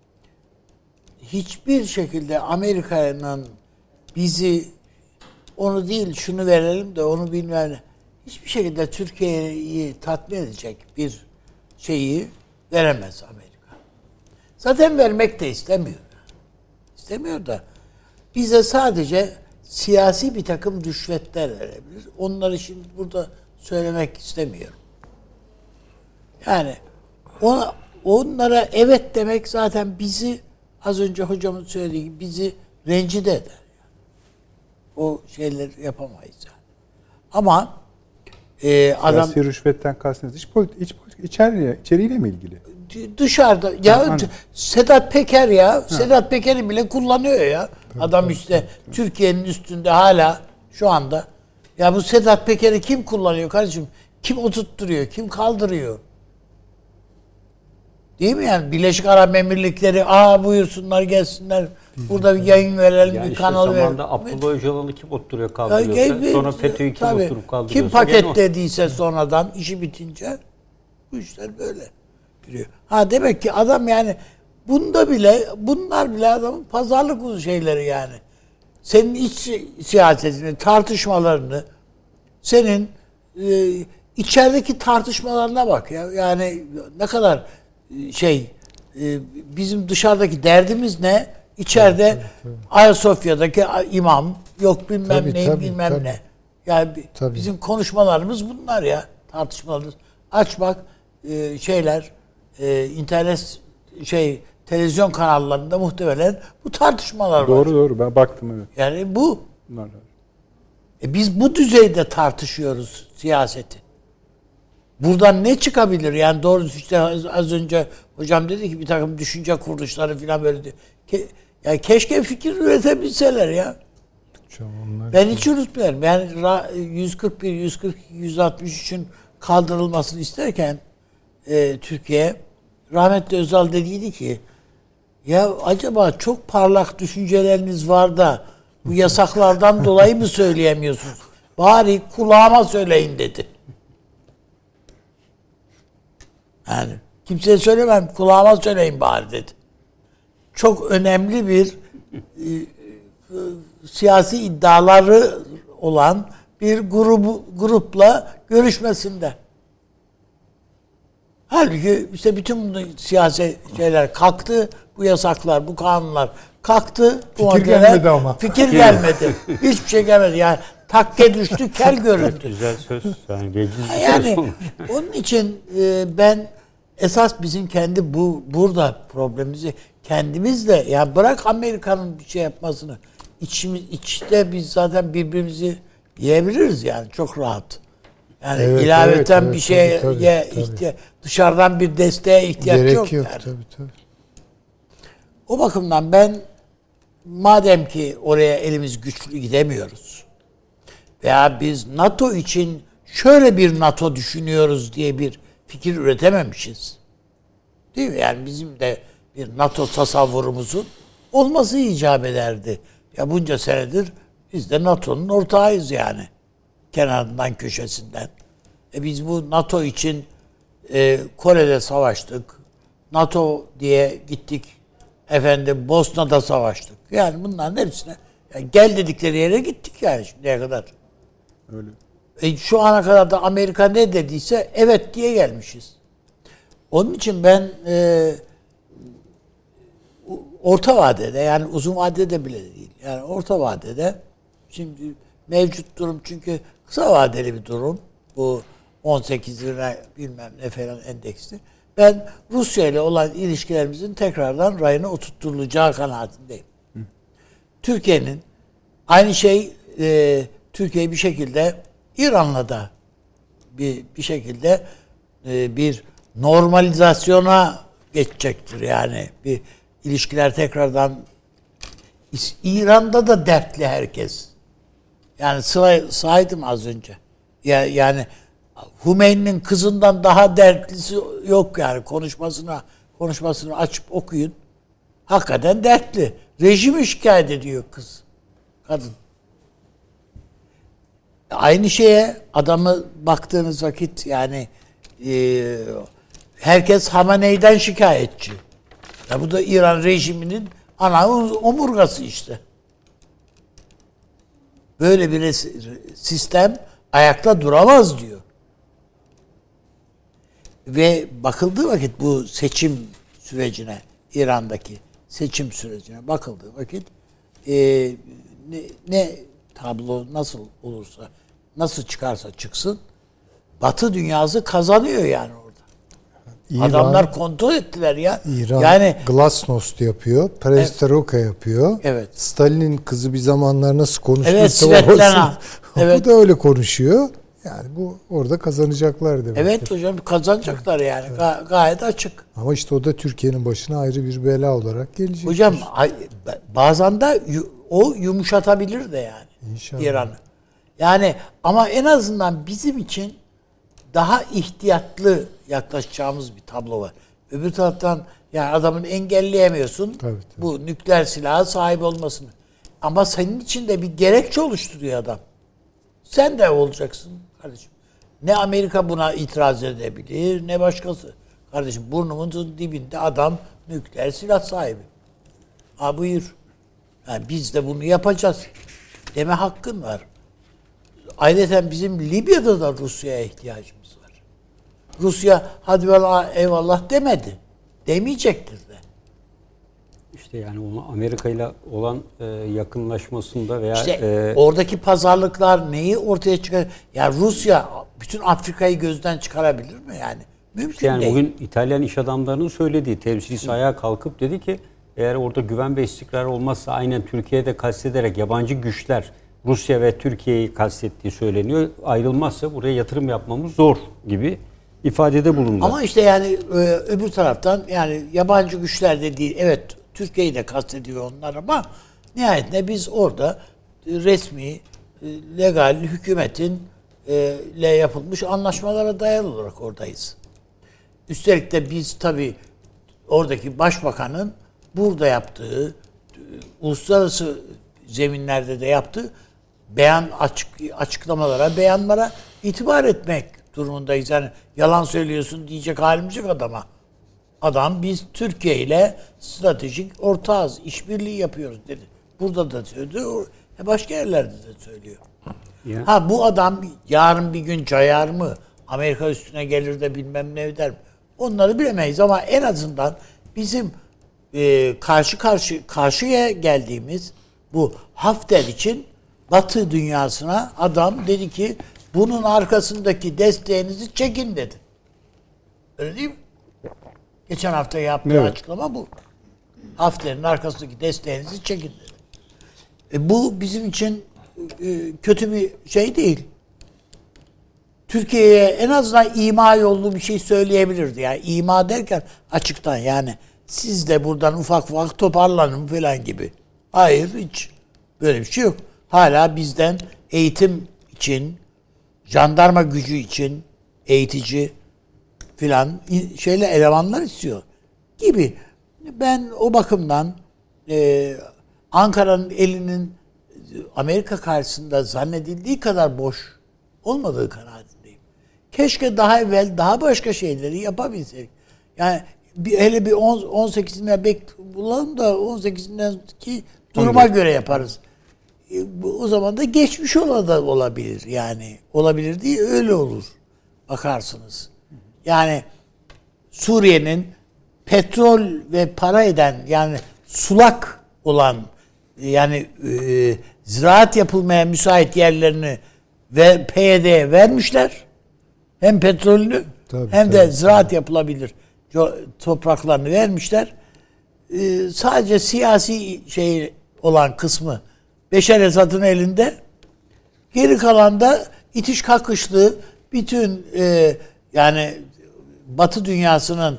Hiçbir şekilde Amerika'nın bizi onu değil şunu verelim de onu bilmem ne. Hiçbir şekilde Türkiye'yi tatmin edecek bir şeyi veremez Amerika. Zaten vermek de istemiyor. İstemiyor da bize sadece siyasi bir takım rüşvetler verebilir. Onları şimdi burada söylemek istemiyorum. Yani onlara evet demek zaten bizi az önce hocamın söylediği gibi bizi rencide eder. Yani. O şeyleri yapamayız yani. Ama adam... Siyasi rüşvetten kastınız içeriğiyle mi ilgili? Dışarıda ya Sedat Peker ya Sedat Peker'i bile kullanıyor ya. Adam işte Türkiye'nin üstünde hala şu anda. Ya bu Sedat Peker'i kim kullanıyor kardeşim? Kim oturtturuyor? Kim kaldırıyor? Değil mi yani? Birleşik Arap Emirlikleri buyursunlar gelsinler. Burada bir yayın verelim, yani bir kanal verelim. Zamanında Abdullah Öcalan'ı kim oturuyor kaldırıyorsa sonra FETÖ'yü kim oturup kaldırıyorsa. Kim paketlediyse sonradan işi bitince bu işler böyle giriyor. Demek ki adam yani bunlar bile adamın pazarlık şeyleri yani. Senin iç siyasetini, tartışmalarını, senin içerideki tartışmalarına bak ya. Yani ne kadar bizim dışarıdaki derdimiz ne? İçeride Ayasofya'daki imam yok bilmem ne bilmem ne. Yani bizim konuşmalarımız bunlar ya, tartışmalarımız. Aç bak internet televizyon kanallarında muhtemelen bu tartışmalar var. Doğru ben baktım evet. Yani bu. Biz bu düzeyde tartışıyoruz siyaseti. Buradan ne çıkabilir? Yani doğrusu işte az önce hocam dedi ki bir takım düşünce kuruluşları falan böyle diyor. Ya keşke fikir üretebilseler ya. Ben hiç unutmuyorum. Yani 141, 142, 163'ün kaldırılmasını isterken Türkiye, rahmetli Özal dediydi ki ya acaba çok parlak düşünceleriniz var da bu yasaklardan dolayı mı söyleyemiyorsunuz? Bari kulağıma söyleyin dedi. Yani kimseye söylemem, kulağıma söyleyin bari dedi. Çok önemli bir siyasi iddiaları olan bir grupla görüşmesinde. Halbuki işte bütün bu siyasi şeyler kalktı, bu yasaklar, bu kanunlar kalktı. Fikir gelmedi ama. Fikir gelmedi. Hiçbir şey gelmedi. Yani takke düştü, kel göründü. Güzel söz. Yani onun için ben esas bizim kendi burada problemimizi kendimizle, yani bırak Amerika'nın bir şey yapmasını, içte biz zaten birbirimizi yiyebiliriz yani çok rahat. Yani ilaveten bir şeye dışarıdan bir desteğe ihtiyaç yok. Yani. Tabii. O bakımdan ben madem ki oraya elimiz güçlü gidemiyoruz veya biz NATO için şöyle bir NATO düşünüyoruz diye bir fikir üretememişiz. Değil mi? Yani bizim de bir NATO tasavvurumuzun olması icap ederdi. Ya bunca senedir biz de NATO'nun ortağıyız yani. Kenarından, köşesinden. Biz bu NATO için Kore'de savaştık. NATO diye gittik. Efendim Bosna'da savaştık. Yani bunların hepsine gel dedikleri yere gittik yani şimdiye kadar. Öyle. Şu ana kadar da Amerika ne dediyse evet diye gelmişiz. Onun için ben orta vadede, yani uzun vadede bile değil. Yani orta vadede şimdi mevcut durum çünkü kısa vadeli bir durum. Bu 18 lira bilmem ne falan endeksli. Ben Rusya ile olan ilişkilerimizin tekrardan rayına oturtulacağı kanaatindeyim. Türkiye'nin aynı şey Türkiye bir şekilde İran'la da bir şekilde bir normalizasyona geçecektir. Yani bir ilişkiler tekrardan İran'da da dertli herkes. Yani saydım az önce. Yani Hümeyni'nin kızından daha dertlisi yok yani konuşmasını açıp okuyun. Hakikaten dertli. Rejimi şikayet ediyor kadın. Aynı şeye adamı baktığınız vakit yani herkes Hamenei'den şikayetçi. Ya bu da İran rejiminin ana omurgası işte. Böyle bir sistem ayakta duramaz diyor. Ve bakıldığı vakit bu seçim sürecine, İran'daki seçim sürecine bakıldığı vakit ne tablo nasıl olursa, nasıl çıkarsa çıksın Batı dünyası kazanıyor yani orada. Adamlar kontrol ettiler ya. İran yani Glasnost yapıyor, Perestroika yapıyor. Evet. Stalin'in kızı bir zamanlar nasıl konuşmuşsa evet, Svetlana. Evet. Bu da öyle konuşuyor. Yani bu orada kazanacaklar demek. Evet hocam kazanacaklar yani. Evet. Gayet açık. Ama işte o da Türkiye'nin başına ayrı bir bela olarak gelecek. Hocam bazen de o yumuşatabilir de yani İnşallah. İran'ı. Yani ama en azından bizim için daha ihtiyatlı yaklaşacağımız bir tablo var. Öbür taraftan yani adamın engelleyemiyorsun tabii. Bu nükleer silaha sahip olmasını. Ama senin için de bir gerekçe oluşturuyor adam. Sen de olacaksın kardeşim. Ne Amerika buna itiraz edebilir ne başkası. Kardeşim burnumuzun dibinde adam nükleer silah sahibi. Ha buyur. Yani biz de bunu yapacağız. Deme hakkın var. Ayrıca bizim Libya'da da Rusya'ya ihtiyacımız var. Rusya hadi eyvallah demedi. demeyecektir de. İşte yani onu Amerika ile olan yakınlaşmasında veya İşte oradaki pazarlıklar neyi ortaya çıkar? Ya Rusya bütün Afrika'yı gözden çıkarabilir mi yani? Mümkün yani değil. bugün İtalyan iş adamlarının söylediği, temsilcisi ayağa kalkıp dedi ki eğer orada güven ve istikrar olmazsa aynen Türkiye'de kastederek yabancı güçler Rusya ve Türkiye'yi kastettiği söyleniyor. Ayrılmazsa buraya yatırım yapmamız zor gibi ifadede bulundu. Ama işte yani öbür taraftan yani yabancı güçler de değil. Evet Türkiye'yi de kastediyor onlar ama nihayetinde biz orada resmi, legal hükümetin ile yapılmış anlaşmalara dayalı olarak oradayız. Üstelik de biz tabii oradaki başbakanın burada yaptığı, uluslararası zeminlerde de yaptığı açıklamalara, beyanlara itibar etmek durumundayız. Yani yalan söylüyorsun diyecek halimiz yok adama. Adam biz Türkiye ile stratejik ortağız, işbirliği yapıyoruz dedi. Burada da söylüyor, başka yerlerde de söylüyor. Ya. Ha bu adam yarın bir gün cayar mı? Amerika üstüne gelir de bilmem ne der mi? Onları bilemeyiz ama en azından bizim karşıya geldiğimiz bu Hafter için Batı dünyasına adam dedi ki bunun arkasındaki desteğinizi çekin dedi. Öyle değil mi? Geçen hafta yaptığı açıklama bu. Hafter'in arkasındaki desteğinizi çekin dedi. Bu bizim için kötü bir şey değil. Türkiye'ye en azından ima yollu bir şey söyleyebilirdi. Yani ima derken açıktan yani siz de buradan ufak ufak toparlanın falan gibi. Hayır hiç böyle bir şey yok. Hala bizden eğitim için, jandarma gücü için eğitici filan elemanlar istiyor gibi. Ben o bakımdan Ankara'nın elinin Amerika karşısında zannedildiği kadar boş olmadığı kanaatindeyim. Keşke daha evvel daha başka şeyleri yapabilsek. Yani hele bir 18'ine bulalım da 18'indeki duruma göre yaparız. O zaman da geçmiş olabilir yani. Olabilir değil, öyle olur. Bakarsınız. Yani Suriye'nin petrol ve para eden yani sulak olan yani ziraat yapılmaya müsait yerlerini ve PYD'ye vermişler. Hem petrolünü hem de ziraat yapılabilir topraklarını vermişler. Sadece siyasi şey olan kısmı Beşer Esad'ın elinde. Geri kalan da itiş kakışlı bütün yani Batı dünyasının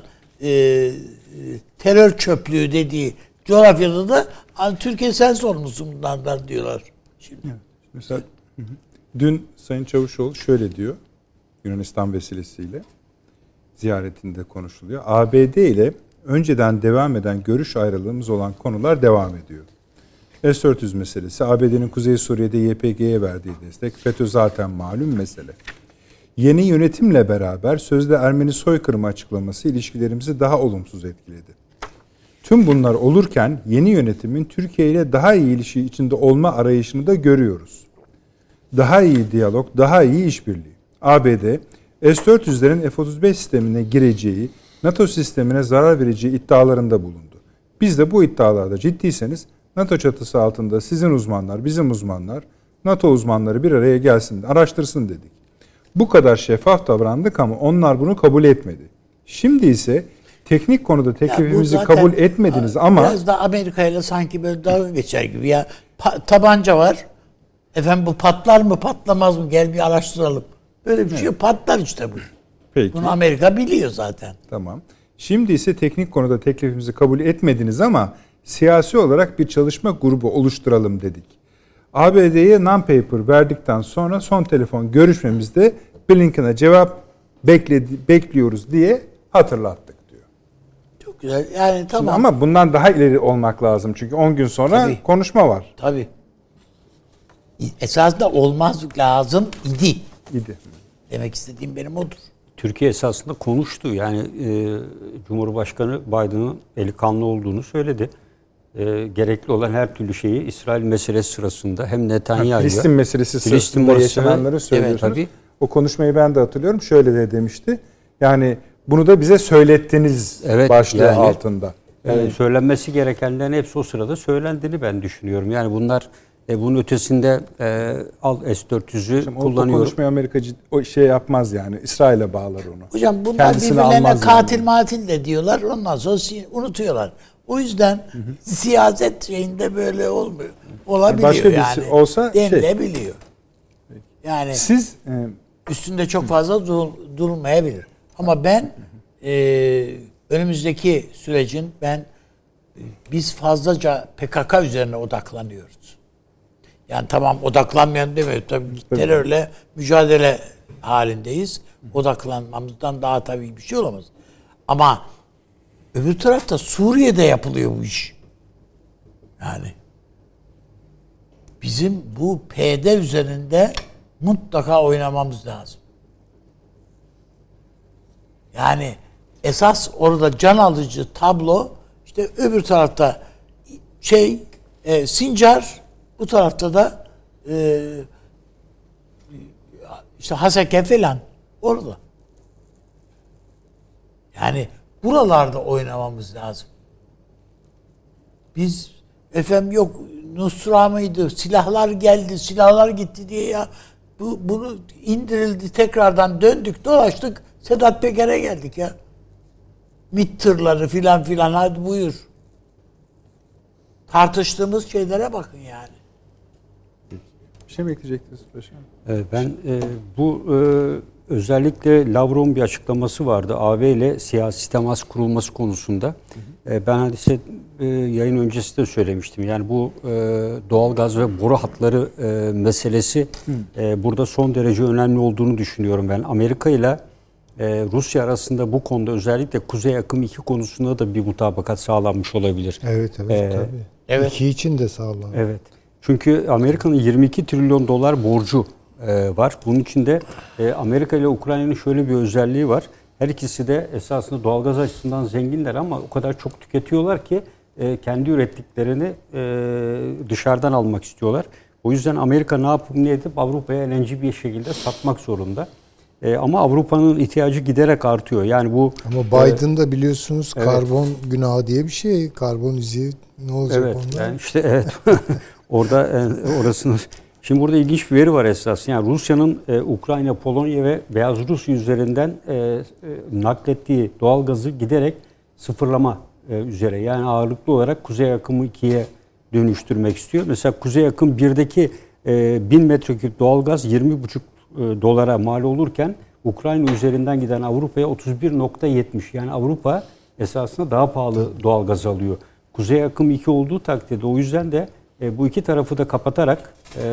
terör çöplüğü dediği coğrafyada da Türkiye sen sorumlusun bunlardan diyorlar. Şimdi. Evet. Mesela dün Sayın Çavuşoğlu şöyle diyor Yunanistan vesilesiyle ziyaretinde konuşuluyor. ABD ile önceden devam eden görüş ayrılığımız olan konular devam ediyor. S-400 meselesi, ABD'nin Kuzey Suriye'de YPG'ye verdiği destek, FETÖ zaten malum mesele. Yeni yönetimle beraber sözde Ermeni soykırımı açıklaması ilişkilerimizi daha olumsuz etkiledi. Tüm bunlar olurken yeni yönetimin Türkiye ile daha iyi ilişki içinde olma arayışını da görüyoruz. Daha iyi diyalog, daha iyi işbirliği. ABD, S-400'lerin F-35 sistemine gireceği, NATO sistemine zarar vereceği iddialarında bulundu. Biz de bu iddialarda ciddiyseniz NATO çatısı altında sizin uzmanlar, bizim uzmanlar, NATO uzmanları bir araya gelsin, araştırsın dedik. Bu kadar şeffaf davrandık ama onlar bunu kabul etmedi. Şimdi ise teknik konuda teklifimizi kabul etmediniz ama... Biraz da Amerika ile sanki böyle dalga geçer gibi. Ya tabanca var. Efendim bu patlar mı patlamaz mı gel bir araştıralım. Böyle bir şey patlar işte bu. Peki. Bunu Amerika biliyor zaten. Tamam. Şimdi ise teknik konuda teklifimizi kabul etmediniz ama siyasi olarak bir çalışma grubu oluşturalım dedik. ABD'ye non-paper verdikten sonra son telefon görüşmemizde Blinken'a cevap bekliyoruz diye hatırlattık diyor. Çok güzel. Yani tamam. Şimdi ama bundan daha ileri olmak lazım. Çünkü 10 gün sonra konuşma var. Tabii. Esasında olmaz lazım idi. Demek istediğim benim odur. Türkiye esasında konuştu. Yani Cumhurbaşkanı Biden'ın eli kanlı olduğunu söyledi. Gerekli olan her türlü şeyi İsrail meselesi sırasında hem Netanyahu'ya... Filistin meselesi sırasında yaşananları söylüyorsunuz. Evet, tabii. O konuşmayı ben de hatırlıyorum. Şöyle de demişti. Yani bunu da bize söylettiniz başlığı yani, altında. Evet. Söylenmesi gerekenlerin hepsi o sırada söylendiğini ben düşünüyorum. Yani bunlar bunun ötesinde al S-400'ü kullanıyor. O konuşmayı Amerika o şey yapmaz yani. İsrail'e bağlar onu. Hocam bunlar kendisini birbirlerine katil matil de diyorlar. Ondan sonra unutuyorlar. O yüzden siyaset şeyinde böyle olmuyor. Olabiliyor başka yani. Olsa denilebiliyor. Yani siz üstünde çok fazla durulmayabilir. Ama ben önümüzdeki sürecin biz fazlaca PKK üzerine odaklanıyoruz. Yani tamam odaklanmayan demiyorum. Tabii terörle mücadele halindeyiz. Odaklanmamızdan daha tabii bir şey olamaz. Ama öbür tarafta Suriye'de yapılıyor bu iş. Yani bizim bu PD üzerinde mutlaka oynamamız lazım. Yani esas orada can alıcı tablo işte öbür tarafta Sincar, bu tarafta da işte Haseke falan orada. Yani buralarda oynamamız lazım. Biz yok Nusra mıydı? Silahlar geldi, silahlar gitti diye ya bunu indirildi, tekrardan döndük, dolaştık. Sedat Peker'e geldik ya. MİT tırları filan hadi buyur. Tartıştığımız şeylere bakın yani. Bir şey mi ekleyecektiniz paşam? Ben bu özellikle Lavrov'un bir açıklaması vardı. AB ile siyasi temas kurulması konusunda. Ben hadise yayın öncesi de söylemiştim. Yani bu doğalgaz ve boru hatları meselesi burada son derece önemli olduğunu düşünüyorum ben. Amerika ile Rusya arasında bu konuda özellikle Kuzey Akım 2 konusunda da bir mutabakat sağlanmış olabilir. Evet tabii. Evet. 2 için de sağlanmış. Evet. Çünkü Amerika'nın 22 trilyon dolar borcu var. Bunun içinde Amerika ile Ukrayna'nın şöyle bir özelliği var. Her ikisi de esasında doğalgaz açısından zenginler ama o kadar çok tüketiyorlar ki kendi ürettiklerini dışarıdan almak istiyorlar. O yüzden Amerika ne yapıp ne edip Avrupa'ya LNG bir şekilde satmak zorunda. Ama Avrupa'nın ihtiyacı giderek artıyor. Yani bu ama Biden'da biliyorsunuz karbon günahı diye bir şey. Karbon izi ne olacak evet, onda? Yani işte evet. Orada orasını. Şimdi burada ilginç bir veri var esas. Yani Rusya'nın Ukrayna, Polonya ve Beyaz Rusya üzerinden naklettiği doğalgazı giderek sıfırlama üzere. Yani ağırlıklı olarak Kuzey Akımı 2'ye dönüştürmek istiyor. Mesela Kuzey Akım 1'deki 1000 metreküp doğalgaz 20,5 dolara mal olurken Ukrayna üzerinden giden Avrupa'ya 31,70. Yani Avrupa esasında daha pahalı doğalgaz alıyor. Kuzey Akım 2 olduğu takdirde o yüzden de bu iki tarafı da kapatarak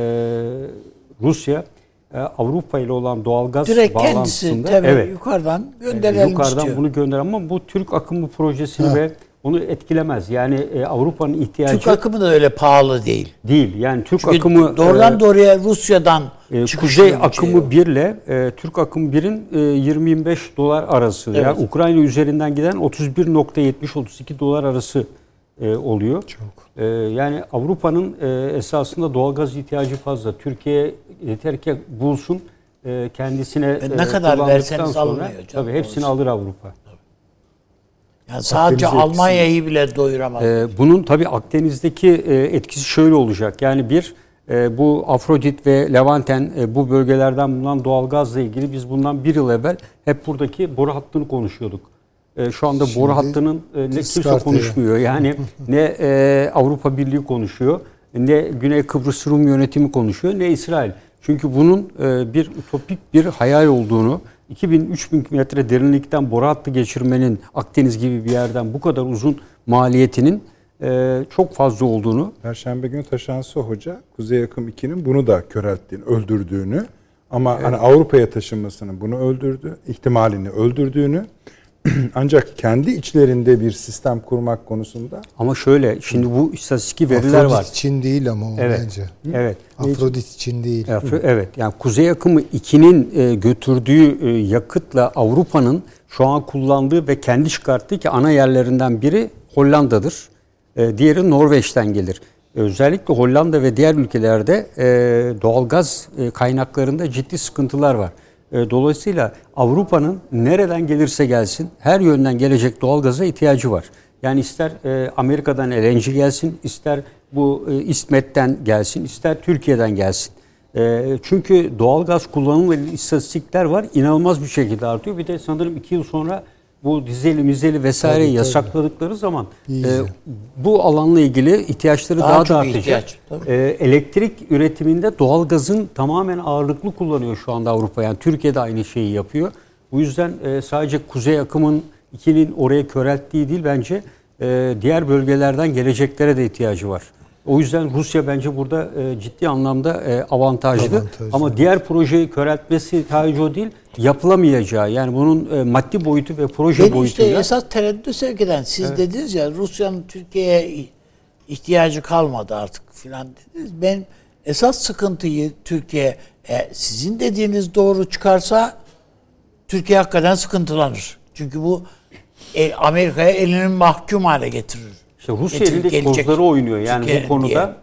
Rusya Avrupa ile olan doğalgaz direkt bağlantısında kendisi yukarıdan gönderelim yukarıdan istiyor. bunu gönder ama bu Türk akımı projesini ve onu etkilemez. Yani Avrupa'nın ihtiyacı Türk akımı da öyle pahalı değil. Değil. Yani Türk çünkü akımı doğrudan doğruya Rusya'dan Kuzey akımı 1 ile Türk akımı 1'in 20-25 dolar arası. Evet. Yani Ukrayna üzerinden giden 31,70-32 dolar arası oluyor. Çok. Yani Avrupa'nın esasında doğalgaz ihtiyacı fazla. Türkiye yeter ki bulsun kendisine ne kadar verseniz almıyor. Tabii hepsini alır Avrupa. Yani sadece Almanya'yı bile doyuramaz. Bunun tabii Akdeniz'deki etkisi şöyle olacak. Yani bu Afrodit ve Levanten bu bölgelerden bulunan doğalgazla ilgili biz bundan bir yıl evvel hep buradaki boru hattını konuşuyorduk. Şu anda şimdi boru hattının kimse konuşmuyor. Yani ne Avrupa Birliği konuşuyor, ne Güney Kıbrıs Rum yönetimi konuşuyor, ne İsrail. Çünkü bunun bir ütopik bir hayal olduğunu, 2000-3000 metre derinlikten boru hattı geçirmenin Akdeniz gibi bir yerden bu kadar uzun maliyetinin çok fazla olduğunu. Perşembe günü Taşansı Hoca Kuzey Akım 2'nin bunu da körelttiğini, öldürdüğünü ama hani Avrupa'ya taşınmasının bunu ihtimalini öldürdüğünü ancak kendi içlerinde bir sistem kurmak konusunda. Ama şöyle, şimdi bu istatistik veriler Afrodit var. Afrodit için değil ama o bence. Evet. Afrodit için değil. Evet. Yani Kuzey Akımı 2'nin götürdüğü yakıtla Avrupa'nın şu an kullandığı ve kendi çıkarttığı ki ana yerlerinden biri Hollanda'dır. Diğeri Norveç'ten gelir. Özellikle Hollanda ve diğer ülkelerde doğalgaz kaynaklarında ciddi sıkıntılar var. Dolayısıyla Avrupa'nın nereden gelirse gelsin her yönden gelecek doğalgaza ihtiyacı var. Yani ister Amerika'dan LNG gelsin, ister bu İsmet'ten gelsin, ister Türkiye'den gelsin. Çünkü doğalgaz kullanımı istatistikler var. İnanılmaz bir şekilde artıyor. Bir de sanırım 2 yıl sonra bu dizeli vesaireyi yasakladıkları zaman bu alanla ilgili ihtiyaçları daha da artacak. Elektrik üretiminde doğalgazın tamamen ağırlıklı kullanıyor şu anda Avrupa. Yani Türkiye de aynı şeyi yapıyor. Bu yüzden sadece Kuzey Akım'ın 2'nin oraya körelttiği değil, bence diğer bölgelerden geleceklere de ihtiyacı var. O yüzden Rusya bence burada ciddi anlamda avantajlı. Ama diğer projeyi köreltmesi sadece o değil, yapılamayacağı. Yani bunun maddi boyutu ve proje boyutuyla. İşte esas tereddüt sevk eden. Siz dediniz ya, Rusya'nın Türkiye'ye ihtiyacı kalmadı artık filan dediniz. Ben esas sıkıntıyı Türkiye, sizin dediğiniz doğru çıkarsa Türkiye hakikaten sıkıntılanır. Çünkü bu Amerika'ya elinin mahkum hale getirir. İşte Rusya elinde kozları oynuyor yani Türkiye bu konuda.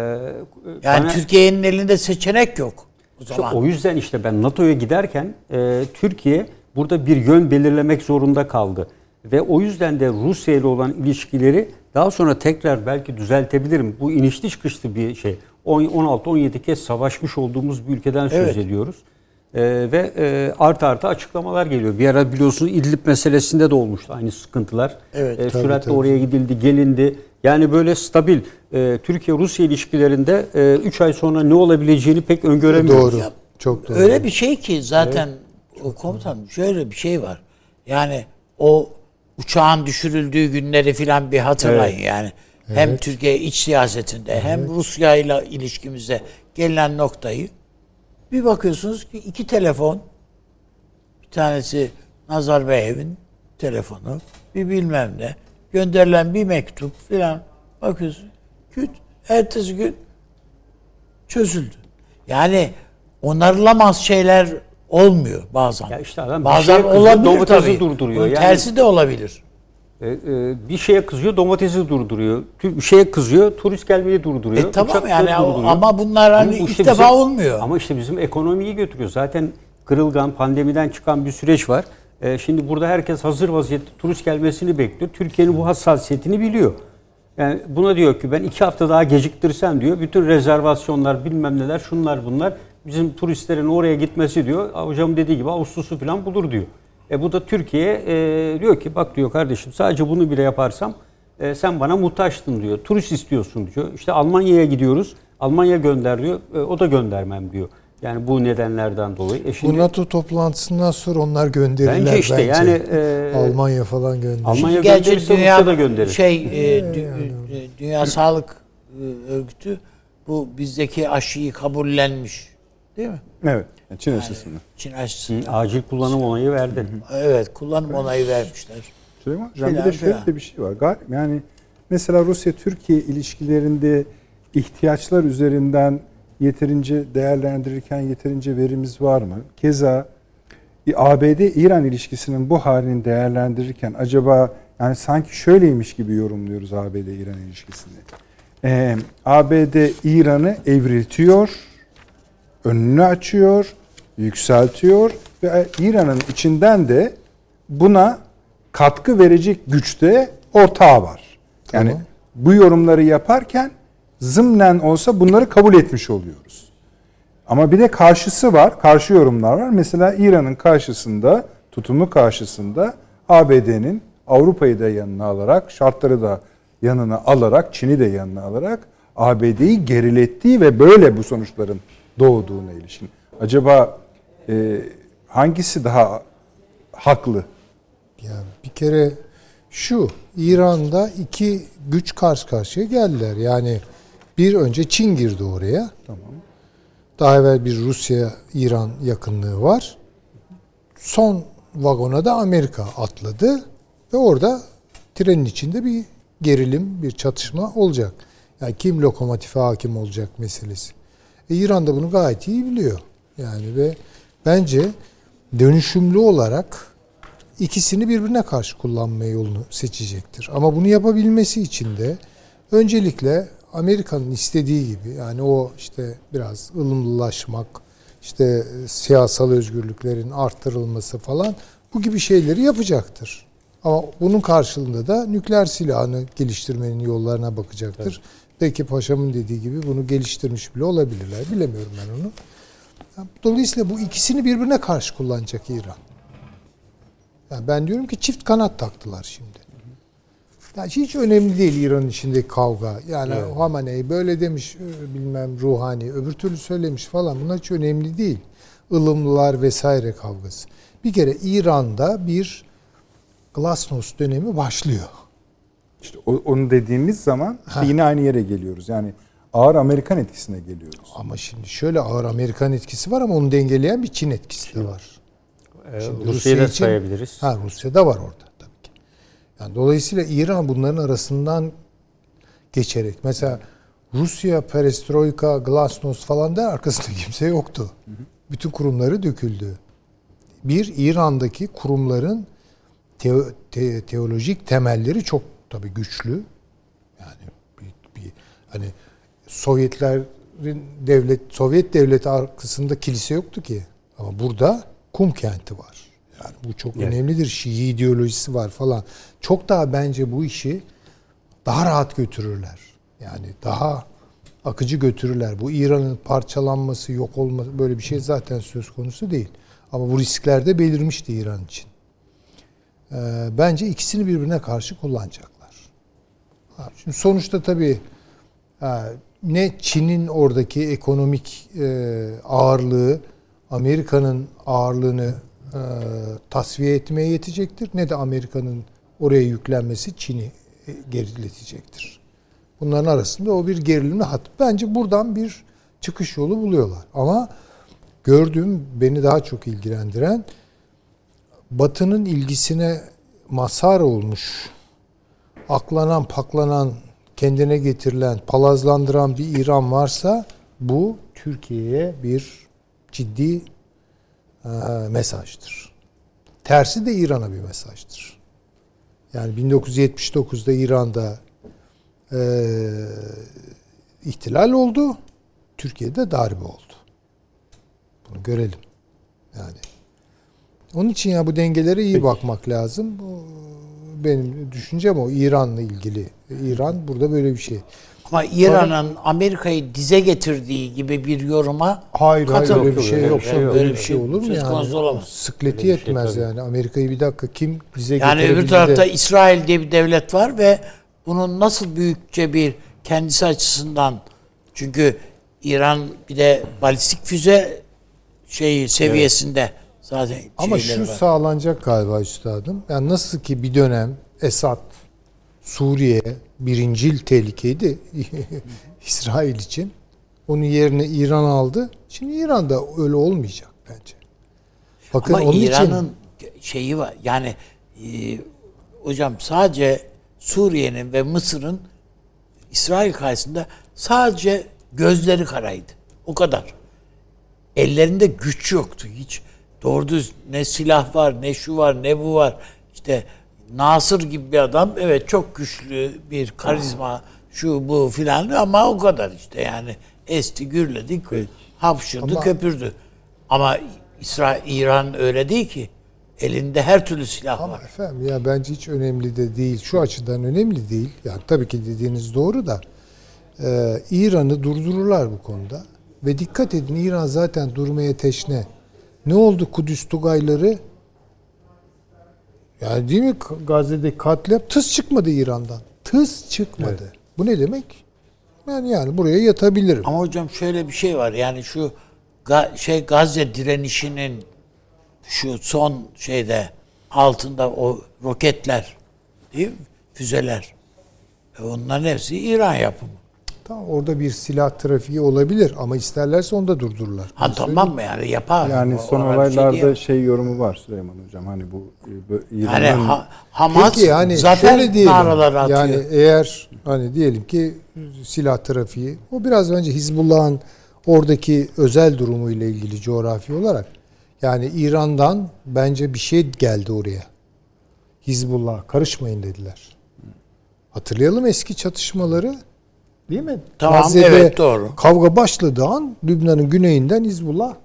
Yani Türkiye'nin elinde seçenek yok o zaman. O yüzden işte ben NATO'ya giderken Türkiye burada bir yön belirlemek zorunda kaldı. Ve o yüzden de Rusya ile olan ilişkileri daha sonra tekrar belki düzeltebilirim. Bu inişli çıkışlı bir şey. 16-17 kez savaşmış olduğumuz bir ülkeden söz ediyoruz. Ve artı açıklamalar geliyor. Bir ara biliyorsunuz İdlib meselesinde de olmuştu aynı sıkıntılar. Süratle oraya gidildi, gelindi. Yani böyle stabil Türkiye-Rusya ilişkilerinde 3 ay sonra ne olabileceğini pek öngöremiyoruz. Doğru. Çok doğru. Öyle bir şey ki zaten o komutanım, şöyle bir şey var. Yani o uçağın düşürüldüğü günleri filan bir hatırlayın yani. Hem Türkiye iç siyasetinde hem Rusya ile ilişkimizde gelinen noktayı bir bakıyorsunuz ki 2 telefon, bir tanesi Nazarbayev'in telefonu, bir bilmem ne, gönderilen bir mektup filan, bakıyorsun küt, ertesi gün çözüldü. Yani onarılamaz şeyler olmuyor bazen. Ya işte adam bazen olabilir tabii. Durduruyor. Yani, tersi de olabilir. Bir şeye kızıyor, domatesi durduruyor. Bir şeye kızıyor, turist gelmeyi durduruyor. Tamam yani ama bunlar hani ilk işte defa olmuyor. Ama işte bizim ekonomiyi götürüyor. Zaten kırılgan, pandemiden çıkan bir süreç var. Şimdi burada herkes hazır vaziyette turist gelmesini bekliyor. Türkiye'nin bu hassasiyetini biliyor. Yani buna diyor ki ben 2 hafta daha geciktirsem diyor. Bütün rezervasyonlar bilmem neler şunlar bunlar. Bizim turistlerin oraya gitmesi diyor. Hocam dediği gibi Ağustos'u falan bulur diyor. Bu da Türkiye diyor ki bak diyor kardeşim sadece bunu bile yaparsam sen bana muhtaçtın diyor. Turist istiyorsun diyor. İşte Almanya'ya gidiyoruz. Almanya gönder diyor. O da göndermem diyor. Yani bu nedenlerden dolayı. Bu NATO toplantısından sonra onlar gönderirler bence. İşte yani Almanya falan gönderir. Almanya gönderirse Rusya da gönderir. Dünya Sağlık Örgütü bu bizdeki aşıyı kabullenmiş. Değil mi? Evet. Çin aşısını. Çin aşısını. Acil kullanım onayı verdi. Evet, kullanım onayı vermişler. Süleyman Hocam bir de şöyle de bir şey var. Yani mesela Rusya-Türkiye ilişkilerinde ihtiyaçlar üzerinden yeterince değerlendirirken yeterince verimiz var mı? Keza ABD-İran ilişkisinin bu halini değerlendirirken acaba yani sanki şöyleymiş gibi yorumluyoruz ABD-İran ilişkisini. ABD İran'ı evriltiyor, önünü açıyor, yükseltiyor ve İran'ın içinden de buna katkı verecek güçte ortağı var. Yani bu yorumları yaparken zımnen olsa bunları kabul etmiş oluyoruz. Ama bir de karşısı var, karşı yorumlar var. Mesela İran'ın karşısında, tutumu karşısında ABD'nin Avrupa'yı da yanına alarak, şartları da yanına alarak, Çin'i de yanına alarak ABD'yi gerilettiği ve böyle bu sonuçların doğduğuna ilişkin. Acaba hangisi daha haklı? Yani bir kere İran'da 2 güç karşı karşıya geldiler. Yani bir önce Çin girdi oraya. Tamam. Daha evvel bir Rusya-İran yakınlığı var. Son vagona da Amerika atladı ve orada trenin içinde bir gerilim, bir çatışma olacak. Yani kim lokomotife hakim olacak meselesi. İran da bunu gayet iyi biliyor. Yani ve bence dönüşümlü olarak ikisini birbirine karşı kullanma yolunu seçecektir. Ama bunu yapabilmesi için de öncelikle Amerika'nın istediği gibi yani o işte biraz ılımlılaşmak, işte siyasal özgürlüklerin arttırılması falan bu gibi şeyleri yapacaktır. Ama bunun karşılığında da nükleer silahını geliştirmenin yollarına bakacaktır. Tabii. Belki paşamın dediği gibi bunu geliştirmiş bile olabilirler. Bilemiyorum ben onu. Dolayısıyla bu ikisini birbirine karşı kullanacak İran. Yani ben diyorum ki çift kanat taktılar şimdi. Yani hiç önemli değil İran'ın içindeki kavga. Yani evet. Hamenei böyle demiş, bilmem Ruhani öbür türlü söylemiş falan. Bunlar hiç önemli değil. Ilımlılar vesaire kavgası. Bir kere İran'da bir glasnost dönemi başlıyor. İşte onu dediğimiz zaman işte yine aynı yere geliyoruz. Yani ağır Amerikan etkisine geliyoruz. Ama şimdi şöyle ağır Amerikan etkisi var ama onu dengeleyen bir Çin etkisi de var. Rusya'yı da sayabiliriz. Rusya da var orada tabii ki. Yani dolayısıyla İran bunların arasından geçerek mesela Rusya perestroika, glasnost falan da arkasında kimse yoktu. Hı hı. Bütün kurumları döküldü. Bir İran'daki kurumların teolojik temelleri çok tabii güçlü. Yani bir hani Sovyet devleti arkasında kilise yoktu ki. Ama burada kum kenti var. Yani bu çok önemlidir. Şii ideolojisi var falan. Çok daha bence bu işi daha rahat götürürler. Yani daha akıcı götürürler. Bu İran'ın parçalanması, yok olması böyle bir şey zaten söz konusu değil. Ama bu riskler de belirmişti İran için. Bence ikisini birbirine karşı kullanacaklar. Şimdi sonuçta tabii ne Çin'in oradaki ekonomik ağırlığı Amerika'nın ağırlığını tasfiye etmeye yetecektir. Ne de Amerika'nın oraya yüklenmesi Çin'i geriletecektir. Bunların arasında o bir gerilimli hat. Bence buradan bir çıkış yolu buluyorlar. Ama gördüğüm, beni daha çok ilgilendiren Batı'nın ilgisine mazhar olmuş, aklanan, paklanan, kendine getirilen, palazlandıran bir İran varsa bu Türkiye'ye bir ciddi mesajdır. Tersi de İran'a bir mesajdır. Yani 1979'da İran'da ihtilal oldu, Türkiye'de darbe oldu. Bunu görelim. Yani onun için ya bu dengelere iyi bakmak lazım. Benim düşüncem o. İran'la ilgili. İran burada böyle bir şey. Ama İran'ın Amerika'yı dize getirdiği gibi bir yoruma hayır öyle bir şey yok. Böyle bir şey olur mu yani? Sıkleti yetmez şey, yani. Amerika'yı bir dakika kim dize getirebildi? Yani öbür tarafta İsrail diye bir devlet var ve bunun nasıl büyükçe bir kendisi açısından, çünkü İran bir de balistik füze seviyesinde zaten ama şu var. Sağlanacak galiba üstadım. Yani nasıl ki bir dönem Esad Suriye birincil tehlikeydi İsrail için. Onun yerine İran aldı. Şimdi İran'da öyle olmayacak bence. Bakın ama onun İran'ın şeyi var. Yani hocam sadece Suriye'nin ve Mısır'ın İsrail karşısında sadece gözleri karaydı. O kadar. Ellerinde güç yoktu hiç. Doğru düz ne silah var, ne şu var, ne bu var. İşte Nasır gibi bir adam, evet çok güçlü bir karizma, şu bu filan ama o kadar işte yani esti, gürledik, hapşırdı, köpürdü. Ama İran öyle değil ki. Elinde her türlü silah var. Efendim ya bence hiç önemli de değil. Şu açıdan önemli değil. Yani tabii ki dediğiniz doğru da İran'ı durdururlar bu konuda. Ve dikkat edin, İran zaten durmaya teşne. Ne oldu Kudüs Tugayları? Yani değil mi Gazze'deki katliam? Tıs çıkmadı İran'dan. Tıs çıkmadı. Evet. Bu ne demek? Yani buraya yatabilirim. Ama hocam şöyle bir şey var. Yani şu Gazze direnişinin şu son altında o roketler, değil mi? Füzeler. Onların hepsi İran yapımı. Tamam, orada bir silah trafiği olabilir ama isterlerse onu da durdururlar. Tamam mı yani yapar. Yani son olaylarda yorumu var Süleyman Hocam. Hani bu İran'ın... Yani Hamas yani zafer naraları atıyor. Yani eğer hani diyelim ki silah trafiği, o biraz önce Hizbullah'ın oradaki özel durumu ile ilgili coğrafi olarak, yani İran'dan bence bir şey geldi oraya. Hizbullah karışmayın dediler. Hatırlayalım eski çatışmaları. Değil mi? Tamam, Gazze'de evet doğru. Kavga başladığı an Lübnan'ın güneyinden Hizbullah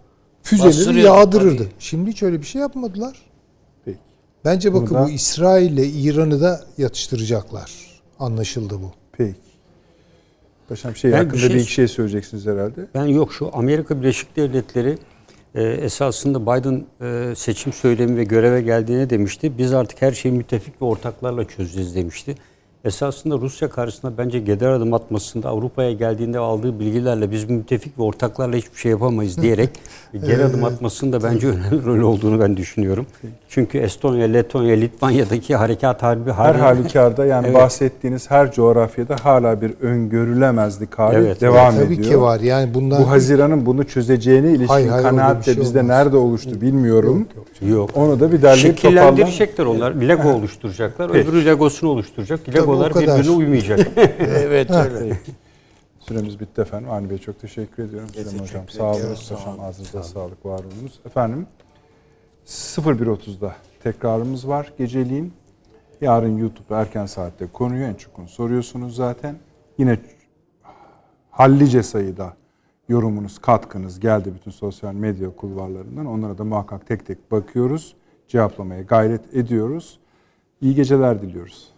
füzeleri yağdırırdı. Şimdi hiç öyle bir şey yapmadılar. Peki. Bence bakın bu İsrail ile İran'ı da yatıştıracaklar. Anlaşıldı bu. Peki. Paşam hakkında bir iki şey söyleyeceksiniz herhalde. Ben yok, şu Amerika Birleşik Devletleri esasında Biden seçim söylemi ve göreve geldiğine demişti. Biz artık her şeyi müttefik ve ortaklarla çözeceğiz demişti. Esasında Rusya karşısında bence geder adım atmasında, Avrupa'ya geldiğinde aldığı bilgilerle biz müttefik ve ortaklarla hiçbir şey yapamayız diyerek geri adım atmasında bence önemli rol olduğunu ben düşünüyorum. Çünkü Estonya, Letonya, Litvanya'daki harekat harbi her halükarda yani evet, bahsettiğiniz her coğrafyada hala bir öngörülemezlik hali devam ediyor. Tabii ki var. Yani bundan bu Haziran'ın bunu çözeceğine ilişkin kanaat de bizde nerede oluştu bilmiyorum. Yok. Onu da bir derleyip şekillendirecekler onlar. Lego oluşturacaklar. Öbürü Legosunu oluşturacak. Legolar birbirine uymayacak. Evet öyle. Süremiz bitti efendim. Avni Bey çok teşekkür ediyorum. Süleyman Hocam sağ olun. Paşam ağzınıza sağlık, var olunuz. Efendim 01.30'da tekrarımız var geceliğin. Yarın YouTube erken saatte konuyu en çok soruyorsunuz zaten. Yine hallice sayıda yorumunuz, katkınız geldi bütün sosyal medya kulvarlarından. Onlara da muhakkak tek tek bakıyoruz. Cevaplamaya gayret ediyoruz. İyi geceler diliyoruz.